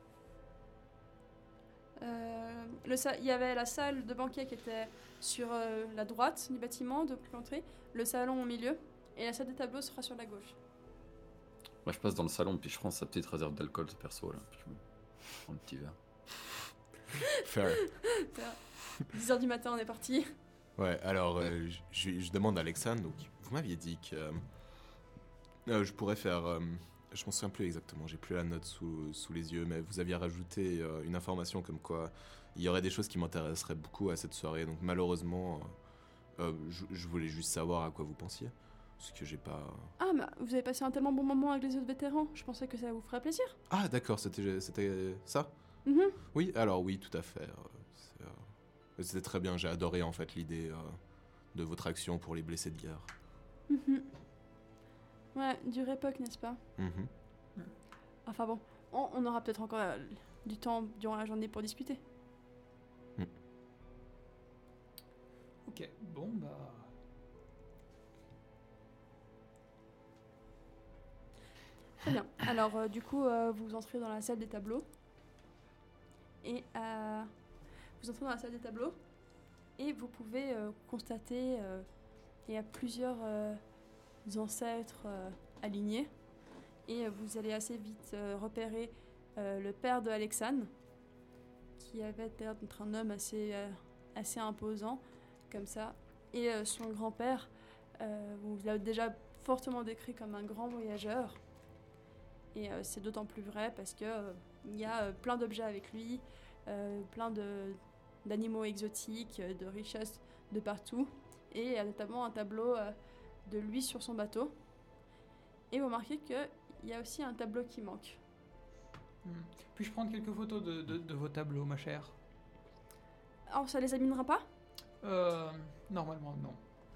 Speaker 1: Il y avait la salle de banquet qui était sur la droite du bâtiment, de l'entrée, le salon au milieu, et la salle des tableaux sera sur la gauche.
Speaker 4: Moi, je passe dans le salon, puis je prends sa petite réserve d'alcool perso, là. Puis je me prends le petit verre.
Speaker 3: Fair.
Speaker 1: 10h du matin, on est parti.
Speaker 3: Ouais, alors, je demande à Alexandre, donc, vous m'aviez dit que je pourrais faire... je m'en souviens plus exactement, j'ai plus la note sous les yeux, mais vous aviez rajouté une information comme quoi il y aurait des choses qui m'intéresseraient beaucoup à cette soirée, donc malheureusement, je voulais juste savoir à quoi vous pensiez, parce que j'ai pas...
Speaker 1: Ah, mais vous avez passé un tellement bon moment avec les autres vétérans, je pensais que ça vous ferait plaisir.
Speaker 3: Ah d'accord, c'était ça?
Speaker 1: Mhm.
Speaker 3: Oui, alors oui, tout à fait. C'était très bien, j'ai adoré en fait l'idée de votre action pour les blessés de guerre.
Speaker 1: Mhm. Ouais, dure époque, n'est-ce pas?
Speaker 3: Mhm.
Speaker 1: Enfin bon, on aura peut-être encore du temps durant la journée pour discuter.
Speaker 2: Ok, bon, bah...
Speaker 1: Très bien. Alors, du coup, vous entrez dans la salle des tableaux. Et vous entrez dans la salle des tableaux. Et vous pouvez constater qu'il y a plusieurs ancêtres alignés. Et vous allez assez vite repérer le père de Alexandre, qui avait l'air d'être un homme assez imposant, comme ça. Et son grand-père, vous l'avez déjà fortement décrit comme un grand voyageur. Et c'est d'autant plus vrai parce que il y a plein d'objets avec lui, plein d'animaux exotiques, de richesses de partout. Et il y a notamment un tableau de lui sur son bateau. Et vous remarquez qu'il y a aussi un tableau qui manque.
Speaker 2: Puis-je prendre quelques photos de vos tableaux, ma chère?
Speaker 1: Alors, ça les abîmera pas?
Speaker 2: Normalement, non.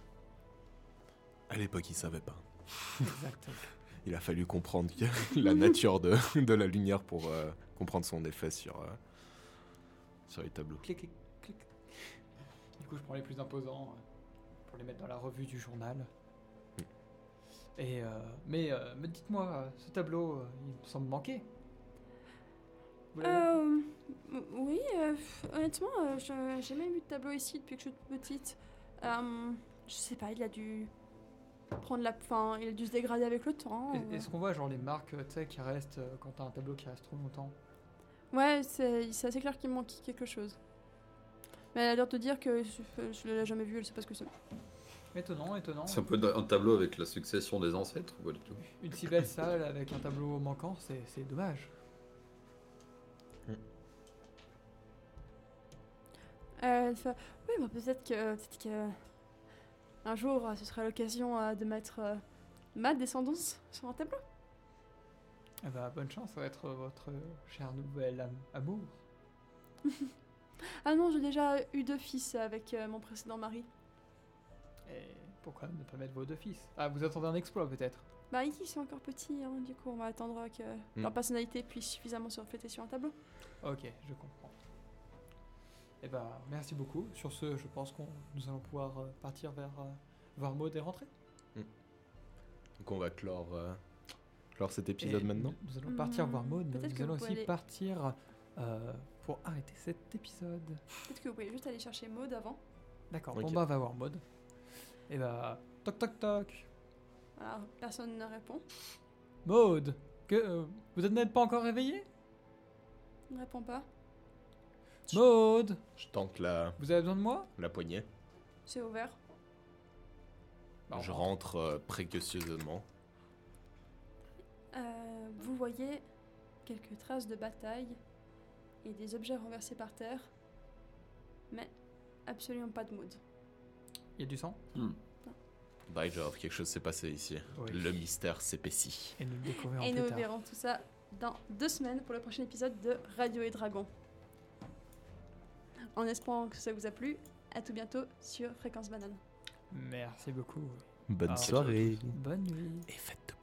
Speaker 3: À l'époque, il savait pas.
Speaker 2: Exactement.
Speaker 3: Il a fallu comprendre la nature de la lumière pour comprendre son effet sur les tableaux.
Speaker 2: Clic, clic, clic. coup, je prends les plus imposants pour les mettre dans la revue du journal. Et mais dites-moi, ce tableau, il me semble manquer. Vous l'avez
Speaker 1: Oui, honnêtement, j'ai jamais vu de tableau ici depuis que je suis toute petite. Je sais pas, il a dû prendre enfin, il a dû se dégrader avec le temps.
Speaker 2: Est-ce qu'on voit genre les marques, tu sais, qui restent quand t'as un tableau qui reste trop longtemps?
Speaker 1: Ouais, c'est assez clair qu'il manque quelque chose. Mais elle a l'air de dire que je l'ai jamais vu, elle sait pas ce que c'est.
Speaker 2: Étonnant.
Speaker 4: C'est un peu un tableau avec la succession des ancêtres, ou pas du tout?
Speaker 2: Une si belle salle avec un tableau manquant, c'est dommage.
Speaker 1: Elle fait, oui, bah, peut-être que un jour, ce sera l'occasion de mettre ma descendance sur un tableau.
Speaker 2: Eh ben, bonne chance, ça va être votre cher nouvel amour.
Speaker 1: Ah non, j'ai déjà eu 2 fils avec mon précédent mari.
Speaker 2: Et pourquoi ne pas mettre vos 2 fils? Ah, vous attendez un exploit peut-être?
Speaker 1: Bah, ils sont encore petits, hein, du coup, on va attendre que leur personnalité puisse suffisamment se refléter sur un tableau.
Speaker 2: Ok, je comprends. Eh ben, merci beaucoup. Sur ce, je pense que nous allons pouvoir partir vers voir Maud et rentrer.
Speaker 3: Donc on va clore cet épisode
Speaker 2: Et
Speaker 3: maintenant.
Speaker 2: Nous allons partir voir Maud, mais
Speaker 1: peut-être
Speaker 2: nous
Speaker 1: que
Speaker 2: allons
Speaker 1: vous
Speaker 2: aussi
Speaker 1: pouvez aller-
Speaker 2: partir pour arrêter cet épisode.
Speaker 1: Peut-être que vous pouvez juste aller chercher Maud avant.
Speaker 2: D'accord,
Speaker 3: Ok.
Speaker 2: bon bah on va voir Maud. Et bah, toc toc toc.
Speaker 1: Alors, personne ne répond.
Speaker 2: Maud, vous êtes même pas encore réveillée?
Speaker 1: Ne répond pas.
Speaker 2: Maud,
Speaker 3: Je tente la
Speaker 2: vous avez besoin de moi?
Speaker 3: poignée.
Speaker 1: C'est ouvert.
Speaker 2: Bah, on
Speaker 3: Je
Speaker 2: rentre.
Speaker 3: rentre précieusement.
Speaker 1: Vous voyez quelques traces de bataille et des objets renversés par terre, mais absolument pas de Maud.
Speaker 2: Il y a du sang?
Speaker 3: By Jove, quelque chose s'est passé ici.
Speaker 2: Oui.
Speaker 3: Le mystère s'épaissit.
Speaker 2: Et nous le découvrirons
Speaker 1: Et
Speaker 2: plus
Speaker 1: nous
Speaker 2: tard.
Speaker 1: verrons tout ça dans 2 semaines pour le prochain épisode de Radio et Dragon. En espérant que ça vous a plu, à tout bientôt sur Fréquence Banane.
Speaker 2: Merci beaucoup.
Speaker 3: Bonne
Speaker 2: Ah,
Speaker 3: soirée.
Speaker 2: Bonne nuit.
Speaker 3: Et faites de